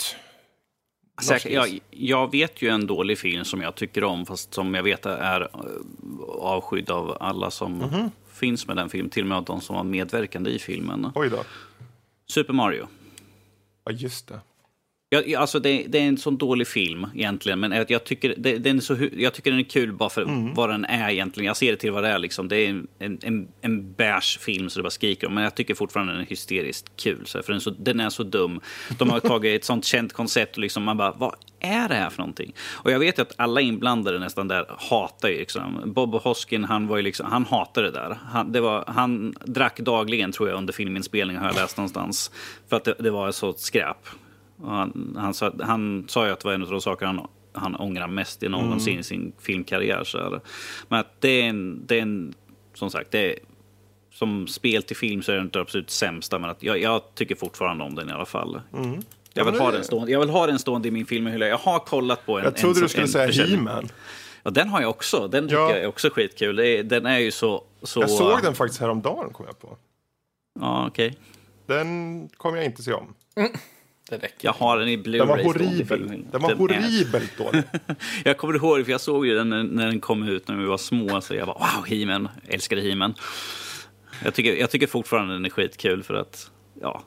Jag vet ju en dålig film som jag tycker om, fast som jag vet är avskydd av alla som finns med den filmen, till och med de som var medverkande i filmen. Oj då. Super Mario. Ja, just det. Alltså det är en sån dålig film egentligen, men jag tycker den är kul bara för vad den är egentligen. Jag ser det till vad det är liksom. Det är en bärs film så det bara skriker om, men jag tycker fortfarande den är hysteriskt kul så, för den är så dum. De har tagit ett sånt känt koncept och liksom man bara, vad är det här för någonting? Och jag vet ju att alla inblandade nästan där hatar ju liksom. Bob Hoskin, han hatade det där. Han drack dagligen, tror jag, under filminspelningen, har jag läst någonstans, för att det var så skräp. Han sa ju att det var en av de saker han ångrar mest i någonsin i sin filmkarriär. Så men att det är som sagt, det är, som spel till film så är det inte absolut sämsta, men att jag tycker fortfarande om den i alla fall. Jag vill ha den stående i min filmhylla. Jag har kollat på en. Jag trodde du skulle säga He-Man. Ja, den har jag också. Den tycker jag är också skitkul. Den är ju så... Jag såg den faktiskt häromdagen, kom jag på. Ja, okej. Den kommer jag inte se om. Jag har den i Blu-ray. Den var horribelt dålig. Jag kommer ihåg, för jag såg ju den när den kom ut när vi var små, så jag bara, wow, He-Man, älskade He-Man. Jag tycker fortfarande den är skitkul, för att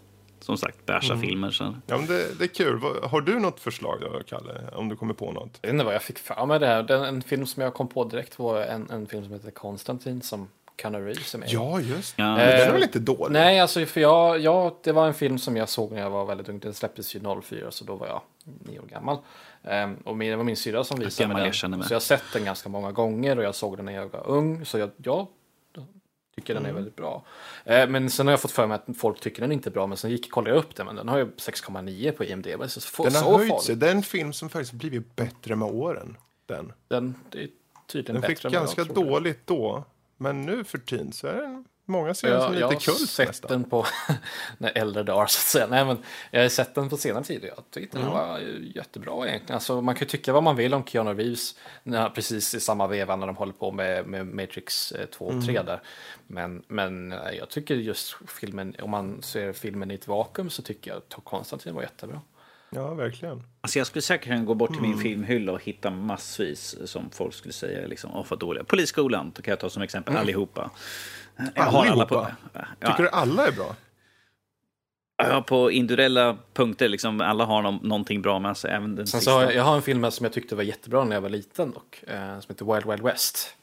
som sagt, bärsa filmer. Så. Ja, men det är kul. Har du något förslag då, Kalle? Om du kommer på något? Jag vet inte vad jag fick fram med det här. En film som jag kom på direkt var en film som heter Konstantin som Keanu Reeves är med. Ja, just det. Den är väl inte dålig? Nej, alltså för det var en film som jag såg när jag var väldigt ung. Den släpptes ju 04, så då var jag 9 år gammal. Och det var min syrra som visade mig den. Så jag har sett den ganska många gånger och jag såg den när jag var ung. Så jag tycker den är väldigt bra. Men sen har jag fått för mig att folk tycker den inte är bra. Men sen kollade jag upp den. Men den har ju 6,9 på IMDb. Den har höjt sig. Det är en film som faktiskt blivit bättre med åren. Den är tydligen bättre. Den fick ganska dåligt då. Men nu för tiden så är den... Många ser den som lite kult nästan. Jag har sett den på äldre dagar så att säga. Nej, men jag har sett den på senare tid. Jag tyckte den var jättebra egentligen. Alltså, man kan tycka vad man vill om Keanu Reeves precis i samma veva när de håller på med Matrix 2 och 3 där. Men jag tycker just filmen, om man ser filmen i ett vakuum så tycker jag att Konstantin var jättebra. Ja, verkligen. Alltså jag skulle säkert gå bort till min filmhylla och hitta massvis som folk skulle säga liksom, för dåliga. Polisskolan kan jag ta som exempel, allihopa. Allihopa? Tycker du alla är bra? Ja, på individuella punkter, liksom, alla har någonting bra med sig. Även den sista. Jag har en film som jag tyckte var jättebra när jag var liten dock, som heter Wild Wild West.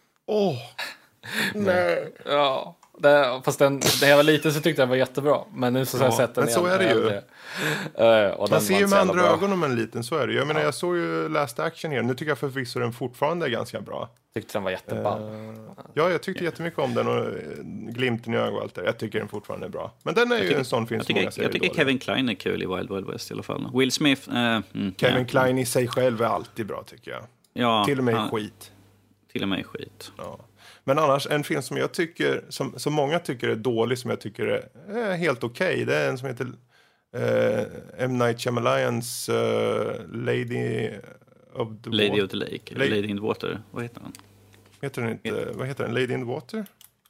Nej. Ja. Fast när jag var liten så tyckte jag den var jättebra. Men nu så har jag sett den. Men så är det ju. Man ser ju med andra ögon om en liten, så är det. Jag menar, jag såg ju Last Action här. Nu tycker jag förvisso den fortfarande är ganska bra. Tyckte den var jätteball. Ja, jag tyckte jättemycket om den och glimten i ögat och allt det. Jag tycker den fortfarande är bra. Men den är ju en sån film som många säger. Jag tycker Kevin Kline är kul i Wild Wild West i alla fall. Will Smith. Kevin Kline i sig själv är alltid bra, tycker jag. Ja, till och med skit. Till och med skit. Ja. Men annars, en film som jag tycker, som många tycker är dålig, som jag tycker är helt okej. Det är en som heter M. Night Shyamalans Lady of the Lake. Lady in the Water. Vad heter den? Vad heter den? Lady in the Water?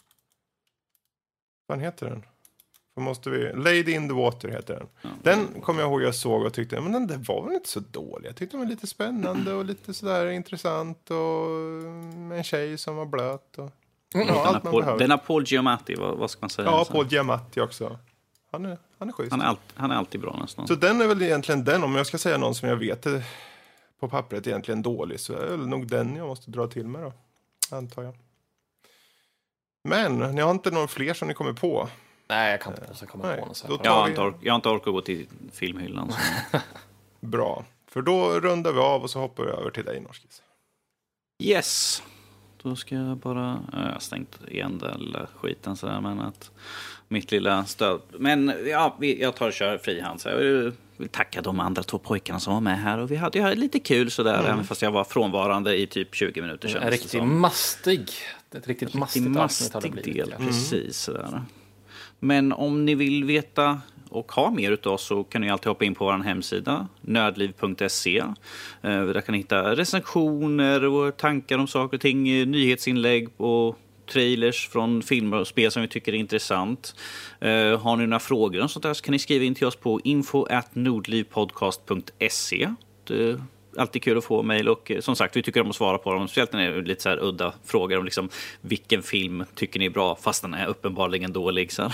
Vad heter den? Lady in the Water heter den. Ja. Den kommer jag ihåg jag såg och tyckte, men den där var väl inte så dålig. Jag tyckte den var lite spännande och lite sådär intressant och en tjej som var blöt. Och, allt man behöver. Den har Paul Giamatti, vad ska man säga? Ja, Paul Giamatti också. Han är schysst. Han är alltid bra nästan. Så den är väl egentligen den, om jag ska säga någon som jag vet är på pappret egentligen dålig, så är det nog den jag måste dra till med då, antar jag. Men ni har inte någon fler som ni kommer på? Nej, jag kan inte komma på något. Jag har inte orkat gå till filmhyllan. Bra, för då rundar vi av och så hoppar vi över till dig, Norskis. Yes. Då ska jag bara... Jag har stängt igen den lilla skiten sådär, men att mitt lilla stöd... Men ja, jag tar och kör frihand. Så jag vill tacka de andra 2 pojkarna som var med här. Och vi hade lite kul sådär, även fast jag var frånvarande i typ 20 minuter sedan. En riktigt mastig. Ett riktigt mastig del, precis sådär. Men om ni vill veta och ha mer utav oss så kan ni alltid hoppa in på vår hemsida nördliv.se. Där kan ni hitta recensioner och tankar om saker och ting, nyhetsinlägg och trailers från filmer och spel som vi tycker är intressant. Har ni några frågor och sånt där så kan ni skriva in till oss på info@nordlivpodcast.se. Alltid kul att få mejl och som sagt, vi tycker om att svara på dem. Speciellt när det är lite så här udda frågor om liksom, vilken film tycker ni är bra fast den är uppenbarligen dålig. Så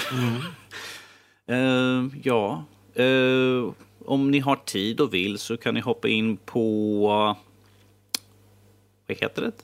om ni har tid och vill så kan ni hoppa in på vad heter det?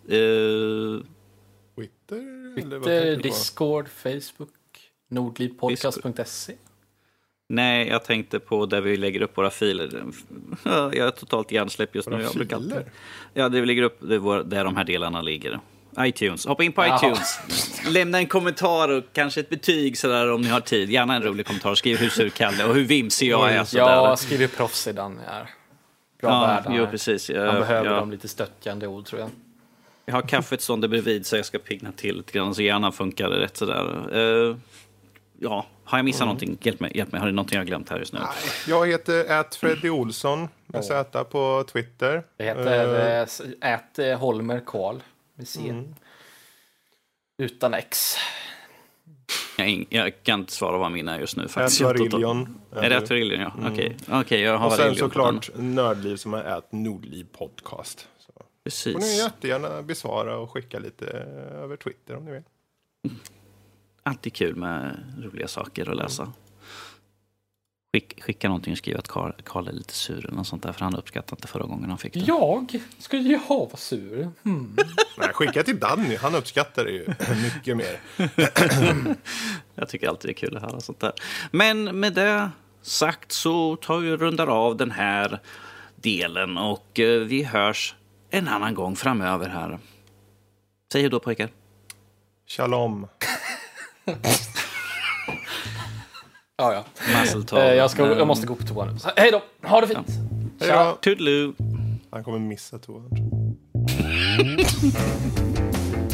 Twitter, Discord, Facebook, nordlivpodcast.se. Nej, jag tänkte på där vi lägger upp våra filer. Jag är totalt hjärnsläpp just nu. Ja, det vi lägger upp, där de här delarna ligger. iTunes. Hoppa in på iTunes. Lämna en kommentar och kanske ett betyg sådär om ni har tid. Gärna en rolig kommentar. Skriv hur sur Kalle och hur vimsig jag är. Ja, skriv hur proffsig den är. Bra värld. Jo, precis. Man behöver dem lite stöttjande ord, tror jag. Jag har kaffet stående bredvid så jag ska pigna till lite grann. Så gärna funkar det rätt sådär. Har jag missat någonting? Hjälp mig. Har det någonting jag glömt här just nu? Nej, jag heter Freddy Olsson med Z på Twitter. Det heter Holmer Karl med C. Utan X. Jag kan inte svara vad min är just nu. Faktiskt. Varillion. Är det Varillion? Ja. Okej, jag har och sen Varillion såklart Nördliv som är Nordliv podcast. Så. Precis. Och ni jättegärna besvara och skicka lite över Twitter om ni vill. Alltid kul med roliga saker att läsa. Skicka någonting och skriva att Carl är lite sur eller något sånt där, för han uppskattade inte förra gången han fick det. Jag? Skulle jag vara sur? Nej, skicka till Danny, han uppskattar det ju mycket mer. Jag tycker alltid det är kul att höra sånt där. Men med det sagt så tar vi rundar av den här delen och vi hörs en annan gång framöver här. Säg hur då, pojkar. Shalom. Ja. Jag måste gå på toa nu. Hej då, ha det fint. Ja. Tja. Toodaloo. Han kommer missa toan.